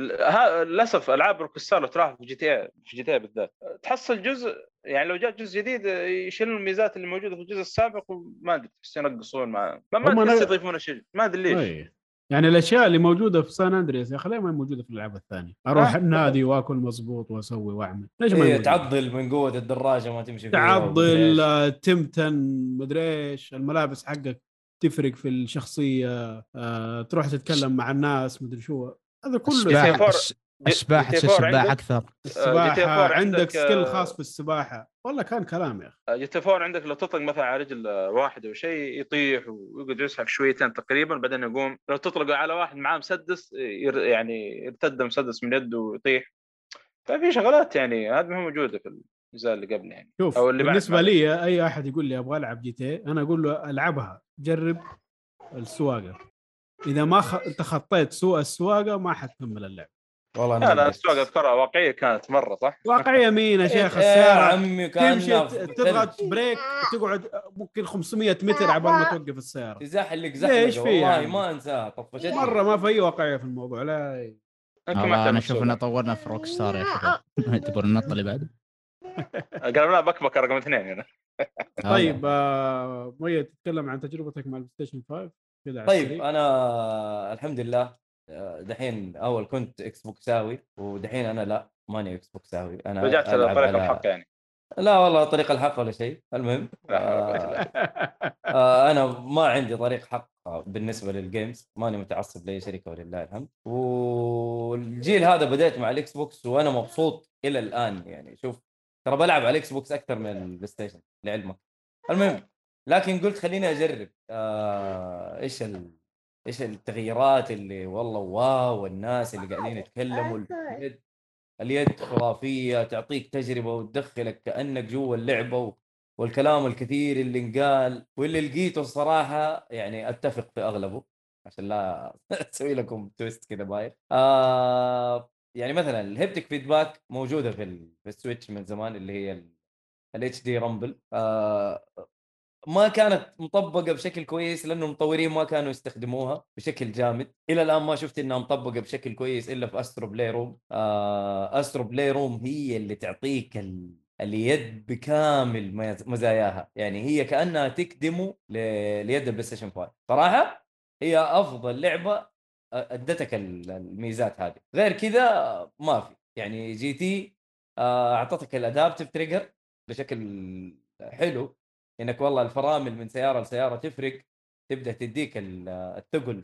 للاسف العاب روكستار تراها في جي تي بالذات تحصل جزء، يعني لو جاء جزء جديد يشيلون الميزات اللي موجوده في الجزء السابق، وما ادري تحس ينقصون ما تحس يضيفون شيء، ما ادري ليش. ايه يعني الاشياء اللي موجوده في سان اندرياس يا اخي ليه ما هي موجوده في الالعاب الثانيه؟ اروح النادي واكل مظبوط واسوي واعمل، ليش ما هي موجودة؟ تعضل من قوه الدراجه ما تمشي فيها، تعضل تمتن مدري ايش، الملابس حقك تفرق في الشخصيه، تروح تتكلم مع الناس مدري شو، هذا كله. السباحه تصير سباحه اكثر. السباحه عندك سكيل خاص بالسباحه، والله كان كلام يا اخي. جي تي 4 عندك لو تطلق مثلا على رجل واحد او شيء يطيح ويقعد يزحف شويتين تقريبا بعدين يقوم، لو تطلق على واحد معاه مسدس يعني يرتد مسدس من يده ويطيح. ففي شغلات يعني هذه ما موجوده في الجزء اللي قبل يعني، شوف او اللي بالنسبه لي اي احد يقول لي ابغى العب جي تي، انا اقول له العبها، جرب السواقه. اذا ما انت خطيت سوء السواقه ما حتكمل اللعب. والله لا السواقه اذكرها واقعيه كانت مره صح. واقعيه مين يا شيخ؟ السياره عمي تمشي تضغط بريك تقعد ممكن 500 متر عبال ما توقف السياره، تزحلق زحلقه والله يعني؟ ما انساها طفشتني مره. ما في اي واقعيه في الموضوع. لا انا اشوف ان طورنا في روك ستار يا شباب. تبون النط اللي بعد قلبنا بكبك رقم 2 هنا. طيب مية تتكلم عن تجربتك مع البلاي ستيشن 5 كذا. طيب انا الحمد لله دحين اول كنت اكس بوكساوي، ودحين انا لا ماني اكس بوكساوي، انا رجعت لطريق الحق يعني. لا والله طريق الحق ولا شيء. المهم انا ما عندي طريق حق بالنسبه للجيمز، ماني متعصب لاي شركه ولله الحمد. والجيل هذا بديت مع الاكس بوكس وانا مبسوط الى الان يعني. شوف ترى بلعب على الاكس بوكس اكثر من البلاي ستيشن لعلمك. المهم لكن قلت خليني اجرب ايش التغييرات اللي والله واو، والناس اللي قاعدين يتكلموا، اليد خرافيه، تعطيك تجربه وتدخلك كانك جوا اللعبه، والكلام الكثير اللي انقال واللي لقيته الصراحه يعني اتفق في اغلبه عشان لا اسوي لكم تويست كذا بايخ. يعني مثلا الهيبتك فيدباك موجوده في السويتش من زمان، اللي هي الاتش دي رامبل. ما كانت مطبقه بشكل كويس لانه المطورين ما كانوا يستخدموها بشكل جامد. الى الان ما شفت انها مطبقه بشكل كويس الا في استرو بلاي روم. استرو بلاي روم هي اللي تعطيك اليد بكامل مزاياها، يعني هي كانها تقدمه ليد البلاي ستيشن 5 صراحه. هي افضل لعبه ادتك الميزات هذه، غير كذا ما في. يعني جي تي اعطتك الادابتيف تريجر بشكل حلو، انك والله الفرامل من سياره لسياره تفرق، تبدا تديك الثقل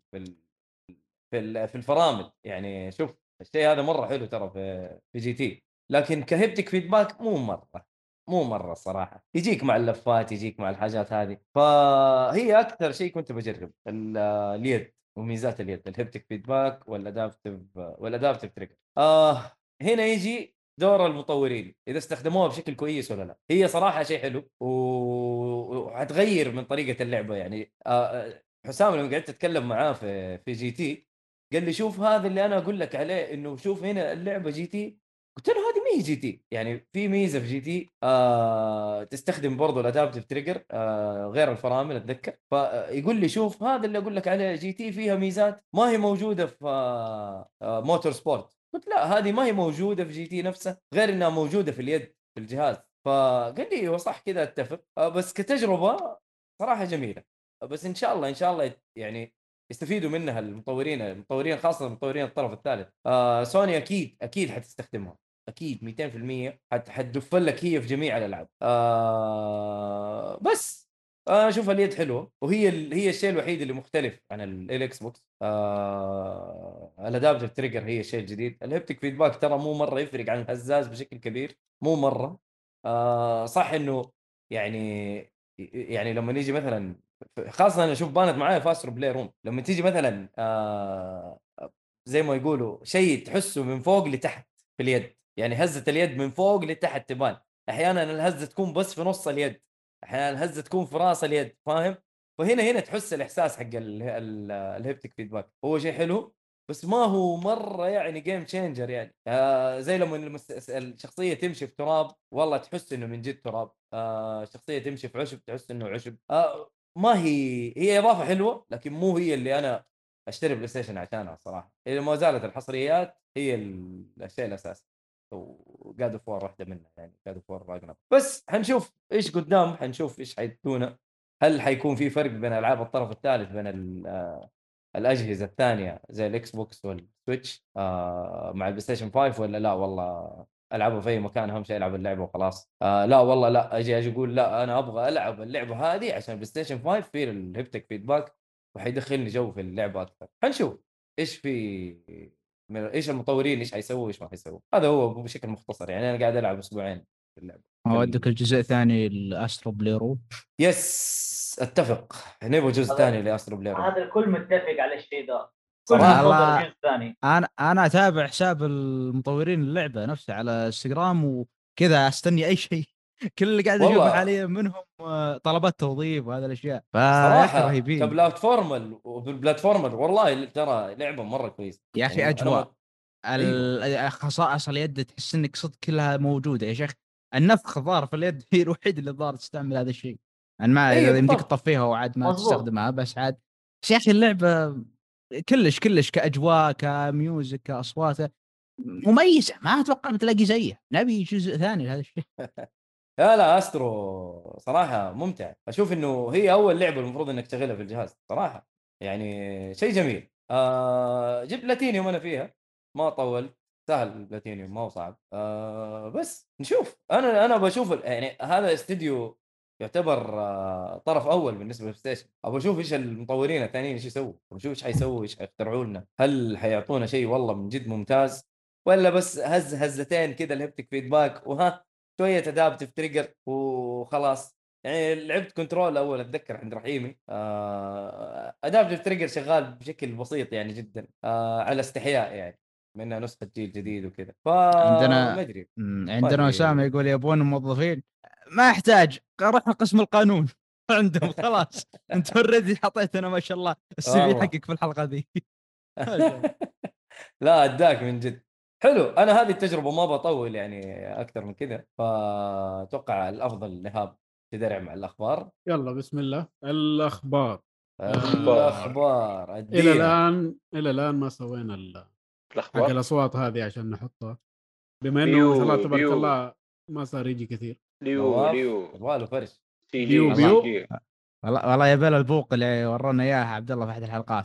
في الفرامل. يعني شوف الشيء هذا مره حلو ترى في جي تي. لكن كهبتك فيدباك مو مره الصراحه، يجيك مع اللفات، يجيك مع الحاجات هذه. فهي اكثر شيء كنت بجرب اليد وميزات اليد، الهبتك فيدباك والادابتيف تريجر. هنا يجي دور المطورين اذا استخدموها بشكل كويس ولا لا. هي صراحه شيء حلو وحتغير من طريقه اللعبه. يعني حسام لما قعدت اتكلم معاه في جي تي قال لي شوف هذا اللي انا اقول لك عليه، انه شوف هنا اللعبه جي تي قلت له هذه ما هي جي تي. يعني في ميزه في جي تي تستخدم برضو الادابتيف تريجر غير الفرامل اتذكر. فيقول لي شوف هذا اللي اقول لك عليه، جي تي فيها ميزات ما هي موجوده في موتور سبورت. قلت لا هذه ما هي موجوده في جي تي نفسها، غير انها موجوده في اليد في الجهاز. فقال لي هو صح كذا اتفق. بس كتجربه صراحه جميله. بس ان شاء الله ان شاء الله يعني يستفيدوا منها المطورين خاصه المطورين الطرف الثالث. سوني اكيد حتستخدمها اكيد 200%. حتدفل لك هي في جميع الالعاب. بس انا اشوف اليد حلوه، وهي هي الشيء الوحيد اللي مختلف عن الاكس بوكس. الادابتيف تريجر هي الشيء الجديد. الهبتك فيدباك ترى مو مره يفرق عن الهزاز بشكل كبير، مو مره. صح انه يعني لما نيجي مثلا خاصه انا اشوف بانت معايا فاستر بلاي روم، لما تيجي مثلا زي ما يقولوا شيء تحسه من فوق لتحت في اليد. يعني هزه اليد من فوق لتحت تبان، احيانا الهزه تكون بس في نص اليد، احيانا الهزه تكون في راس اليد، فاهم؟ فهنا تحس الاحساس حق الهيبتك فيدباك. هو شيء حلو بس ما هو مره يعني جيم تشينجر. يعني زي لما الشخصيه تمشي في تراب والله تحس انه من جد تراب. شخصيه تمشي في عشب تحس انه عشب. ما هي اضافه حلوه لكن مو هي اللي انا اشتري بلاي ستيشن عشانها صراحه. اذا ما زالت الحصريات هي الشيء الاساسي، وقاعد فور واحده منها يعني قاعد فور راجنر. بس حنشوف ايش قدام، حنشوف ايش حيدونا. هل حيكون في فرق بين العاب الطرف الثالث بين الاجهزه الثانيه زي الاكس بوكس والسويتش مع البلاي ستيشن 5 ولا لا؟ والله العبها في اي مكان اهم شيء العب اللعبه وخلاص. لا والله لا اجي اقول لا انا ابغى العب اللعبه هذه عشان البلاي ستيشن 5 فيه الهبتك فيدباك وحيدخلني جو في اللعبه اكثر. حنشوف ايش في ايش المطورين ايش حيسووا ايش ما حيسووا. هذا هو بشكل مختصر. يعني انا قاعد العب اسبوعين في اللعبه. اودك الجزء الثاني الاسترو بليرو. يس اتفق، نبغى جزء ثاني لاسترو بليرو هذا الكل متفق على الشيء ده، كل صراحة. منتظر جزء ثاني. انا اتابع حساب المطورين اللعبه نفسه على انستغرام وكذا، استني اي شيء. كل اللي قاعد اشوفه والله حاليا منهم طلبات توظيف وهذه الاشياء، فيا اخي صراحه رهيبين كبلاتفورمر وبالبلاتفورمر والله ترى لعبه مره كويسه يا اخي. يعني اجواء ايوه خصائص اليد تحس انك صدق كلها موجوده يا شيخ. النفخ ظهر في اليد هي الوحيد اللي ظهر تستعمل هذا الشيء. انا ما ايوه اذا يمديك بالضبط. تطفيها وعاد ما مظبوط. تستخدمها بس عاد. بس يا اخي اللعبه كلش كاجواء كميوزك كاصواته مميزه، ما اتوقع بتلاقي زيه. نبي جزء ثاني لهذا الشيء. لا استرو صراحه ممتع. اشوف انه هي اول لعبه المفروض انك تشغلها في الجهاز صراحه. يعني شيء جميل. جبت بلاتينيوم انا فيها، ما طولت، سهل البلاتينيوم ما هو صعب. بس نشوف. انا بشوف يعني هذا استديو يعتبر طرف اول بالنسبه للبلاي ستيشن. ابغى اشوف ايش المطورين الثانيين ايش يسووا، ابغى اشوف ايش حيسووا ايش حيخترعوا لنا. هل حيعطونا شيء والله من جد ممتاز ولا بس هزتين كذا الهبتك فيدباك وها شويه ادابتيف تريجر وخلاص. يعني لعبت كنترول اول اتذكر عند رحيمي. ادابتيف تريجر شغال بشكل بسيط يعني جدا على استحياء يعني منها نسخه جيل جديد وكذا. فما عندنا ادري ما عندنا اسامه ادري يقول يبون موظفين، ما يحتاج روح قسم القانون عندهم خلاص. انت اوريدي حطيتنا ما شاء الله السي في والله حقك في الحلقه ذي. لا اداك من جد حلو. انا هذه التجربه ما بطول يعني اكثر من كذا. فاتوقع الافضل لهاب تدرع مع الاخبار. يلا بسم الله الأخبار. الاخبار إلى ادينا. الآن ما سوينا حق الاخبار الأصوات هذه عشان نحطها، بما إنه ما شاء الله ليو تبارك ليو الله ما صار يجي كثير. نواف ليو يبغى له فرش. سي بيو جي سي والله بيو جي والله يا بلا البوق اللي ورانا اياه عبد الله في احد الحلقات.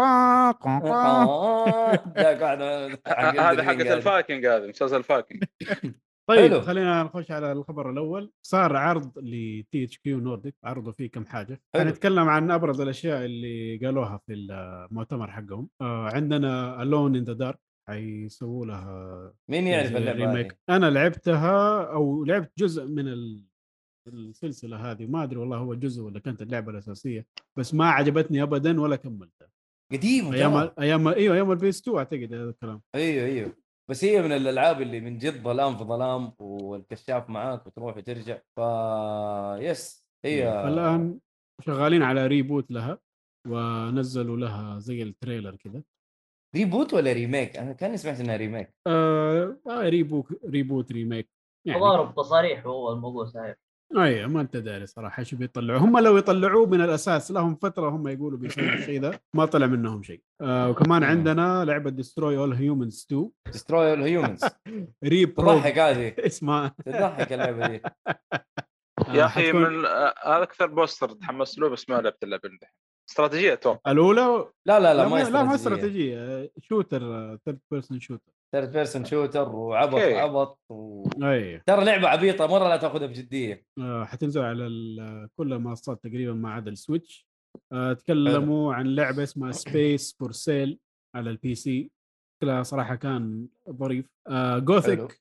ذاك واحد حق هذا الدرينج حقة هذه. الفاكينج، هذا مسلسل الفاكينج. طيب حلو خلينا نخش على الخبر الأول. صار عرض لتي اتش كيو نورديك، عرضوا فيه كم حاجة. حلو. حنتكلم عن أبرز الأشياء اللي قالوها في المؤتمر حقهم. عندنا ألون إن ذا دارك، حيسووا لها مين يعرف زي اللعبه هذه؟ الريميك. أنا لعبتها أو لعبت جزء من السلسلة هذه، ما أدري والله هو جزء ولا كانت اللعبة الأساسية، بس ما عجبتني أبدا ولا كملتها. قديم أيام ترى. أيام البيس 2 أعتقد هذا الكلام. ايوه بس هي من الالعاب اللي من جد ظلام في ظلام والكشاف معاك وتروح وترجع. يس هي إيه. فالآن شغالين على ريبوت لها، ونزلوا لها زي التريلر كذا. ريبوت ولا ريميك؟ انا كان سمعت انها ريميك. ريبوت ريميك يعني. تضارب تصاريح هو الموضوع سهل. اي ما انت داري صراحه شو بيطلعوا هم. لو يطلعوه من الاساس لهم فتره هم يقولوا بيسووا الشيء ده، ما طلع منهم شيء. وكمان عندنا لعبه ديستروي اول هيومنز 2 ديستروي الهيومنز. ريبرو تضحك هذه، اسمها. تضحك اللعبه دي. يا اخي حتكون من هذا اكثر بوستر تحمس له، بس ما لعبت اللعبه دحين. استراتيجيه اتوقع. الاولى. لا لا ما ما استراتيجيه. استراتيجيه، شوتر، ثيرد بيرسون شوتر. ثيرد بيرسون شوتر وعبط أوكي. عبط اي ترى لعبه عبيطه مره، لا تاخذها بجديه. حتنزل على كل المنصات تقريبا ما عدا السويتش. تكلموا عن لعبه اسمها سبيس فور سيل على البي سي. لا صراحه كان ظريف. جوثيك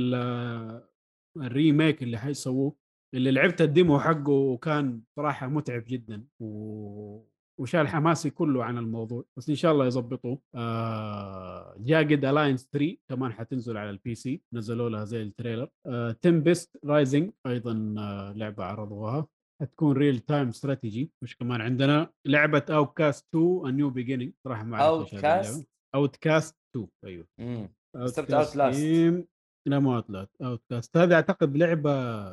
الريميك اللي حيسووه، اللي لعبت الديمو حقه وكان صراحه متعب جدا وشال حماسي كله عن الموضوع، بس ان شاء الله يظبطوه. جاجد الاينس 3 كمان حتنزل على البي سي، نزلوا لها زي التريلر. تمبست رايزنج ايضا لعبه عرضوها، حتكون ريل تايم استراتيجي. مش كمان عندنا لعبه اوتكاست 2 نيو بيجينينج، صراحه ما اعرف ايش هذه اللعبه. اوتكاست 2 ايوه. استبت اوتلاست. لا ما طلعت اوتكاست. هذا اعتقد لعبه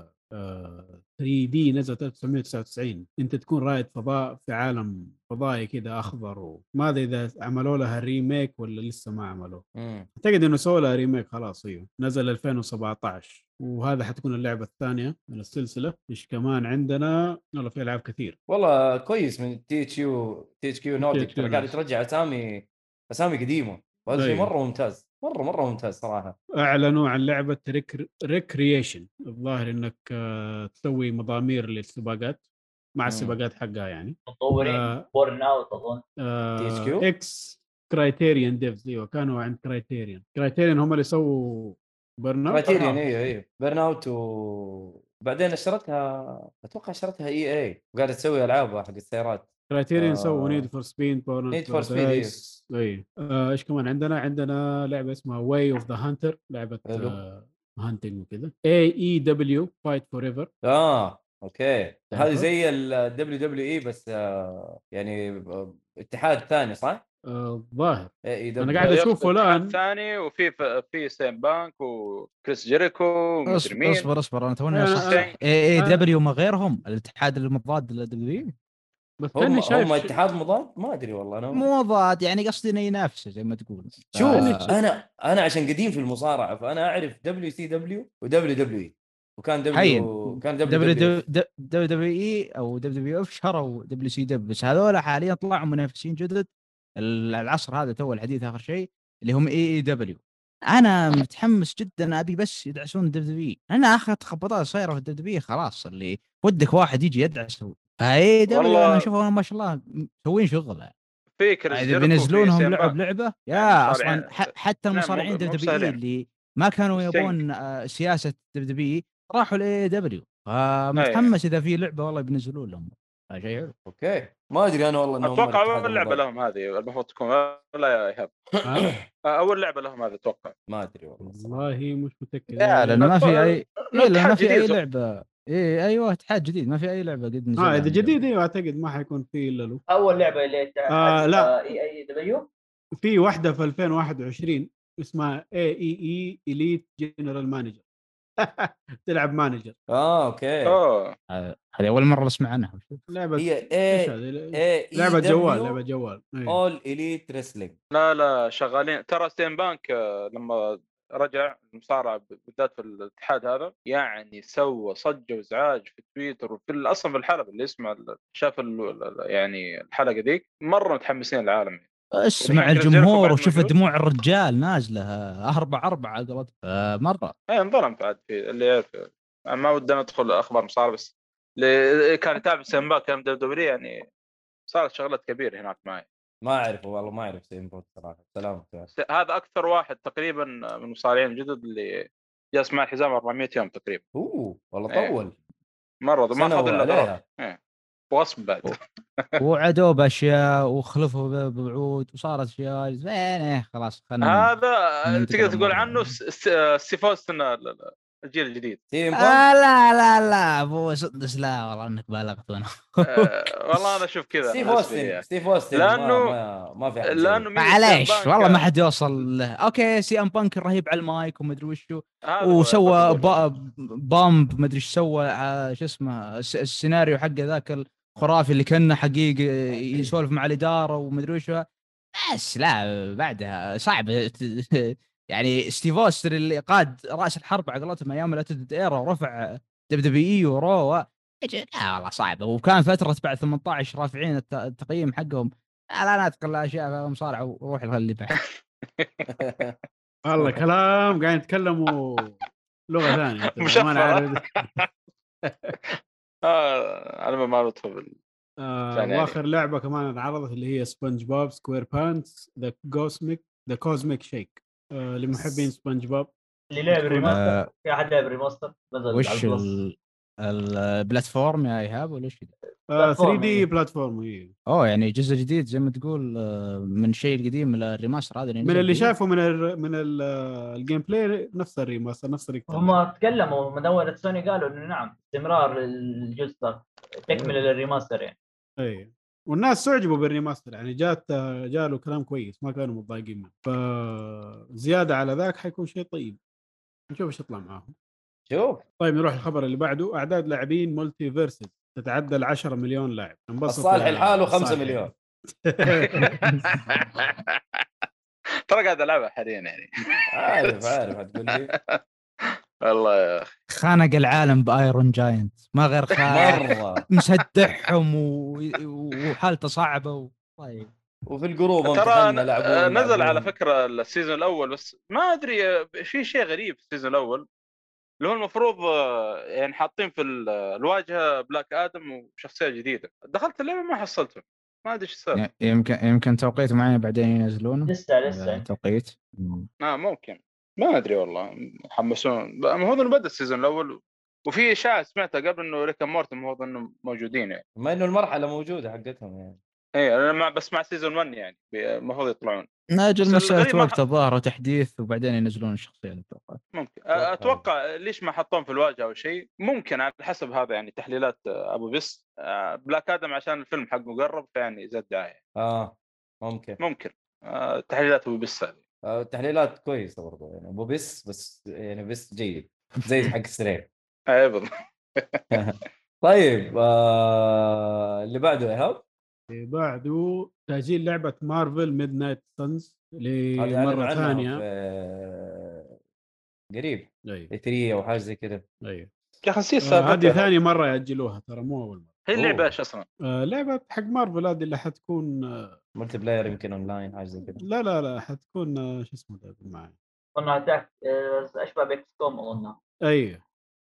3 دي نزلت 1999. انت تكون رائد فضاء في عالم فضائي كذا اخضر، وما ادري اذا عملوا لها ريميك ولا لسه ما عملوه. اعتقد انه سووا لها ريميك خلاص. ايوه نزل 2017، وهذا حتكون اللعبه الثانيه من السلسله. ايش كمان عندنا؟ والله في العاب كثير والله كويس من تي اتش كيو نورديك، ترى قاعد ترجع اسامي قديمه، وهذا شيء مره ممتاز، مره ممتاز صراحه. اعلنوا عن لعبه ريكرييشن، الظاهر انك تسوي مضامير للسباقات مع السباقات حقها يعني. مطورين بورن اوت اظن تي اتش كيو اكس كرايتيريان ديفز. ايوه كانوا عند كرايتيريان هم اللي سووا بيرن اوت. كرايتيريان ايوه بيرن اوت، وبعدين اشترتها اتوقع اشترتها اي وقاعده تسوي العاب حق السيارات. كرايتيريان سووا نيد فور سبيد، نيد فور سبيد. اي ايش كمان عندنا لعبه اسمها واي اوف ذا هانتر، لعبه هانتنج وكذا. اي دبليو فايت فور ايفر. اوكي هذه زي الدبليو دبليو اي بس يعني اتحاد ثاني صح؟ الظاهر انا قاعد اشوفه الان ثاني، وفي سين بانك وكريس جيريكو ومدري اصبر انا توني اصحح. اي دبليو ما غيرهم الاتحاد المضاد للدبليو. بس كاني شايف هم اتحاد مضاد، ما ادري والله انا مو مضاد يعني قصدي انه ينافسه زي ما تقول. شوف انا عشان قديم في المصارعه فانا اعرف دبليو سي دبليو ودبليو دبليو اي، وكان دبليو اي او دبليو اف شهروا دبليو سي دبليو، بس هذول حاليا طلعوا منافسين جدد العصر هذا تو الحديث اخر شيء اللي هم اي دبليو. انا متحمس جدا، ابي بس يدعسون دبليو. انا اخر تخبطات صايره في دبليو خلاص، اللي ودك واحد يجي يدعس اي دبليو. انا اشوفهم ما شاء الله مسوين شغل اذا بينزلونهم لعبه يا يعني اصلا حتى المصارعين دبليو اللي ما كانوا يبون سياسه دبليو راحوا لاي دبليو. متحمس اذا في لعبه والله بينزلون لهم شيء حلو. اوكي ما ادري انا والله انهم اتوقع اول لعبه لهم هذه المفروض تكون ولا يهب اول لعبه لهم هذه اتوقع. ما ادري والله مش متاكد. لان ما في اي ما في اي لعبه. ايوه اتحاد جديد ما في اي لعبه قد نزل. اذا جديد اعتقد ما حيكون في الا له اول لعبه اللي لا اي دبليو. في واحده في 2021 اسمها اي اليت جنرال مانجر. تلعب مانجر. اوكي هذه اول مره اسمع عنها. لعبه هي لعبه جوال اول اليت ريسلينج. لا شغالين ترى ستين بانك لما رجع المصارعه بالذات في الاتحاد هذا يعني سوى صجه وازعاج في تويتر وفي اصلا في الحلبه اللي يسمع شاف يعني الحلقه ذيك مره متحمسين العالم. اسمع الجمهور وشوف دموع الرجال نازله 4 قلت مره. انظلمت عاد في اللي يعرف. ما ودنا ندخل اخبار مصارعه، بس اللي كان يتابع سيمبا كان دوري يعني صارت شغلات كبيره هناك معي. ما اعرف والله ما اعرف سيمبا صراحه. سلام. هذا اكثر واحد تقريبا من المصارعين الجدد اللي جالس مع الحزام 400 يوم تقريبا. والله طول مره ما اخذ الا وغصب بعد. وعدوا باشياء وخلفوا بوعود وصارت اشياء خلاص هذا تقدر تقول عنه سيفوستن الجيل الجديد. لا لا لا ابو سدس، لا والله انك بالغت هنا. والله انا اشوف كذا. ستيف اوستن لانه ما في احد لانه مين معليش والله ما حد يوصل له. اوكي سي ام بانك رهيب على المايك ومدري وشو، وسوى بامب مدري ايش سوى شو اسمه السيناريو حقه ذاك الخرافي اللي كانه حقيقي يسولف مع الاداره ومدري وشو. بس لا بعدها صعب يعني ستيف اوستن اللي قاد راس الحرب على قولتهم ايام الاتد ايرا ورفع دبليو ورو، لا والله صعب. وكان فتره بعد 18 رافعين التقييم حقهم. لا تقل اشياء مصارعه وروح اللي بعد. والله كلام قاعد يتكلموا لغه ثانيه ما انا عارف. انا ما ادخل. واخر لعبه كمان انعرضت اللي هي سبونج بوب سكوير بانتس ذا كوزميك شيك لمحبين سبونج بوب. اللي لعب الريماستر في احد لعب الريماستر نزل وش على البلس. البلاتفورم يا ايهاب ولا ايش؟ 3 دي بلاتفورم. يعني جزء جديد زي ما تقول من الشيء القديم للريماستر هذا من اللي شافوا من الجيم بلاي نفس الريماستر نفس الريكتر. هم تكلموا مدونة سوني قالوا انه نعم استمرار الجزء تكمل للريماستر يعني. اي والناس تعجبوا بالريماستر يعني جاله كلام كويس ما كانوا متضايقين منه. فزياده على ذاك حيكون شيء طيب نشوف ايش يطلع معاهم. شوف طيب نروح الخبر اللي بعده. اعداد لاعبين مولتي فيرسز تتعدى 10 مليون لاعب. الصالح الحاله 5 مليون. ترى قاعد العبها حاليا يعني. عارف هتقول لي والله يا اخي خانق العالم بايرون جاينت ما غير مره مسدحهم وحالته صعبه طيب. وفي الجروب ترى نزل على فكره السيزون الاول بس ما ادري في شيء غريب في السيزون الاول اللي هو المفروض يعني حاطين في الواجهه بلاك ادم وشخصيه جديده. دخلت اللعبه ما حصلته ما ادري ايش صار. يمكن توقيت معين بعدين ينزلونه لسه توقيت. ممكن ما ادري والله حمسون. المفروض انه بدا السيزون الاول وفي اشاعه سمعتها قبل انه ريك مورتن المفروض انه موجودين يعني. ما انه المرحله موجوده حقتهم يعني. ايه انا بس مع سيزون 1 يعني المفروض يطلعون ناجل مسألة وقت الظاهر وتحديث وبعدين ينزلون الشخصية اتوقع. ممكن اتوقع ليش ما حطون في الواجهه او شيء. ممكن على حسب هذا يعني تحليلات ابو بس بلاك ادم عشان الفيلم حقه قرب فيعني زاد داعي. ممكن تحليلات ابو بس هذه تحليلات كويسه برضه يعني ابو بس يعني بس جيد زي حق السرير. اي بالضبط. طيب اللي بعده ايهاب. اللي بعده تأجيل لعبة مارفل ميد نايت سانز لمرة ثانية قريب أيه. 3 او حاجه زي كذا. ايوه يا اخي هذه ثاني مرة يأجلوها ترى مو اول مرة. هي اللعبة ايش اصلا؟ لعبة حق مارفل هذه اللي حتكون ملتي بلاير يمكن اونلاين حاجه زي كذا. لا حتكون شو اسمه ده معي قلنا اشبه باكس كوم قلنا. ايوه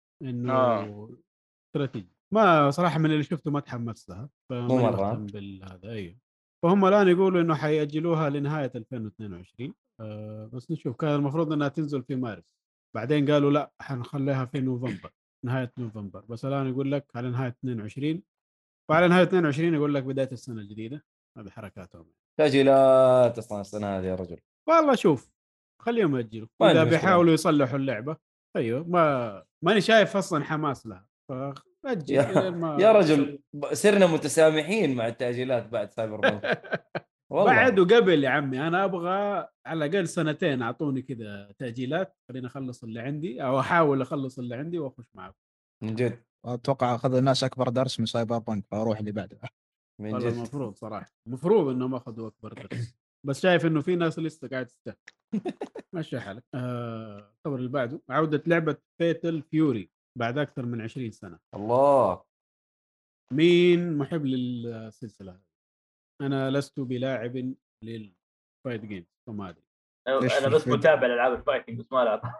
انه استراتيجي. ما صراحة من اللي شفته ما تحمست لها فما مهتم بالهذا. ايوه فهم الان يقولوا انه حيأجلوها لنهاية 2022 بس نشوف. كان المفروض انها تنزل في مارس بعدين قالوا لا حنخليها في نوفمبر نهاية نوفمبر بس الان يقول لك على نهاية 22 وعلى نهاية 22 يقول لك بداية السنة الجديدة. هذه حركاتهم تأجيلات اصلا السنة هذه يا رجل. والله شوف خليهم يأجلوا إذا بيحاولوا يصلحوا اللعبة. ايوه ماني شايف اصلا حماس لها فأجل يا رجل صرنا متسامحين مع التأجيلات بعد سايبر بانك. بعد وقبل يا عمي انا ابغى على الاقل سنتين اعطوني كذا تأجيلات خليني اخلص اللي عندي او احاول اخلص اللي عندي واخش معاكم من جد. اتوقع اخذ الناس اكبر درس من سايبر بانك فاروح اللي بعده. من جد المفروض صراحه المفروض انهم اخذوا اكبر درس بس شايف انه في ناس لسه قاعد تستهبل. ماشي حالك. الخبر اللي بعده عودة لعبة فيتل فيوري بعد أكثر من 20 سنة. الله مين محب للسلسلة؟ أنا لست بلاعب للفايت جيمز فما أدري. أنا بس متابع لألعاب الفايتنج بس ما ألعب.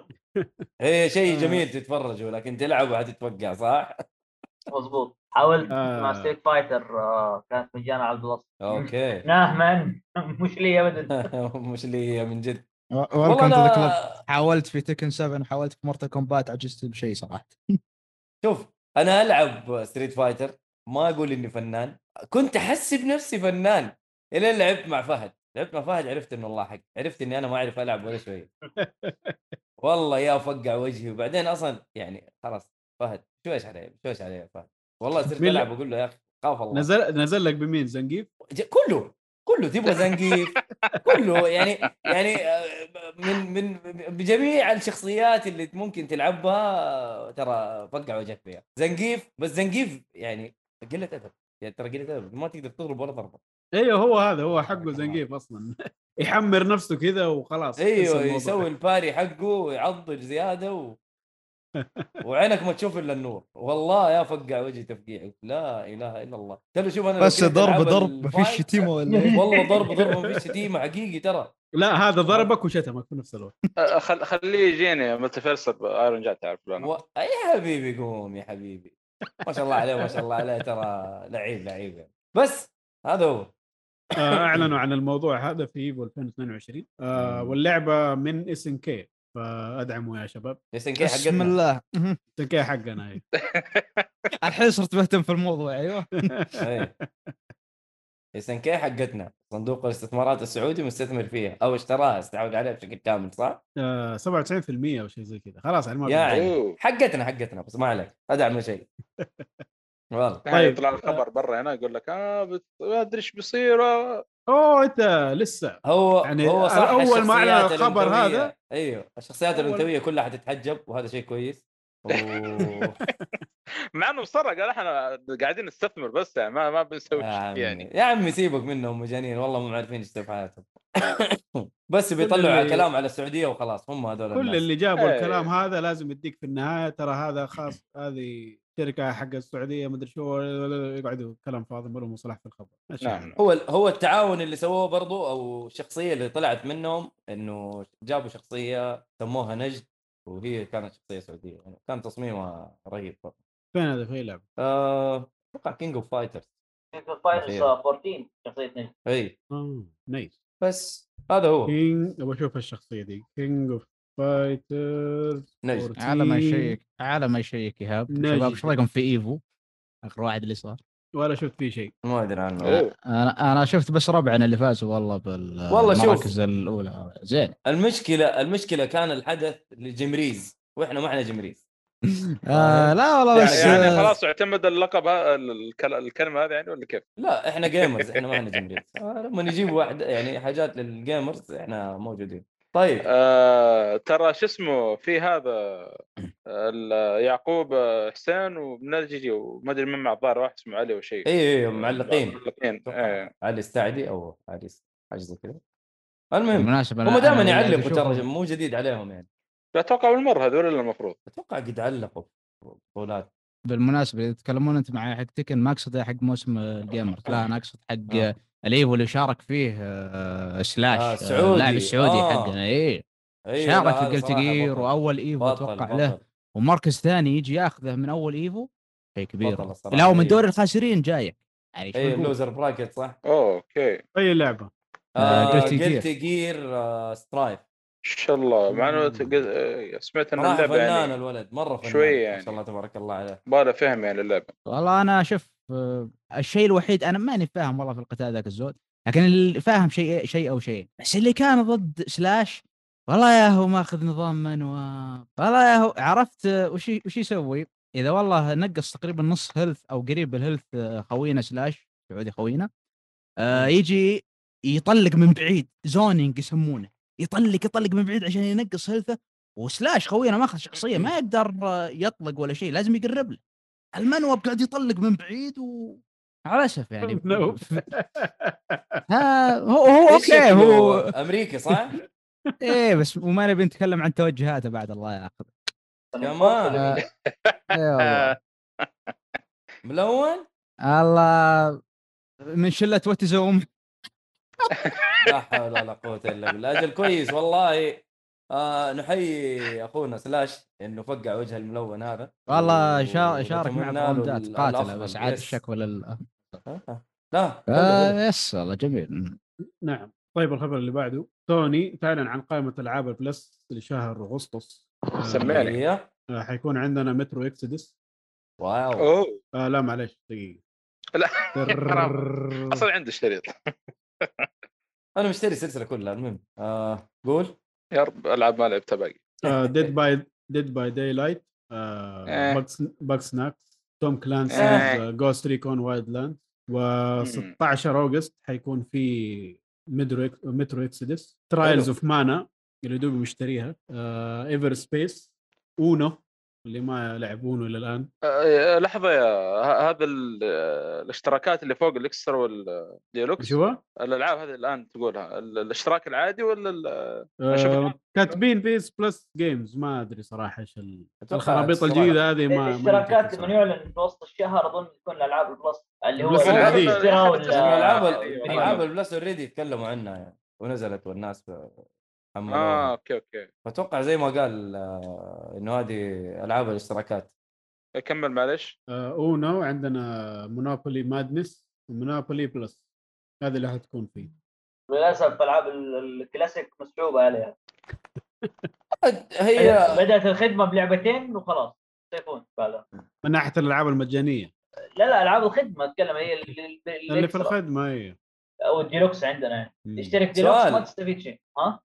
هي شيء جميل تتفرج ولكن تلعب وهتتوقع صح؟ مظبوط. حاولت مع ستريت فايتر كانت مجانا على البلس. اوكي نهما مش لي ابدا. مش لي من جد. والله أنا حاولت في تكن 7 حاولت في مورتال كومبات عجزت بشيء صراحه. شوف انا العب ستريت فايتر ما اقول اني فنان كنت احسب نفسي فنان الى لعبت مع فهد عرفت انه الله حق عرفت اني انا ما اعرف العب ولا شوي والله يا فقع وجهي. وبعدين اصلا يعني خلاص فهد شويش عليه يا فهد. والله صرت مين العب اقول له يا اخي خاف الله. نزل لك بمين زنقيف؟ كله تبغى زنقيف كله يعني من بجميع الشخصيات اللي ممكن تلعبها ترى فقع وجهك فيها زنقيف. بس زنقيف يعني قلة أدب، يعني ترى قلة أدب ما تقدر تضرب ولا ضربة. ايوه هو هذا هو حقه زنقيف اصلا. يحمر نفسه كذا وخلاص. ايوه يسوي الباري حقه ويعضل زيادة وعينك ما تشوف الا النور. والله يا فقع وجهي تفقيع لا اله الا الله. ترى شوف انا بس ضرب ما فيش شتيمه ولا ايه؟ والله ضرب ما فيش شتيمه حقيقي ترى. لا هذا ضربك وشتمك في نفس الوقت. خليه يجيني متفلسف ايرون جات تعرف له يا حبيبي قوم يا حبيبي ما شاء الله عليه ما شاء الله عليه ترى لعيب يعني. بس هذا هو. اعلنوا عن الموضوع هذا في ايفو 2022 واللعبه من اس ان كي فادعموا يا شباب. اس ان كي حقتنا بسم الله. اس ان كي حقنا هي. الحين صرت بهتم في الموضوع. ايوه اس ان كي حقتنا صندوق الاستثمارات السعودي مستثمر فيها او اشتراها استحوذ عليها بشكل كامل صح؟ 97% او شيء زي كذا خلاص يعني حقتنا بس ما عليك ادعم شيء. والله طيب يطلع الخبر برا هنا يقول لك ما ادري ايش بيصير. انت لسه هو يعني هو صح اول ما اعلن الخبر هذا ايوه الشخصيات الانثويه كلها حتتحجب وهذا شيء كويس مع انه بصراحه قال احنا قاعدين نستثمر بس يعني ما بنسوي شيء يعني. يا عمي سيبك منهم مجانين والله مو عارفين ايش في حياتهم. بس بيطلعوا كلام على السعوديه وخلاص هم هذول كل الناس. اللي جابوا الكلام هذا لازم يديك في النهايه ترى هذا خاص هذه شركه حق السعوديه مدري شو يقعدوا كلام فاضي ما له مصلحه في الخبر. نعم. هو التعاون اللي سووه برضو او الشخصيه اللي طلعت منهم انه جابوا شخصيه سموها نجد وهي كانت شخصيه سعوديه يعني كان تصميمها رهيب. فين هذا في لعبه؟ اتوقع كينج اوف فايترز 14 شخصيه نجد. اي نايس. بس هذا هو ابغى اشوف الشخصيه دي كينج اوف فايترز نجد. على ما يشيك ايهاب شباب ايش رايكم في ايفو اخر واحد اللي صار؟ ولا شفت فيه شيء ما ادري عنه. انا شفت بس ربعنا اللي فازوا والله بالمراكز الاولى زين. المشكله كان الحدث لجمريز واحنا ما احنا جمريز. لا والله بس يعني خلاص اعتمد اللقب الكلمه هذه يعني ولا كيف؟ لا احنا جيمرز احنا ما احنا جمريز. لما نجيب واحد يعني حاجات للجيمرز احنا موجودين. طيب ترى شو اسمه في هذا يعقوب حسين وبنرجي وما ادري من مع الظاهر واحد اسمه علي وشيء. اي معلقين علي استعدي او علي حاجه زي كذا. المهم هم دائما يعلقوا ترى مو جديد عليهم يعني. اتوقع اول مره هذول اللي المفروض اتوقع قد علقوا بطولات. بالمناسبه تتكلمون انت مع حق تكن ما اقصد حق موسم الجيمر لا انا اقصد حق الايفو اللي شارك فيه سلاش اللاعب السعودي حقنا شارك في قلت جير واول ايفو اتوقع له ومركز ثاني يجي ياخذه من اول ايفو شيء كبير. لا هو من دور الخاسرين جاي يعني اي لوزر براكت صح. اوكي اي لعبه قلت جير سترايف ان شاء الله مع انه سمعت ان اللعبه يعني الولد مره فنان شويه يعني ما شاء الله تبارك الله عليه باله فهم يعني اللعبه. والله انا شوف الشيء الوحيد انا ماني فاهم والله في القتال ذاك الزود لكن اللي فاهم شيء او شيء بس اللي كان ضد سلاش والله يا هو ماخذ نظام منوى والله يا هو عرفت وش يسوي اذا والله نقص تقريبا نص هيلث او قريب الهيلث خوينا سلاش سعودي خوينا يجي يطلق من بعيد زونينج يسمونه يطلق من بعيد عشان ينقص هيلثه وسلاش خوينا ماخذ شخصيه ما يقدر يطلق ولا شيء لازم يقرب له المنوب قاعد يطلق من بعيد على اسف يعني هو اوكي هو امريكي صح. ايه بس وما نبي نتكلم عن توجهاته بعد الله ياخذ كمان ايوه ملون الله من شله وتزوم لا حول ولا قوه الا بالله. اجل كويس والله. نحيي اخونا سلاش انه فقع وجه الملون هذا والله شارك مع براندات قاتله بس عاد الشكوى لا يس والله جميل. نعم. طيب الخبر اللي بعده سوني تعلن عن قائمه العاب البلس لشهر اغسطس. سمعني حيكون عندنا مترو اكسيدس. واو لا معلش دقيقه لا اصلا عندي شريط انا مشتري السلسله كلها. المهم قول يا رب العب ما لعبتها باقي ديد باي داي لايت، باك سناكس، توم كلانسي جوست ريكون وايلد لاند. و16 اوغست حيكون في مترو اكسيدس، ترايلز اوف مانا اللي دوبي مشتريها، ايفر سبيس، اونو اللي ما لعبونه الى الان. لحظه يا هذا الاشتراكات اللي فوق الاكسترا والديلوكس، شو الالعاب هذه الان تقولها الاشتراك العادي ولا كاتبين بيس بلس جيمز؟ ما ادري صراحه ايش أتوقع الخرابيط اشتراك. الجديده هذه. ما الاشتراكات لما يعلن في وسط الشهر اظن تكون الالعاب البلس اللي هو البلس العادية. الاشتراك ولا العاب البلس اوريدي تكلموا عنها يعني ونزلت والناس حملوها. اوكي. اتوقع زي ما قال انه هذه العاب الاشتراكات. اكمل معلش. اونو عندنا مونوبولي مادنس ومونوبولي بلس، هذه اللي حتكون فيه. للاسف العاب الكلاسيك مسحوبه عليها. هي بدات الخدمه بلعبتين وخلاص يصيفون بعدها من ناحيه الالعاب المجانيه. لا العاب الخدمه اتكلم، هي اللي في الخدمه هي او الديلوكس عندنا تشترك ديلوكس سؤال. ما تستفيد شيء.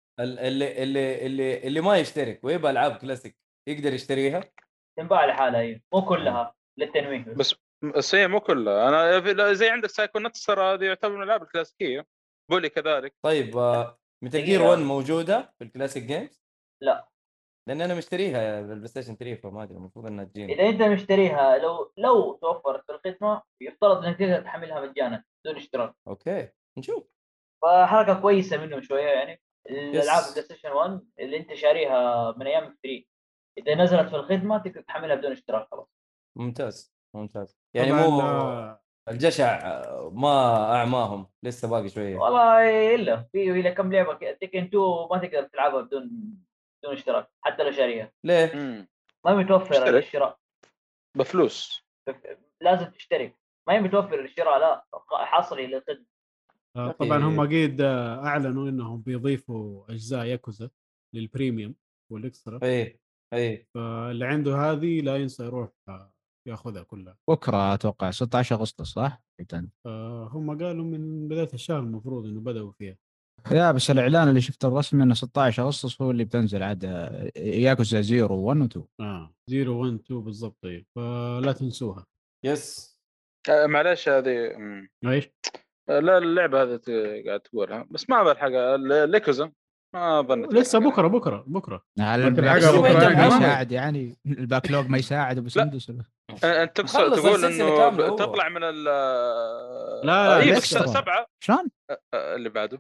اللي ما يشترك ويبقى العاب كلاسيك يقدر يشتريها؟ تنباع لحالها هي، مو كلها للتنويه بس هي مو كلها. انا زي عندك سايكوناتس هذه يعتبر من الالعاب الكلاسيكيه، بولي كذلك. طيب متل جير 1 موجوده في الكلاسيك جيمز؟ لا، لان انا مشتريها بالبلاي ستيشن 3 فما ادري، المفروض انها تجيني. اذا انت مشتريها لو توفرت في الخدمه يفترض انك تقدر تحملها مجانا بدون اشتراك. اوكي نشوف. فحركه كويسه منهم شويه يعني. الالعاب البلاي ستيشن 1 اللي انت شاريها من ايام 3 اذا نزلت في الخدمه تقدر تحملها بدون اشتراك خلاص. ممتاز يعني مو الجشع ما اعماهم لسه باقي شويه والله الا في كم لعبه تكن 2 ما تقدر تلعبها بدون اشتراك حتى لو شاريها. ليه؟ ما متوفر الشراء بفلوس، لازم تشترك. ما هي متوفر الشراء، لا حصري للخدمه. طبعا هم قيد اعلنوا انهم بيضيفوا اجزاء ياكوزا للبريميوم والاكسترا. اي فاللي عنده هذه لا ينسى يروح ياخذها كلها. بكره اتوقع 16 اغسطس صح؟ هم قالوا من بدايه الشهر المفروض انه بداوا فيها. لا بس الاعلان اللي شفته الرسمي انه 16 اغسطس هو اللي بتنزل عاد ياكوزا 0 1 و 2. 0 1 2 بالضبط. فلا تنسوها. يس معلش هذه ايش؟ لا اللعبه هذه قاعد تقولها بس ما بالحق ليكوزا ما ظنيت لسه بكره ما يساعد يعني الباكلوج ما يساعد ابو سندس. انت تقول انه تطلع من لا لسه 7 شلون اللي بعده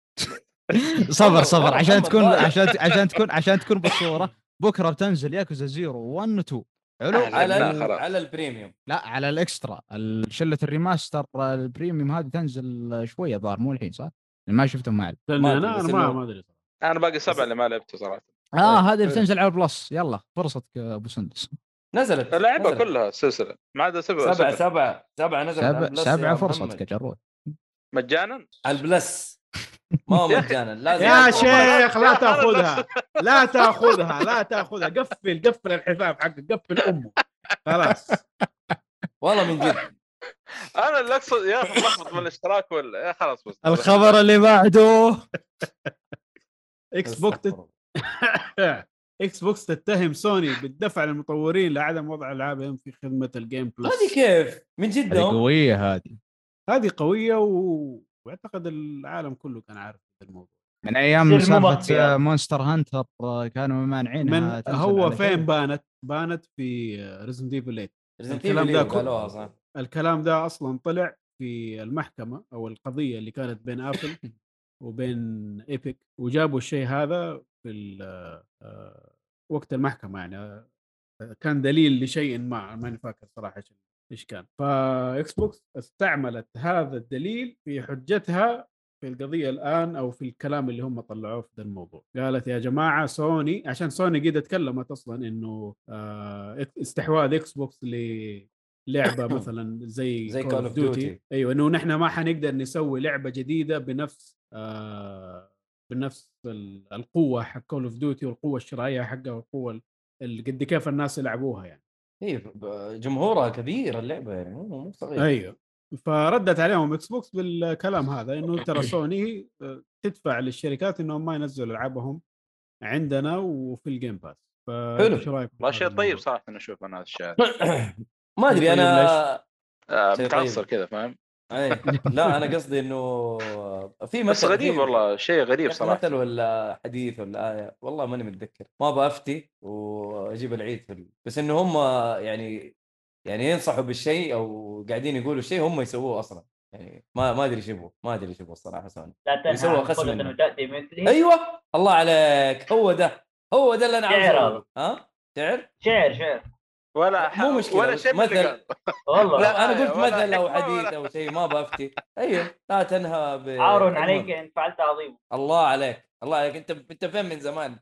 صبر عشان تكون بالصوره. بكره بتنزل ياكوزا 0 1 و 2 حلو على البريميوم، لا على الاكسترا. شله الريماستر البريميوم هذه تنزل شويه ظهر مو الحين صح؟ ما شفتهم معي. انا ما ادري صراحه. انا باقي 7 اللي ما لعبته صراحه. هذه بتنزل على البلس. يلا فرصتك ابو سندس. نزلت اللعبه كلها سلسله ما عدا 7 نزلت 7 فرصتك جرب مجانا البلس ما هو مجانا لازم يا شيخ لا تاخذها قفل الحساب حقك، قفل امه خلاص. والله من جد انا اللي اقصد يا اخي لخبط من الاشتراك ولا يا خلاص. بس الخبر اللي بعده اكس بوكس تتهم سوني بالدفع للمطورين لعدم وضع العابهم في خدمه الجيم بلس. هذه كيف من جد قويه هذه قويه واعتقد العالم كله كان عارف الموضوع من ايام سالفه مونستر هانتر كانوا مانعينها. هو فين بانت في ريزنت ايفل 8. الكلام ده اصلا طلع في المحكمه او القضيه اللي كانت بين ابل وبين ايبك، وجابوا الشيء هذا في وقت المحكمه يعني كان دليل لشيء ما فاكر صراحه ايش كان. فاكس بوكس استعملت هذا الدليل في حجتها في القضيه الان او في الكلام اللي هم طلعوه في الموضوع. قالت يا جماعه سوني، عشان سوني قد تكلمت اصلا انه استحواذ اكس بوكس لعبه مثلا زي كول اوف ديوتي. ايوه انه نحن ما حنقدر نسوي لعبه جديده بنفس القوه حق كول اوف ديوتي والقوه الشرائيه حقها والقوه قد كيف الناس يلعبوها يعني. جمهورها كبير اللعبه يعني مو صغير. ايوه فردت عليهم اكس بوكس بالكلام هذا انه ترى سوني تدفع للشركات انهم ما ينزلوا العابهم عندنا وفي الجيم باس. حلو. فايش رايك؟ والله شيء طيب صراحه انه اشوف انا هذا الشيء. ما ادري طيب انا شيء متعصر طيب. كذا فاهم. ايه لا انا قصدي انه في بس مثل غريب في والله شيء غريب صراحه. مثل ولا حديث ولا آية والله ماني متذكر ما بأفتي واجيب العيد بس انه هم يعني ينصحوا بالشيء او قاعدين يقولوا شيء هم يسووه اصلا يعني ما ادري شبه ما ادري شبه الصراحه سوني لا تنهى يسووا عن اخس خلة منه. وتأتي مثلي. ايوه الله عليك هو ده اللي انا عاوز شعر اقوله. هذا. ها شعر شعر مو مشكله ولا بس شيء من اللي مثل قال. والله. لا انا آية قلت ولا مثل او حكمة حديث ولا او شيء ما بفتي. ايوه لا تنهى عار عليك المهم. ان فعلت عظيم. الله عليك انت فين من زمان.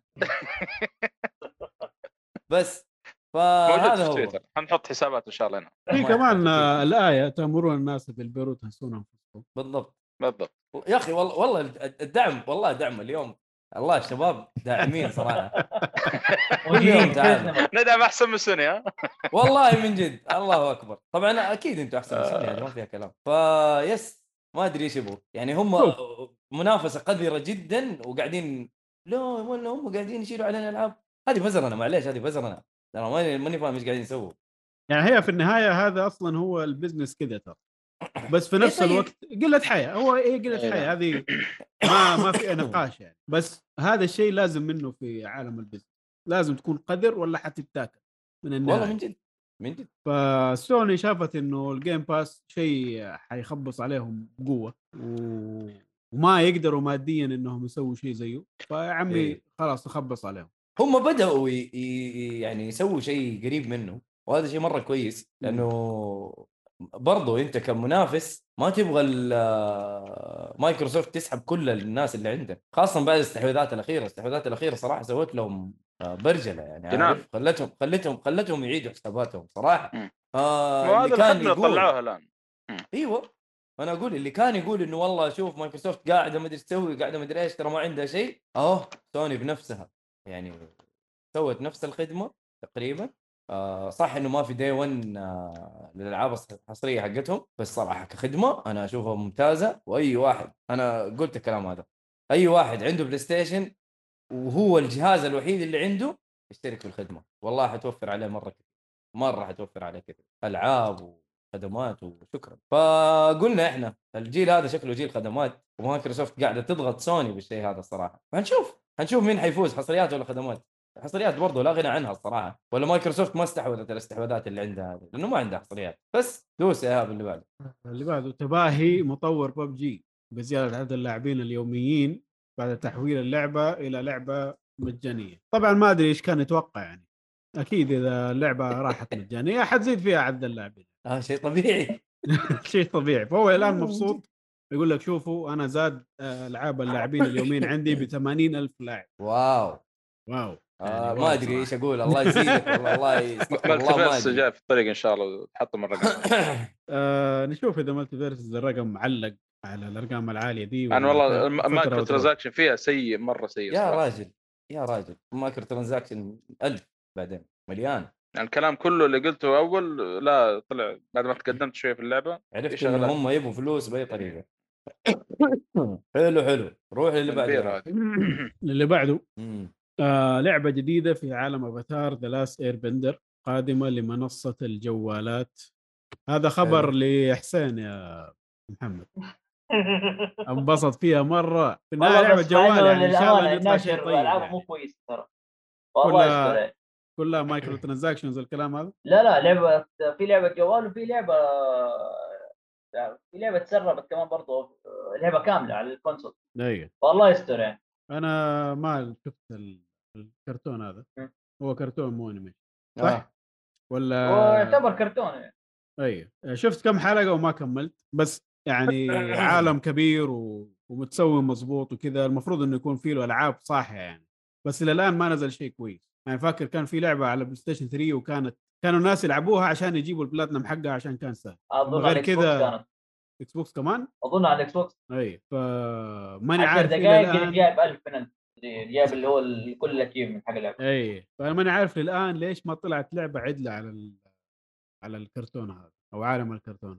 بس موجود فهذا في هو تويتر حنحط حسابات ان شاء الله هنا. في ما كمان يحتاج أكيد. الآية تأمرون الناس بالبر وتنسون أنفسكم. بالضبط بالضبط. يا اخي والله الدعم والله دعم اليوم الله الشباب داعمين صراحه كل يوم تعالوا ندعم احسن من سوني ها. والله من جد الله اكبر. طبعا اكيد انتم احسن من سوني هذه ما فيها كلام. فيس ما ادري ايش يبغوا يعني هم شوف. منافسه قذره جدا وقاعدين لا ولا هم قاعدين يشيلوا علينا العاب. هذه فزرنا معليش هذه فزرنا ترى ماني فاهم ايش قاعدين يسووا. يعني هي في النهاية هذا أصلا هو البزنس كذا ترى، بس في نفس طيب. الوقت قلة حياة. هو إيه قلة حياة هذه ما في نقاش يعني. بس هذا الشيء لازم منه في عالم البزنس، لازم تكون قدر ولا حتتاكل من النهاية. والله من جد فسوني شافت انه الجيم باس شيء حيخبص عليهم بقوه وما يقدروا ماديا انهم يسووا شيء زيه، فيا عمي إيه. خلاص تخبص عليهم. هم بدأوا يعني يسووا شيء قريب منه وهذا شيء مرة كويس لأنه برضو أنت كمنافس ما تبغى مايكروسوفت تسحب كل الناس اللي عندك خاصة بعد الاستحواذات الأخيرة صراحة سوت لهم برجلة يعني عارف خلتهم يعيدوا حساباتهم صراحة. اللي هذا كان الخدمه يقول طلعوها الان. ايوه انا اقول اللي كان يقول انه والله شوف مايكروسوفت قاعده ما ادري تسوي قاعده ما ادري ايش ترى ما عندها شيء سوني بنفسها يعني سوت نفس الخدمه تقريبا. صح انه ما في داي 1 للالعاب الحصريه حقتهم بس صراحه كخدمه انا اشوفها ممتازه. واي واحد انا قلت الكلام هذا اي واحد عنده بلاي ستيشن وهو الجهاز الوحيد اللي عنده يشترك في الخدمه والله حتوفر عليه مره حتوفر عليه كثير العاب خدمات وشكرا. فقلنا احنا الجيل هذا شكله جيل خدمات ومايكروسوفت قاعده تضغط سوني بالشيء هذا الصراحه. هنشوف مين حيفوز حصريات ولا خدمات. الحصريات برضو لا غنى عنها الصراحه ولا مايكروسوفت ما استحوذت الاستحواذات اللي عندها هذه لانه ما عندها حصريات. بس دوس يا هاب اللي بعده تباهي مطور ببجي بزياده عدد اللاعبين اليوميين بعد تحويل اللعبه الى لعبه مجانيه. طبعا ما ادري ايش كان يتوقع يعني، اكيد اذا اللعبه راحت مجانيه حتزيد فيها عدد اللاعبين. شيء طبيعي شيء طبيعي. فهو الان مبسوط يقول لك شوفوا انا زاد العاب اللاعبين اليومين عندي ب 80,000 لاعب. واو يعني ما واو ادري صراحة. ايش اقول الله يزيدك والله الله يستغفر الله ما مالتيفيرس ادري. جاء في الطريق ان شاء الله تحطم الرقم. نشوف اذا مالتيفيرس الرقم معلق على الارقام العاليه دي انا ولا والله فترة المايكرو وتروح. ترانزاكشن فيها سيء مره سيء يا صراحه. راجل مايكرو ترانزاكشن 1000 بعدين مليان. يعني الكلام كله اللي قلته اول لا طلع بعد ما تقدمت شويه في اللعبه. عرفت انه هم يبغوا فلوس باي طريقه. حلو روح للي بعده. اللي بعده لعبه جديده في عالم افاتار ذا لاست اير بندر قادمه لمنصه الجوالات. هذا خبر لحسين يا محمد. انبسط فيها مره في النهايه لعبه جوال يعني ان شاء الله يطلع شيء طيب العاب يعني. مو كويس ترى والله يستر. كلها مايكرو ترانزاكشنز الكلام هذا. لا لعبه في لعبه جوال وفي لعبه تسربت كمان برضه لعبه كامله على الكونسول. ايوه والله يستر يعني. انا ما شفت الكرتون هذا. هو كرتون مو انمي صح؟ ولا هو يعتبر كرتون يعني. ايوه شفت كم حلقه وما كملت بس يعني عالم كبير ومتسوي مظبوط وكذا المفروض انه يكون فيه له العاب صاحيه يعني. بس الى الان ما نزل شيء كويس يعني. فاكر كان في لعبه على بلاي ستيشن 3 كانوا الناس يلعبوها عشان يجيبوا البلاتنم حقها عشان كان سهل. اظن غير على الاكس بوكس كذا كانت. اكس بوكس كمان اظن على الاكس بوكس. اي فماني 10 عارف الى دقائق الان. جايب 1000 من جايب اللي هو كل الاتيف حق اللعبه. اي فانا ماني عارف الان ليش ما طلعت لعبه عدله على الكرتون هذا او عالم الكرتون هذا.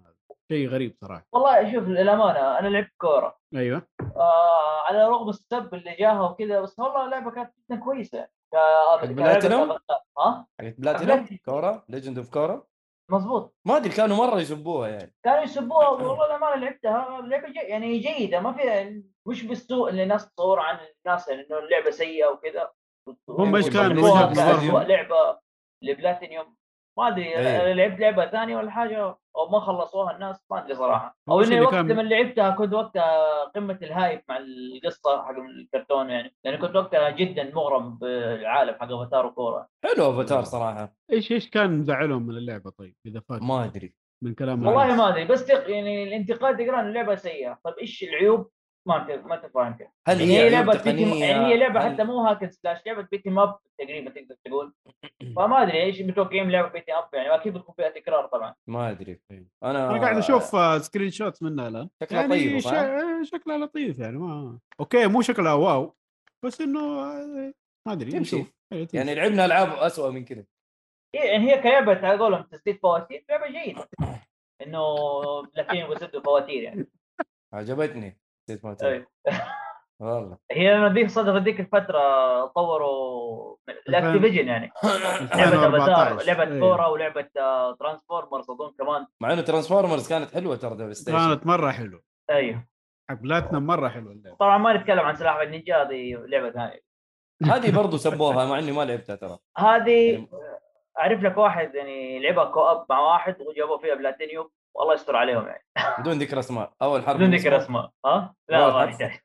شيء غريب صراحه. والله شوف للامانه انا لعبت كوره ايوه على رغم السب اللي جاها وكذا، بس والله اللعبه كانت جدا كويسه حق بلاتينوم؟ ها حق بلاتينوم كورة ليجند اوف كورة مظبوط. ما ادري كانوا مره يسبوها يعني. كانوا يسبوها والله الامانه لعبتها لعبه يعني جيده، ما فيها مش بالسوء اللي الناس تصور عن الناس يعني انه اللعبه سيئه وكذا. هم ايش كان من يصفوها وجهه استوديو. نظرهم؟ كأسوأ لعبه لبلاتينيوم. ما ادري أيوه. لعبت لعبه ثانيه ولا حاجه او ما خلصوها الناس، ما ادري صراحه. او وش اني اللي وقت كان- لما لعبتها كنت وقتها قمه الهايب مع القصه حق الكرتون يعني كنت وقتها جدا مغرم بالعالم حق افاتار وكوره. حلو افاتار صراحه. ايش كان زعلهم من اللعبه طيب اذا فاكر ما ادري من كلام والله الناس؟ ما ادري، بس يعني الانتقاد يقرا ان اللعبه سيئه. طيب ايش العيوب؟ ما تفهم كيف. هل يعني هي هي عيوب لعبه تقنيه؟ يعني هي لعبه هل... حتى مو هاك سلاش، لعبه بيتي ماب تقريبا تقدر تقول. فما ادري ايش متوقعين لعبه بيتي اب يعني، اكيد بتكون فيها تكرار طبعا. ما ادري انا قاعد اشوف سكرين شوت منها الان، شكلها طيبة، صح؟ شكلها لطيف يعني، ما اوكي مو شكلها واو، بس انه ما ادري تمشي. نشوف. تمشي. يعني لعبنا العاب اسوء من كذا. يعني هي كلعبه على قولهم تسديد فواتير لعبه جيده، انه بلاتينيوم بيسدوا فواتير يعني. عجبتني نسيت ما تقول. أيوة. والله هي لما ذيك صدق ذيك الفتره طوروا الاكتيفيجن يعني لعبه افاتار، 2014 لعبه كوره ولعبه ترانسفورمرز اظن كمان. مع انه ترانسفورمرز كانت حلوه ترى ديفل ستيشن. كانت مره حلو، ايوه حق بلاتنا مره حلو اللعبه. طبعا ما نتكلم عن سلاح النينجا، هذه لعبه ثانيه. هذه برضو سبوها مع اني ما لعبتها ترى. هذه يعني... اعرف لك واحد يعني لعبها كواب مع واحد وجابوا فيها بلاتينيوم والله يستر عليهم يعني. بدون ذكر اسماء. اول حرف بدون من ذكر اسمه؟ اسماء ها؟ لا ما يحتاج.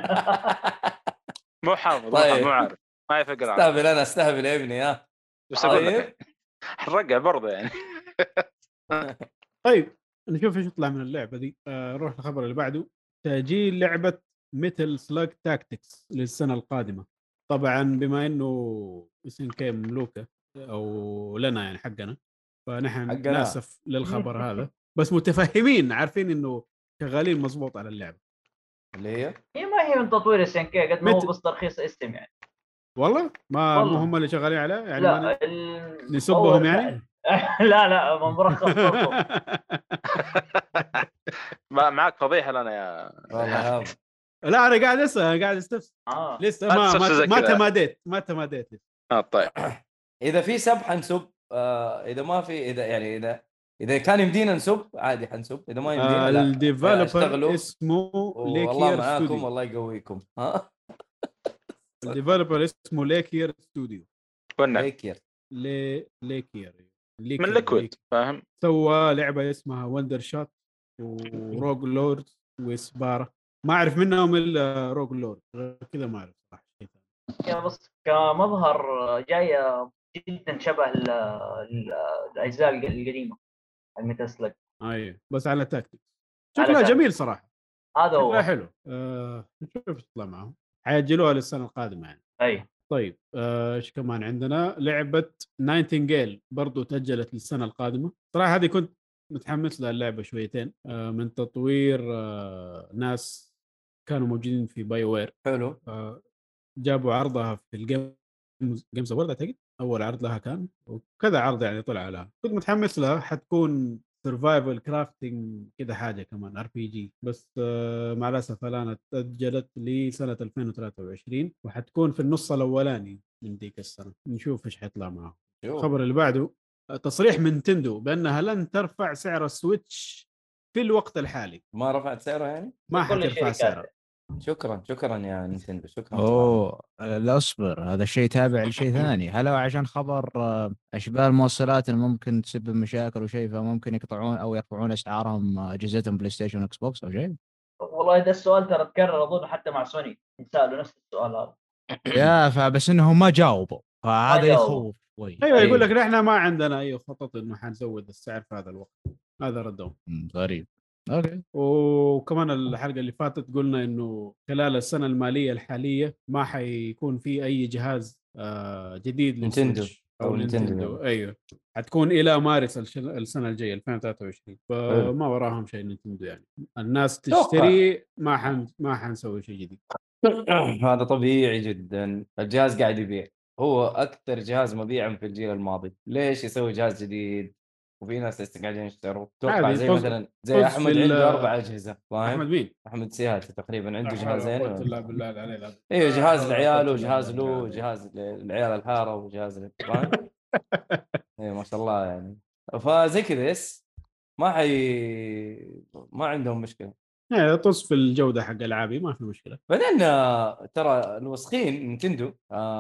مو حافظ طيب. مو عارف ما يفرق العالم. استهبل انا استهبل يا ابني ها. بس اقول لك حنرجع برضه يعني. طيب نشوف ايش يطلع من اللعبه دي. نروح للخبر اللي بعده. تأجيل لعبه ميتل سلاج تاكتكس للسنه القادمه. طبعا بما انه اسم كي مملوكه او لنا يعني حقنا، فنحن حقنا. ناسف للخبر هذا، بس متفهمين عارفين انه شغالين مضبوط على اللعبه. اللي هي هي ما هي من تطوير السن كي قد ما هو بس ترخيص اسم يعني. والله ما والله. مو هم اللي شغالين عليه يعني، لا نسبهم يعني. لا ما مرخص برضه. معك فضيحه لنا يا والله هذا. لا انا قاعد اسال، انا قاعد استفسر لسه ما تماديت لسه. طيب اذا في سب حنسب، اذا ما في، اذا يعني اذا كان يمدينا نسب عادي حنسب، اذا ما يمدينا لا. الديفلوبر اسمه والله ليكير معاكم ستوديو. الله يقويكم. الديفلوبر اسمه ليكير ستوديو. ليكير ليكير من ليكويد فاهم. سوى لعبه اسمها وندر شوت وروج لورد وسبارة. ما اعرف منهم الا روج لورد، كذا ما اعرف صراحه شيء ثاني. يا بس كمظهر جايه جدا شبه الاجزاء القديمه المتسلق. ايوه بس على تاكتيك شكلها جميل صراحه. هذا هو حلو. نشوف ايش يطلع معهم. حيأجلوها للسنه القادمه يعني. اي طيب ايش كمان عندنا؟ لعبه نايتنجيل برضو تأجلت للسنه القادمه. صراحه هذه كنت متحمس لها اللعبه شويتين. من تطوير ناس كانوا موجودين في باي وير. حلو. جابوا عرضها في جيمز أورد اعتقد، اول عرض لها كان، وكذا عرض يعني طلع لها. كنت متحمس لها، حتكون سرفايفل كرافتنج كذا حاجه كمان ار بي جي، بس مع الاسف الان تأجلت لسنه 2023 وحتكون في النص الاولاني من ديك السنه. نشوف ايش حيطلع معه. الخبر اللي بعده تصريح من نينتندو بانها لن ترفع سعر السويتش في الوقت الحالي. ما رفعت سعره يعني؟ ما حترفع سعره. شكرا يا نينتندو، شكرا. اوه لا اصبر، هذا الشيء تابع لشيء ثاني. هل هو عشان خبر اشباه الموصلات اللي ممكن تسبب مشاكل وشيء، فممكن يقطعون او يرفعون اسعارهم اجهزتهم بلاي ستيشن واكس بوكس او شيء؟ والله ده السؤال ترى تكرر اظن حتى مع سوني سالوا نفس السؤال هذا. يا فبس انهم ما جاوبوا، فهذا يخوف شوي. ايوه يقول لك نحن ما عندنا اي خطط انه حنزود السعر في هذا الوقت. هذا ردهم. غريب. اوكي. وكمان الحلقه اللي فاتت قلنا انه خلال السنه الماليه الحاليه ما حيكون في اي جهاز جديد نينتندو او نينتندو. ايوه حتكون الى مارس السنه الجايه 2023. فما وراهم شيء نينتندو يعني. الناس تشتري، ما حنسوي شيء جديد. هذا طبيعي جدا. الجهاز قاعد يبيع، هو اكثر جهاز مبيعا في الجيل الماضي، ليش يسوي جهاز جديد؟ وفي ناس لسه قاعدين يشتروا. اتوقع عادي، زي طز- مثلا زي طز احمد في عنده 4 اجهزه، احمد فاهم؟ مين؟ احمد سياتي تقريبا عنده لا حول ولا جهازين قوة الا بالله عليه لا. ايوه، لا جهاز حول ولا لعياله قوة إلا وجهاز بالله له عليه. وجهاز للعيال الحاره وجهاز فاهم. ايوه ما شاء الله يعني. فزي كذا ما عندهم مشكله. طز في الجودة حق العابي ما في مشكلة. بعدين ترى الوسخين نينتندو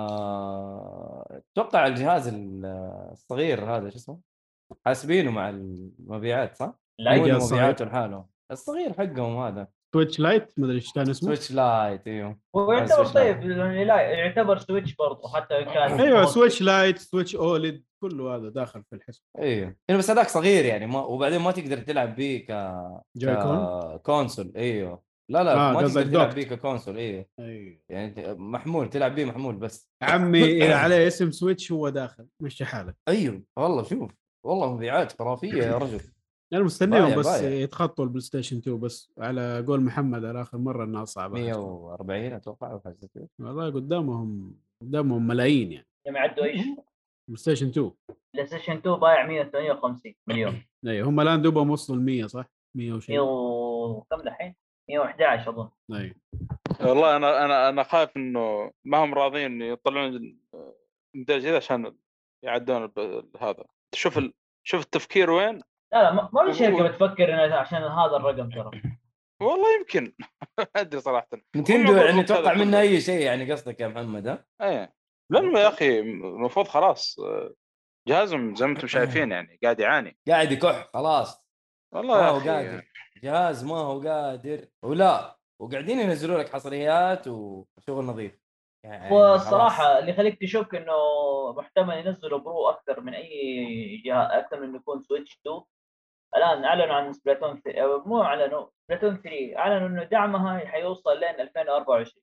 اتوقع الجهاز الصغير هذا شو اسمه حاسبينه مع المبيعات صح؟ لا مو انه جهاز صغير. مبيعاته لحاله الصغير حقهم هذا سويتش لايت ما ادري ايش كان اسمه. سويتش لايت. ايوه هو يعتبر سويتش لايت. طيب يعني لا يعتبر سويتش برضه حتى إن كان ايوه هو سويتش لايت سويتش اوليد كله هذا داخل في الحسب. ايوه بس هذاك صغير يعني وبعدين ما تقدر تلعب به جوي كون. كونسول. ايوه لا ما قصدك تقدر تلعب دوكت. به ككونسول. ايوه ايوه يعني محمول تلعب به محمول بس. عمي اذا عليه اسم سويتش هو داخل مشي حالك. ايوه والله شوف والله مبيعات خرافيه يا رجل. انا مستنيهم بس بايع. يتخطوا البلاي ستيشن 2 بس على قول محمد على اخر مره انها صعبه. 140 اتوقع او حاجه زي كذا. والله قدامهم ملايين يعني. يعدوا ايش؟ بلاي ستيشن 2. بلاي ستيشن 2 بايع 158 مليون. اي هم الان دوبهم وصلوا ال 100 صح؟ 100 وشيء. كم دحين؟ 111 اظن. اي والله انا خايف انه ما هم راضيين يطلعون انتاج جديد عشان يعدون هذا. شوف التفكير وين. لا ما في شركه بتفكر إن عشان هذا الرقم ترى. والله يمكن ما ادري صراحه. نينتندو يعني توقع منه اي شيء يعني قصدك يا محمد ها؟ ايه لانه يا اخي المفروض خلاص جهازهم زي ما انتم شايفين يعني قاعد يعاني قاعد يكح خلاص. والله ما يا هو اخي قادر جهاز ما هو قادر وقاعدين ينزلوا لك حصريات وشغل نظيف يعني. والصراحه اللي يخليك تشك انه محتمل ينزلوا برو اكثر من اي جهاز اكثر من يكون سويتش 2. الان اعلنوا عن سبلاتون مو اعلنوا سبلاتون 3 اعلنوا انه دعمها حيوصل لين 2024.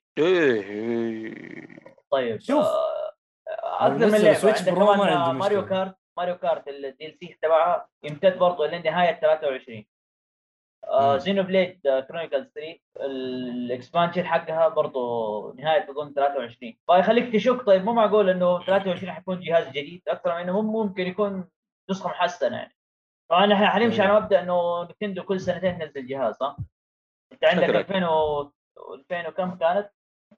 ايه طيب شوف اكثر من لعبه سويتش عندك برو ما كمان عنده ماريو كارت الدي ال سي تبعها يمتد برضه لنهايه 23. زينو بليد كرونيكلز 3 الاكسبانشن حقها برضه نهايه اظن 23. فيخليك تشك طيب مو معقول انه 23 حيكون جهاز جديد اكثر من انه ممكن يكون نسخه محسنه يعني. طبعا احنا حنمشي على مبدا انه نتندو كل سنتين تنزل جهاز صح؟ انت عندك 2000 وكم كانت؟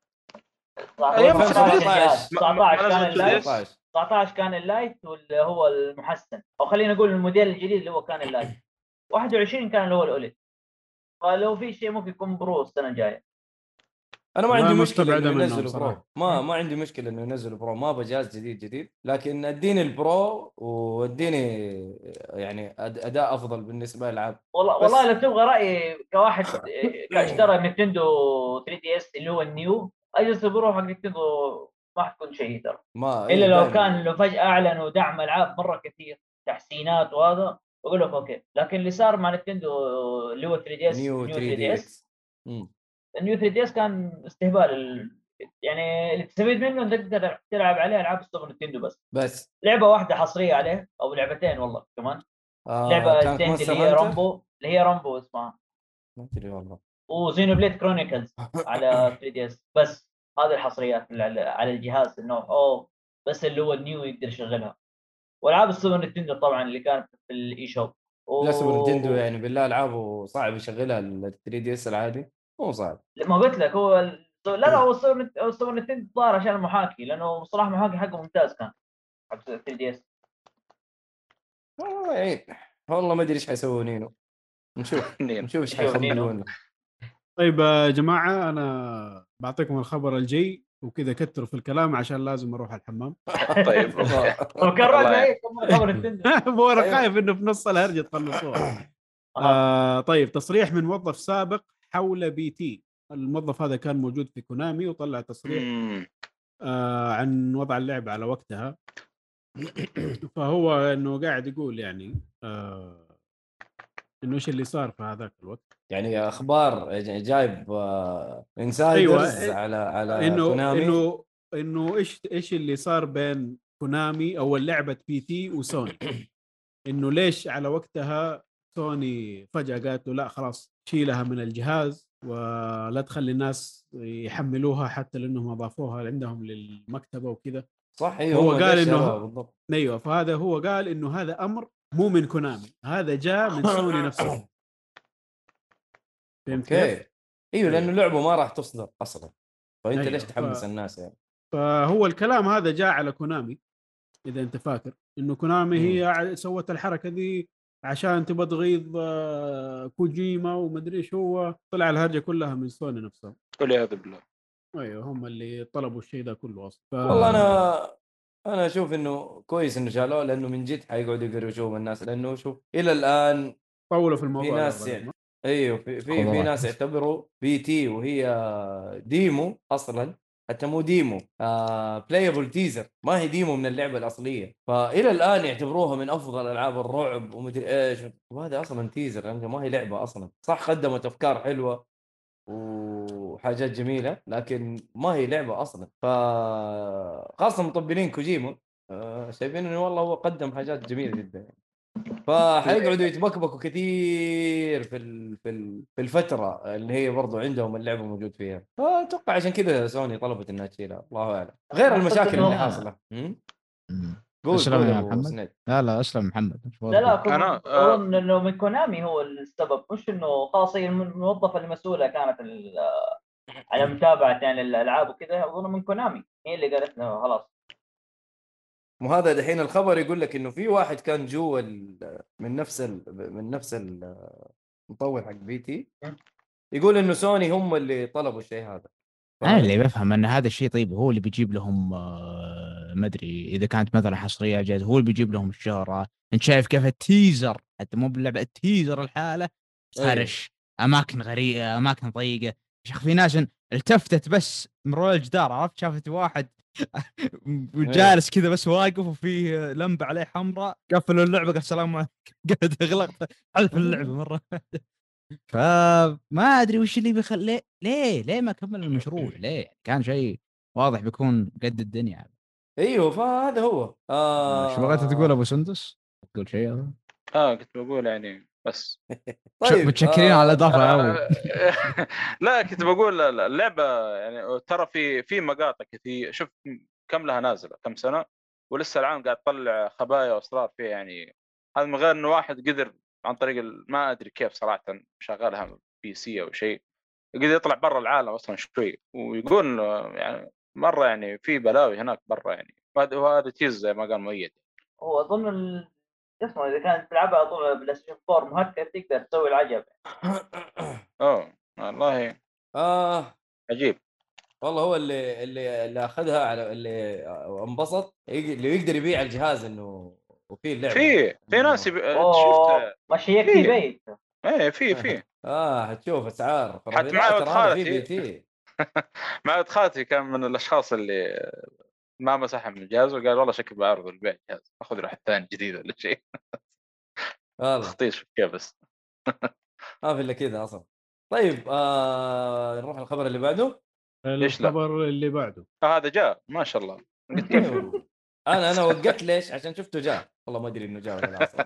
19 كان اللايت واللي هو المحسن او خلينا نقول الموديل الجديد اللي هو كان اللايت. 21 كان اللي هو الاوليد. فلو في شيء ممكن يكون برو السنه الجايه. انا ما عندي مشكله انه ينزلوا برو ما عندي مشكله انه ينزلوا برو ما ابغى جهاز جديد لكن اديني البرو واديني يعني اداء افضل بالنسبه للالعاب. والله لو تبغى رايي كواحد اشترى نينتندو 3 دي اس اللي هو النيو اجلس برو حق نينتندو ما حتكون شيء ترى الا لو كان لو فجاه اعلنوا دعم العاب مره كثير تحسينات وهذا اقول لك اوكي. لكن اللي صار مع نينتندو اللي هو 3 دي اس نيو 3 دي اس النيو 3 دي اس كان استهبال يعني اللي تستفيد منه انك تقدر تلعب عليه العاب السوبر نينتندو بس لعبه واحده حصريه عليه او لعبتين والله كمان لعبه ستيند اللي هي رامبو اسمها ما ادري والله وزينو بليد كرونيكلز على 3 دي اس بس هذه الحصريات على الجهاز انه بس اللي هو النيو يقدر يشغلها. والعاب السوبر نينتندو طبعا اللي كانت في الاي شوب لا سوبر نينتندو يعني بالله العابه صعب يشغلها ال 3 دي اس العادي مو صعب. ما قلت لك هو هو السوبر نينتندو ظهر عشان المحاكي لانه بصراحه المحاكي حقه ممتاز كان حق 3 دي اس. والله ما ادري ايش حيسووا نينو نشوف ايش حيخبلوا لنا. طيب يا جماعه انا بعطيكم الخبر الجاي وكذا كتروا في الكلام عشان لازم اروح الحمام. طيب وكررنا ايه خبر نينتندو. انا خايف انه في نص الهرجه تخلصوها. طيب تصريح من موظف سابق حول بي تي. الموظف هذا كان موجود في كونامي وطلع تصريح عن وضع اللعبه على وقتها. فهو انه قاعد يقول يعني انه ايش اللي صار في هذاك الوقت يعني اخبار جايب انسايدرز أيوة. على كونامي انه ايش اللي صار بين كونامي او لعبه بي تي وسوني. انه ليش على وقتها سوني فجاه قالت له لا خلاص شيلها من الجهاز ولا تخلي الناس يحملوها حتى لانهم اضافوها عندهم للمكتبه وكذا. صح. هو قال انه بالضبط. ايوه فهذا هو قال انه هذا امر مو من كونامي، هذا جاء من سوني نفسه. فهمت كيف؟ ايوه لانه لعبه ما راح تصدر اصلا، فانت أيوة. ليش تحمس الناس يعني؟ فهو الكلام هذا جاء على كونامي، اذا انت فاكر انه كونامي هي سوت الحركه دي عشان تبغى تغيظ كوجيما ومدري ايش. هو طلع الهرجه كلها من سوني نفسها. والعياذ بالله. ايوه هم اللي طلبوا الشيء ده كله اصلا. والله انا اشوف انه كويس انه شالوه، لانه من جد حيقعدوا يقرشوا من الناس، لانه شوف الى الان طولوا في في الموضوع ناس ده يعني ايوه في ناس يعتبروا بي تي وهي ديمو اصلا، حتى مو ديمو بلايبل تيزر، ما هي ديمو من اللعبه الاصليه، فالى الان يعتبروها من افضل العاب الرعب ومدري ايش، وهذا اصلا تيزر يعني ما هي لعبه اصلا. صح قدمت افكار حلوه وحاجات جميله، لكن ما هي لعبه اصلا. خاصه مطبلين كوجيما شايفين انه والله هو قدم حاجات جميله جدا يعني. فحيقعدوا يتبكبكوا كثير في الفتره اللي هي برضو عندهم اللعبه موجود فيها، فاتوقع عشان كذا سوني طلبت انها تشيلها، الله اعلم، غير المشاكل اللي حاصله. اسلم يا ابو محمد. سنيد. لا اسلم محمد. لا أنا اظن انه من كونامي هو السبب، مش انه خاص هي الموظفه المسؤوله كانت على متابعه يعني الالعاب وكذا. اظن من كونامي هي اللي قالت له خلاص. مو هذا دحين الخبر يقول لك انه في واحد كان جوا من نفس المطور حق بي تي، يقول انه سوني هم اللي طلبوا الشيء هذا. انا اللي بفهم ان هذا الشيء طيب هو اللي بيجيب لهم ما ادري اذا كانت مثلا حصريه جاهزه، هو اللي بيجيب لهم الشهره. انت شايف كيف التيزر، حتى مو باللعبه، التيزر الحاله خرش اماكن غريبه، اماكن ضيقه يا شيخ. في ناس التفتت بس من ورا الجدار، عرفت، شافت واحد جالس كذا بس واقف وفيه لمبه عليه حمراء، قفلوا اللعبه قال السلام عليكم قاعد اغلق حذف اللعبه مره. فما ادري وش اللي بيخلي ليه ما كمل المشروع؟ ليه كان شيء واضح بيكون قد الدنيا. ايوه فهذا هو شو بغيت تقول ابو سندس؟ تقول شيء هذا؟ كنت بقول يعني بس طيب متشكرين على الاضافه قوي. لا كنت بقول اللعبه يعني ترى في مقاطع كثير، شوف كم لها نازله كم سنه ولسه العالم قاعد تطلع خبايا واسرار فيها يعني. هذا من غير انه واحد قدر عن طريق ما ادري كيف صراحه شغالها بي سي او شيء، قدر يطلع برا العالم اصلا شوي ويقول يعني مره يعني في بلاوي هناك برا يعني. وهذا تيز زي ما قال مؤيد. هو اظن اسمه اذا كانت تلعبها اظن بلاي ستيشن 4 مهكر تقدر تسوي العجب. والله عجيب. والله هو اللي اخذها على اللي انبسط اللي يقدر يبيع الجهاز انه وفي اللعبه. في ناس شفت ماشي يكفي بيت. ايه في حتشوف اسعار حتى مع ولد خالتي في بي تي. مع ولد خالتي كان من الاشخاص اللي ما مسحها من الجهاز وقال والله شكل بعرض البيع الجهاز اخذ له واحد ثاني جديد ولا شيء. تخطيش كيف بس. ما في الا كذا اصلا. طيب نروح الخبر اللي بعده. الخبر اللي بعده هذا جاء ما شاء الله قلت كيف. انا وقفت ليش؟ عشان شفته جاء، والله ما ادري انه جاء ولا لا اصلا.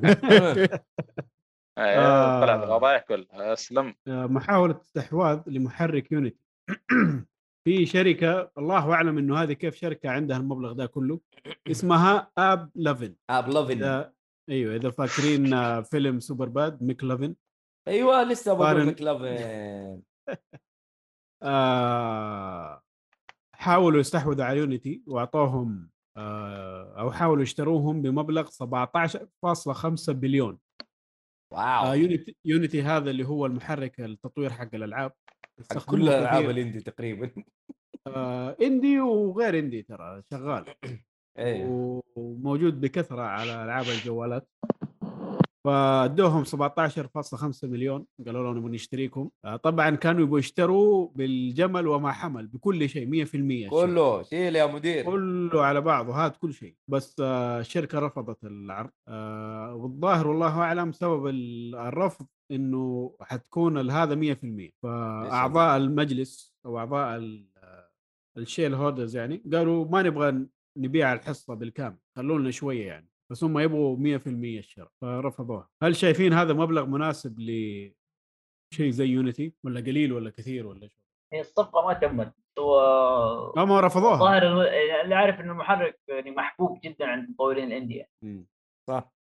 طلع بالوضائع كلها. اسلم. محاولة استحواذ لمحرك يونيتي. في شركة الله أعلم إنه هذه كيف شركة عندها المبلغ ده كله، اسمها آب لافن. أيوة إذا فاكرين فيلم سوبر باد ميك لافن. أيوة لسه بقول ميك لافن. حاولوا يستحوذوا على يونيتي وأعطوهم أو حاولوا يشتروهم بمبلغ 17.5 بليون. واو. يونيتي هذا اللي هو المحرك التطوير حق الألعاب، كل الألعاب الاندي تقريبا. اندي وغير اندي ترى شغال. وموجود بكثرة على ألعاب الجوالات. فادوهم 17.5 مليون، قالوا لهم نبغى نشتريكم. طبعا كانوا يبغوا يشتروا بالجمل وما حمل بكل شيء 100%. كله شيل يا مدير، كله على بعضه هات كل شيء. بس الشركة رفضت العرض. والظاهر والله أعلم سبب الرفض انه حتكون هذا 100%. فاعضاء المجلس او اعضاء الشيل هولدرز يعني قالوا ما نبغى نبيع الحصه بالكامل، خلونا شويه يعني، بس هم يبغوا 100% الشراء فرفضوها. هل شايفين هذا مبلغ مناسب لشيء زي يونيتي ولا قليل ولا كثير ولا شو؟ هي الصفقه ما تمت. ما رفضوها. الظاهر اللي عارف انه المحرك يعني محبوب جدا عند مطورين الانديا. صح.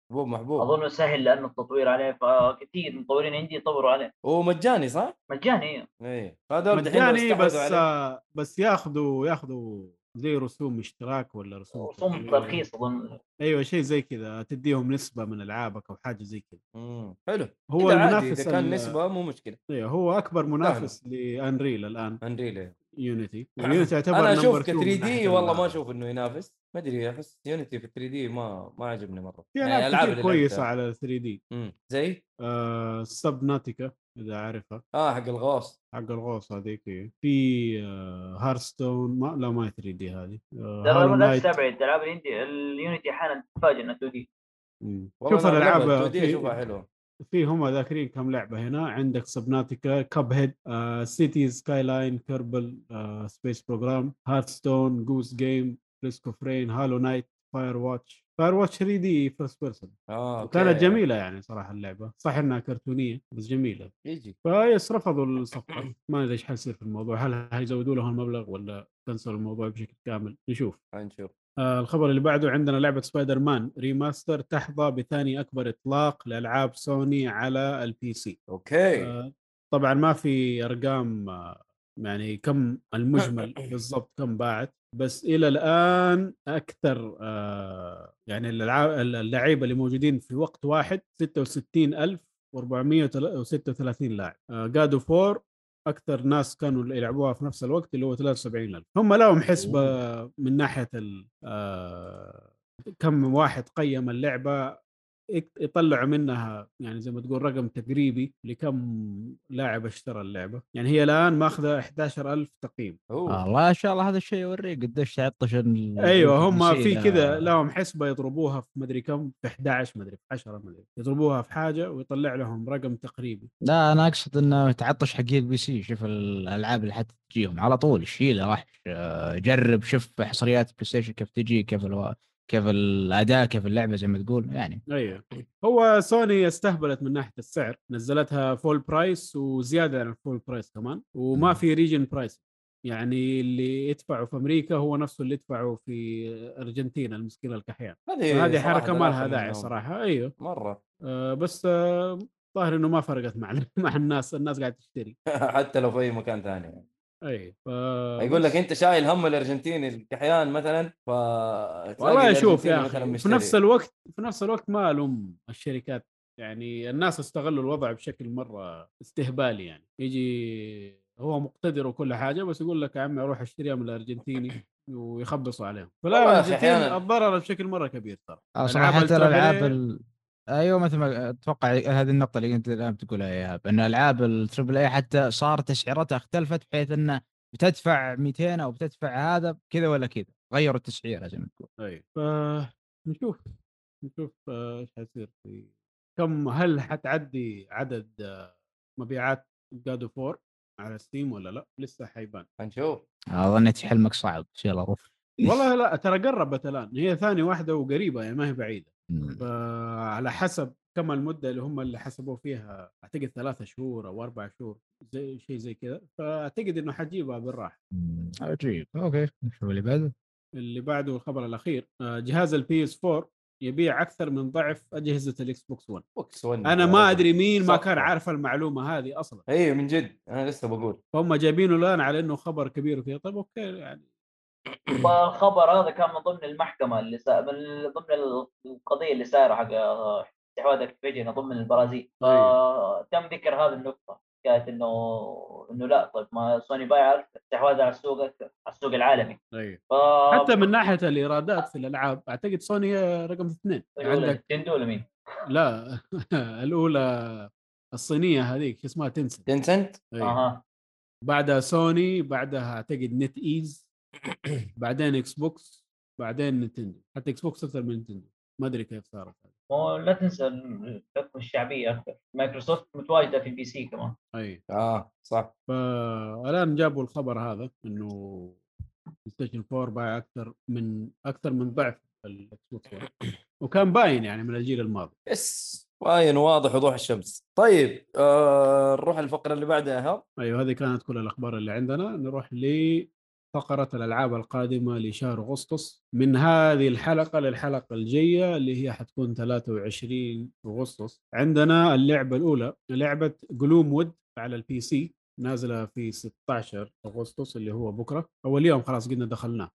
محبوب. اظن سهل لانه التطوير عليه، فكثير مطورين عندي يطوروا عليه. هو مجاني صح؟ مجاني. ايه هذول دحين لو مجاني، استحوذوا عليه. بس ياخذوا زي رسوم اشتراك ولا رسوم رسوم تسويق. ترخيص اظن. ايوه شيء زي كذا، تديهم نسبه من العابك او حاجه زي كذا. حلو. هو كده عادي المنافس اذا كان نسبه مو مشكله. ايوه هو اكبر منافس لانريل الان، انريل. يونيتي. ويونيتي يعتبر انا نمبر اشوف 2 ك 3 من ناحيه دي والله ما اشوف انه ينافس، ما ادري احس يونيتي في 3 دي ما عجبني مره. في يعني العاب كثير اللي كويسه لعبتها. على 3 دي. زي سب ناتيكا اذا عارفها، حق الغوص. حق الغوص هذيك. في هارستون، ما 3 دي هذه. ترى هالو لا نايت. تستبعد العاب الاندي، اليونيتي احيانا تتفاجئ انها 2 دي. شوف والله انا اللعبه الالعاب 2 دي اشوفها حلوه. في هم ذاكرين كم لعبه هنا. عندك سبناتيكا، كاب هيد، سيتي سكاي لاين، كيربل سبيس بروجرام، هارتستون، جوز جيم، ريسك اوف رين، هالو نايت، فاير واتش 3 دي فيرست بيرسون. وكانت جميله يعني صراحه اللعبه، صح انها كرتونيه بس جميله. يجي فيس رفضوا الصفقه. ما ادري ايش حيصير في الموضوع، هل هيزودوا لهم المبلغ ولا كنسلوا الموضوع بشكل كامل، نشوف. الخبر اللي بعده عندنا لعبة سبايدر مان ريماستر تحظى بثاني أكبر إطلاق لألعاب سوني على البي سي. اوكي. طبعا ما في أرقام يعني كم المجمل بالضبط كم باعت، بس إلى الآن أكثر يعني اللعيبة اللي موجودين في وقت واحد 66,436 لاعب. جادو فور اكثر ناس كانوا يلعبوها في نفس الوقت اللي هو 73,000. هم لهم حسبه من ناحيه كم واحد قيم اللعبه، يطلعوا منها يعني زي ما تقول رقم تقريبي لكم لاعب اشترى اللعبه. يعني هي الان ماخذه 11,000 تقييم. الله ان شاء الله هذا الشيء يوريك قديش تعطش ايوه هم في كذا لهم حسبه يضربوها في مدري كم، في 11 مدري في 10 مدري، يضربوها في حاجه ويطلع لهم رقم تقريبي. لا انا اقصد انه تعطش حق البي سي. شوف الالعاب اللي حتى تجيهم على طول شيلها راح جرب، شوف حصريات بلاي ستيشن كيف تجي، كيف الاداء، كيف اللعبه زي ما تقول يعني. ايوه هو سوني استهبلت من ناحيه السعر، نزلتها فول برايس وزياده عن الفول برايس كمان، وما في ريجن برايس. يعني اللي يدفعوا في امريكا هو نفسه اللي يدفعوا في ارجنتينا المسكينه الكحيان. هذه حركه ما لها داعي صراحه. ايوه مره. بس ظاهر انه ما فرقت مع الناس قاعده تشتري حتى لو في اي مكان ثاني يعني. اي يقول لك انت شايل هم الارجنتيني الكحيان مثلا، والله شوف يا مثلا اخي مشتري. في نفس الوقت ما الوم الشركات. يعني الناس استغلوا الوضع بشكل مره استهبالي. يعني يجي هو مقتدر وكل حاجه، بس يقول لك يا عمي اروح اشتريها من الارجنتيني ويخبصوا عليهم. فلا الارجنتين الضرر بشكل مره كبير ترى. صراحه الالعاب ايوه مثل ما اتوقع هذه النقطه اللي انت الان بتقولها يا ايهاب، ان العاب التربل اي حتى صار تسعيرتها اختلفت، بحيث انه بتدفع 200 او بتدفع هذا كذا ولا كذا، غيروا التسعيره زي ما تقول. اي نشوف ايش حيصير في كم، هل حتعدي عدد مبيعات جادو فور على ستيم ولا لا، لسه حيبان. هنشوف. ظنيت حلمك صعب ان شاء الله روح. والله لا ترى قربت الان، هي ثاني واحده وقريبه يعني ما هي بعيده. فعلى حسب كم المده اللي هم اللي حسبوا فيها، اعتقد 3 شهور او 4 شهور زي شيء زي كذا، فاعتقد انه حجيبها بالراحه. عجيب. اوكي نشوف اللي بعده. اللي بعده الخبر الاخير، جهاز البي اس 4 يبيع اكثر من ضعف اجهزه الاكس بوكس 1. انا ما ادري مين ما كان عارف المعلومه هذه اصلا. ايوه من جد انا لسه بقول هم جايبينه الان على انه خبر كبير وكذا. طيب اوكي يعني والخبر هذا كان من ضمن المحكمه اللي من ضمن القضيه اللي صايره حق استحواذ اكتيفيجن ضمن البرازيل. فتم ذكر هذه النقطه، كانت انه لا طيب ما سوني بايع استحواذ على السوق العالمي. حتى من ناحيه الايرادات في الالعاب اعتقد سوني رقم 2. عندك نينتندو ولا مين؟ لا الاولى الصينيه هذيك اسمها تنسنت. بعدها سوني، بعدها اعتقد نت ايز، بعدين اكس بوكس، بعدين نينتندو. حتى اكس بوكس اكثر من نينتندو، ما ادري كيف صارت. لا تنسى الحكم الشعبيه اكثر، مايكروسوفت متواجده في البي سي كمان. اي صح. فالان جابوا الخبر هذا انه ستيشن 4 باع اكثر من ضعف الاكس بوكس، وكان باين يعني من الجيل الماضي. باين واضح وضوح الشمس. طيب نروح الفقره اللي بعدها. ايوه هذه كانت كل الاخبار اللي عندنا. نروح ل فقرة الألعاب القادمة لشهر أغسطس، من هذه الحلقة للحلقة الجاية اللي هي حتكون 23 أغسطس. عندنا اللعبة الأولى لعبة جلوم وود على البي سي، نازلة في 16 أغسطس اللي هو بكرة، أول يوم خلاص قلنا دخلناه.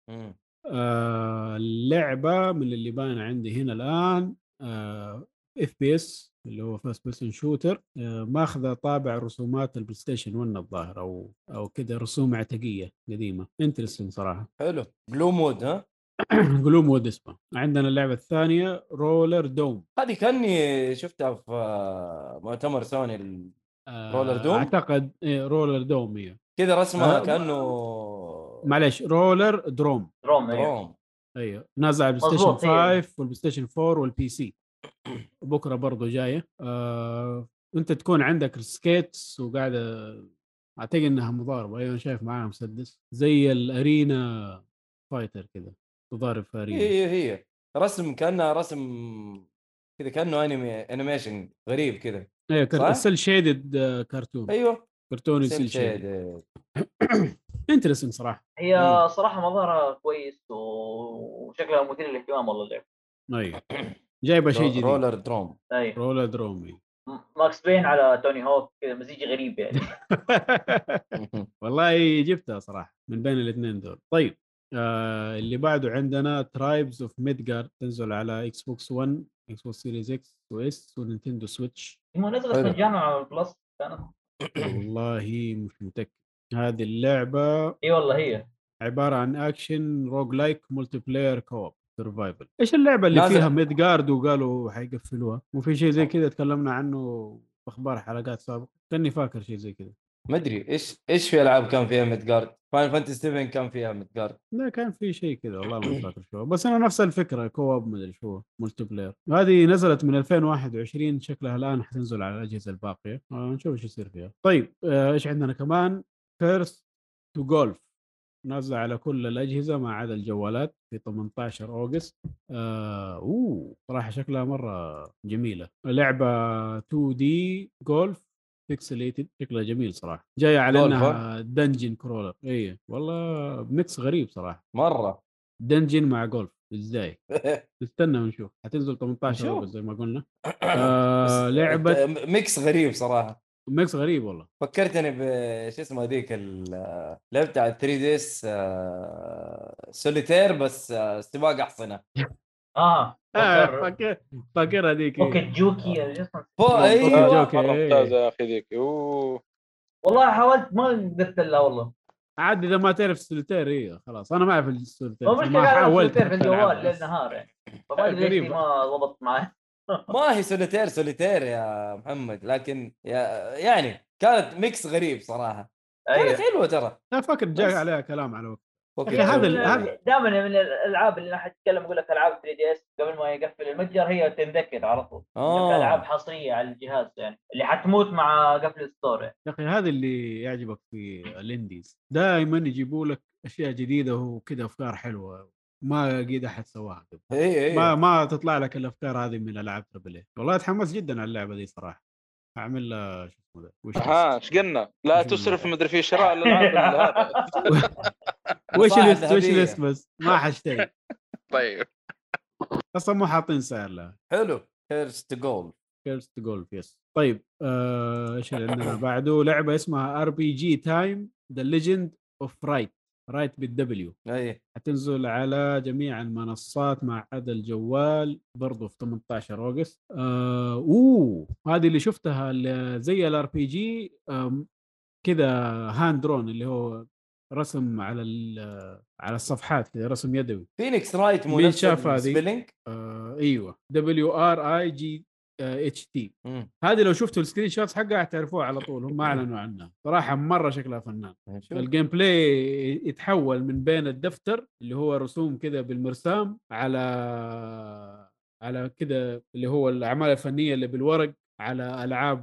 اللعبة من اللي باين عندي هنا الآن اف بي اس اللي هو فاست بيرسون شوتر، ماخذه طابع رسومات البلاي ستيشن 1 الظاهر او كده، رسوم عتقيه قديمه. انترستنج صراحه. حلو. جلو مود ها. جلوم وود اسمه. عندنا اللعبه الثانيه رولر دوم. هذه كاني شفتها في مؤتمر سوني. رولر دوم اعتقد رولر دوم هي كذا رسمها كانه معلش رولر دروم. دروم. ايوه نازل على البلاي ستيشن 5 والبلاي ستيشن 4 والبي سي. بكره برضه جايه. انت تكون عندك سكيتس وقاعده، اعتقد انها مضاربه. ايوه شايف معاها مسدس زي الارينا فايتر كده، تضارب في ارينا. هي رسم كانها رسم كذا، كانه انيميشن غريب كذا. ايوه سيل شيدد كرتون. ايوه كرتوني سيل شيدد. انترستنج صراحه. هي صراحه مظهرها كويس وشكلها مثير للاهتمام والله اللعبه. ايوه جايبه شيء جديد. رولر دروم. ايوه رولر دروم. ماكس بين على توني هوك كذا، مزيج غريب يعني. والله جبتها صراحه من بين الاثنين دول. طيب اللي بعده عندنا ترايبز اوف ميدجارد، تنزل على اكس بوكس 1 اكس بوكس سيريز اكس واس ونينتندو سويتش. هي نزلت مجانا على البلس كانت. والله مش متاكد. هذه اللعبه اي والله هي عباره عن اكشن روج لايك مولتي بلاير كوب سرفايفل. ايش اللعبه اللي نازل. فيها ميدجارد وقالوا حيقفلوها؟ وفي شيء زي كذا تكلمنا عنه في اخبار حلقات سابقه، كاني فاكر شيء زي كذا. ما ادري ايش في العاب كان فيها ميدجارد. فاين فانتسي 7 كان فيها ميدجارد. لا كان في شيء كذا والله ما فاكر شو، بس انا نفس الفكره كواب ما ادري شو مولتي بلاير. هذه نزلت من 2021، شكلها الان حتنزل على الاجهزه الباقيه. نشوف ايش يصير فيها. طيب ايش عندنا كمان؟ فيرست تو جولف نازله على كل الاجهزه ما عدا الجوالات في 18 اوغست. صراحه شكلها مره جميله. لعبه 2 دي جولف بيكسليتد، شكلها جميل صراحه. جايه على انها دنجن كرولر. ايه والله ميكس غريب صراحه مره. دنجن مع جولف ازاي؟ نستنى ونشوف. هتنزل 18 اوغست زي ما قلنا. لعبه ميكس غريب صراحه. ميكس غريب والله. فكرتني بش اسمه هذيك اللعبه بتاع 3 ديس سوليتير بس سباق احصنه. فاكر هذيك بوكيت جوكي. ايوه مره ممتازه يا اخي ذيك. والله حاولت ما قدرت الا والله. عاد اذا ما تعرف السوليتير هي خلاص. انا ما اعرف السوليتير ما حاولت في الجوال للنهار يعني، فما ادري ليش ما ضبط معي. ما هي سوليتير يا محمد، لكن يعني كانت ميكس غريب صراحه. كانت حلوه ترى. انا فاكر جاء عليها كلام على وقت. هذا دائما من الالعاب اللي احد يتكلم يقول لك العاب 3 دي اس قبل ما يقفل المتجر هي تنذكر على طول. العاب حصريه على الجهاز يعني اللي حتموت مع قفل الستور يعني. يا اخي هذا اللي يعجبك في الانديز، دائما يجيبوا لك اشياء جديده وكذا، افكار حلوه ما قيد احد سواها قبل. ما تطلع لك الافكار هذه من العاب تربل. والله اتحمس جدا على اللعبه دي صراحه. اعمل لها شو اسمه ده ايش قلنا؟ لا تسرف مدري في شراء الالعاب هذا. وش ليست بس ما حشتري. طيب اصلا مو حاطين سعر لها. حلو. فيرست جولف يس. طيب ايش اللي عندنا بعده؟ لعبه اسمها ار بي جي تايم ذا ليجند اوف رايت بالدبليو. حتنزل على جميع المنصات ما عدا الجوال برضو في 18 اوغست. هذه اللي شفتها زي الار بي جي كذا هاند درون، اللي هو رسم على الصفحات كذا، رسم يدوي. فينيكس رايت مو نفس السبيلينج. ايوه WRIGHT. هذه لو شفتوا السكرين شوتس حقها تعرفوها على طول، هم اعلنوا عنها صراحه. مره شكلها فنان. الجيم بلاي يتحول من بين الدفتر اللي هو رسوم كذا بالمرسام على كذا اللي هو الاعمال الفنيه اللي بالورق، على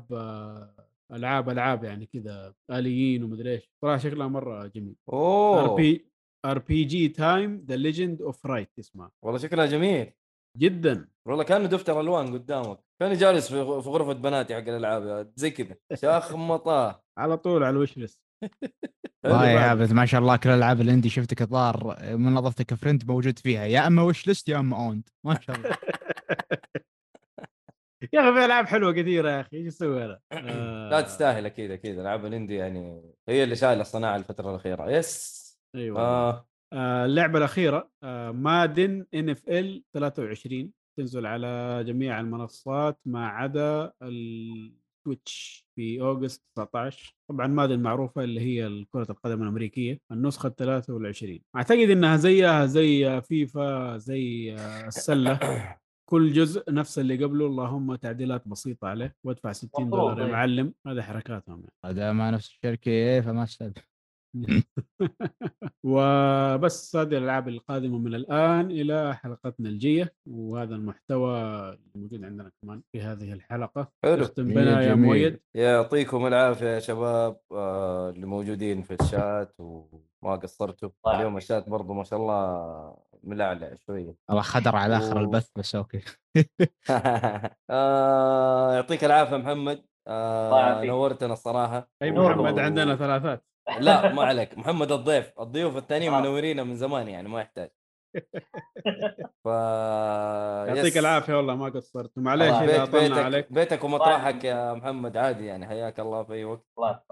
العاب يعني كذا آليين ومدري ايش. صراحه شكلها مره جميل. ار بي جي تايم ذا ليجند اوف رايت اسمها. والله شكلها جميل جدا. والله كانه دفتر الوان قدامك، كاني جالس في غرفه بناتي حق الالعاب زي كذا شاخمطه على طول على الوش ليست. والله يا عبد ما شاء الله كل الالعاب الاندي شفتك الظاهر من نظفتك فريند موجود فيها، يا اما وش ليست يا اما اوند ما شاء الله. يا اخي في العاب حلوه كثيره يا اخي، ايش اسوي انا؟ لا تستاهل اكيد العاب الاندي يعني هي اللي شايله الصناعه الفتره الاخيره. يس ايوه. اللعبه الاخيره مادن NFL 23 تنزل على جميع المنصات ما عدا التويتش في اوغست 19. طبعا مادن معروفه اللي هي كره القدم الامريكيه، النسخه 23 اعتقد انها زيها زي فيفا زي السله، كل جزء نفس اللي قبله، اللهم تعديلات بسيطه عليه، وادفع $60 يا معلم. هذا حركاتهم هذا ما نفس الشركه فما استاذ. وبس هذه الالعاب القادمه من الان الى حلقتنا الجايه، وهذا المحتوى الموجود عندنا كمان في هذه الحلقه. نختم بنا يا مؤيد. يعطيكم العافيه يا شباب اللي موجودين في الشات وما قصرتوا اليوم. الشات برضو ما شاء الله ملعلع شويه، الله خدر على اخر البث بس اوكي. يعطيك العافيه محمد، نورتنا الصراحه. اي محمد عندنا ثلاثات. لا ما عليك محمد، الضيوف الثانيين منورين من زمان يعني ما يحتاج. يعطيك العافيه والله ما قصرت، معليش اذا طلعنا عليك. بيتك ومطرحك يا محمد عادي يعني، حياك الله في اي وقت.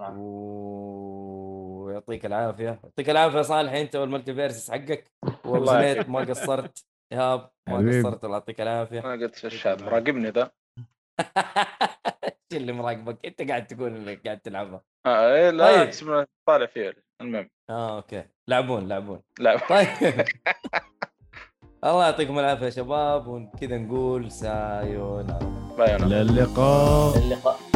ويعطيك العافيه. يعطيك العافيه صالح انت والملتي فيرسس حقك وبزنيت ما قصرت. ياب ما قصرت الله يعطيك العافيه. انا قلت الشاب مراقبني ذا. اللي مراقبك انت قاعد تقول انك قاعد تلعبها. إيه لا اسمه طالع فيه المهم. اوكي لعبون لا طيب. الله يعطيكم العافيه يا شباب، وكذا نقول سايونارا. للقاء.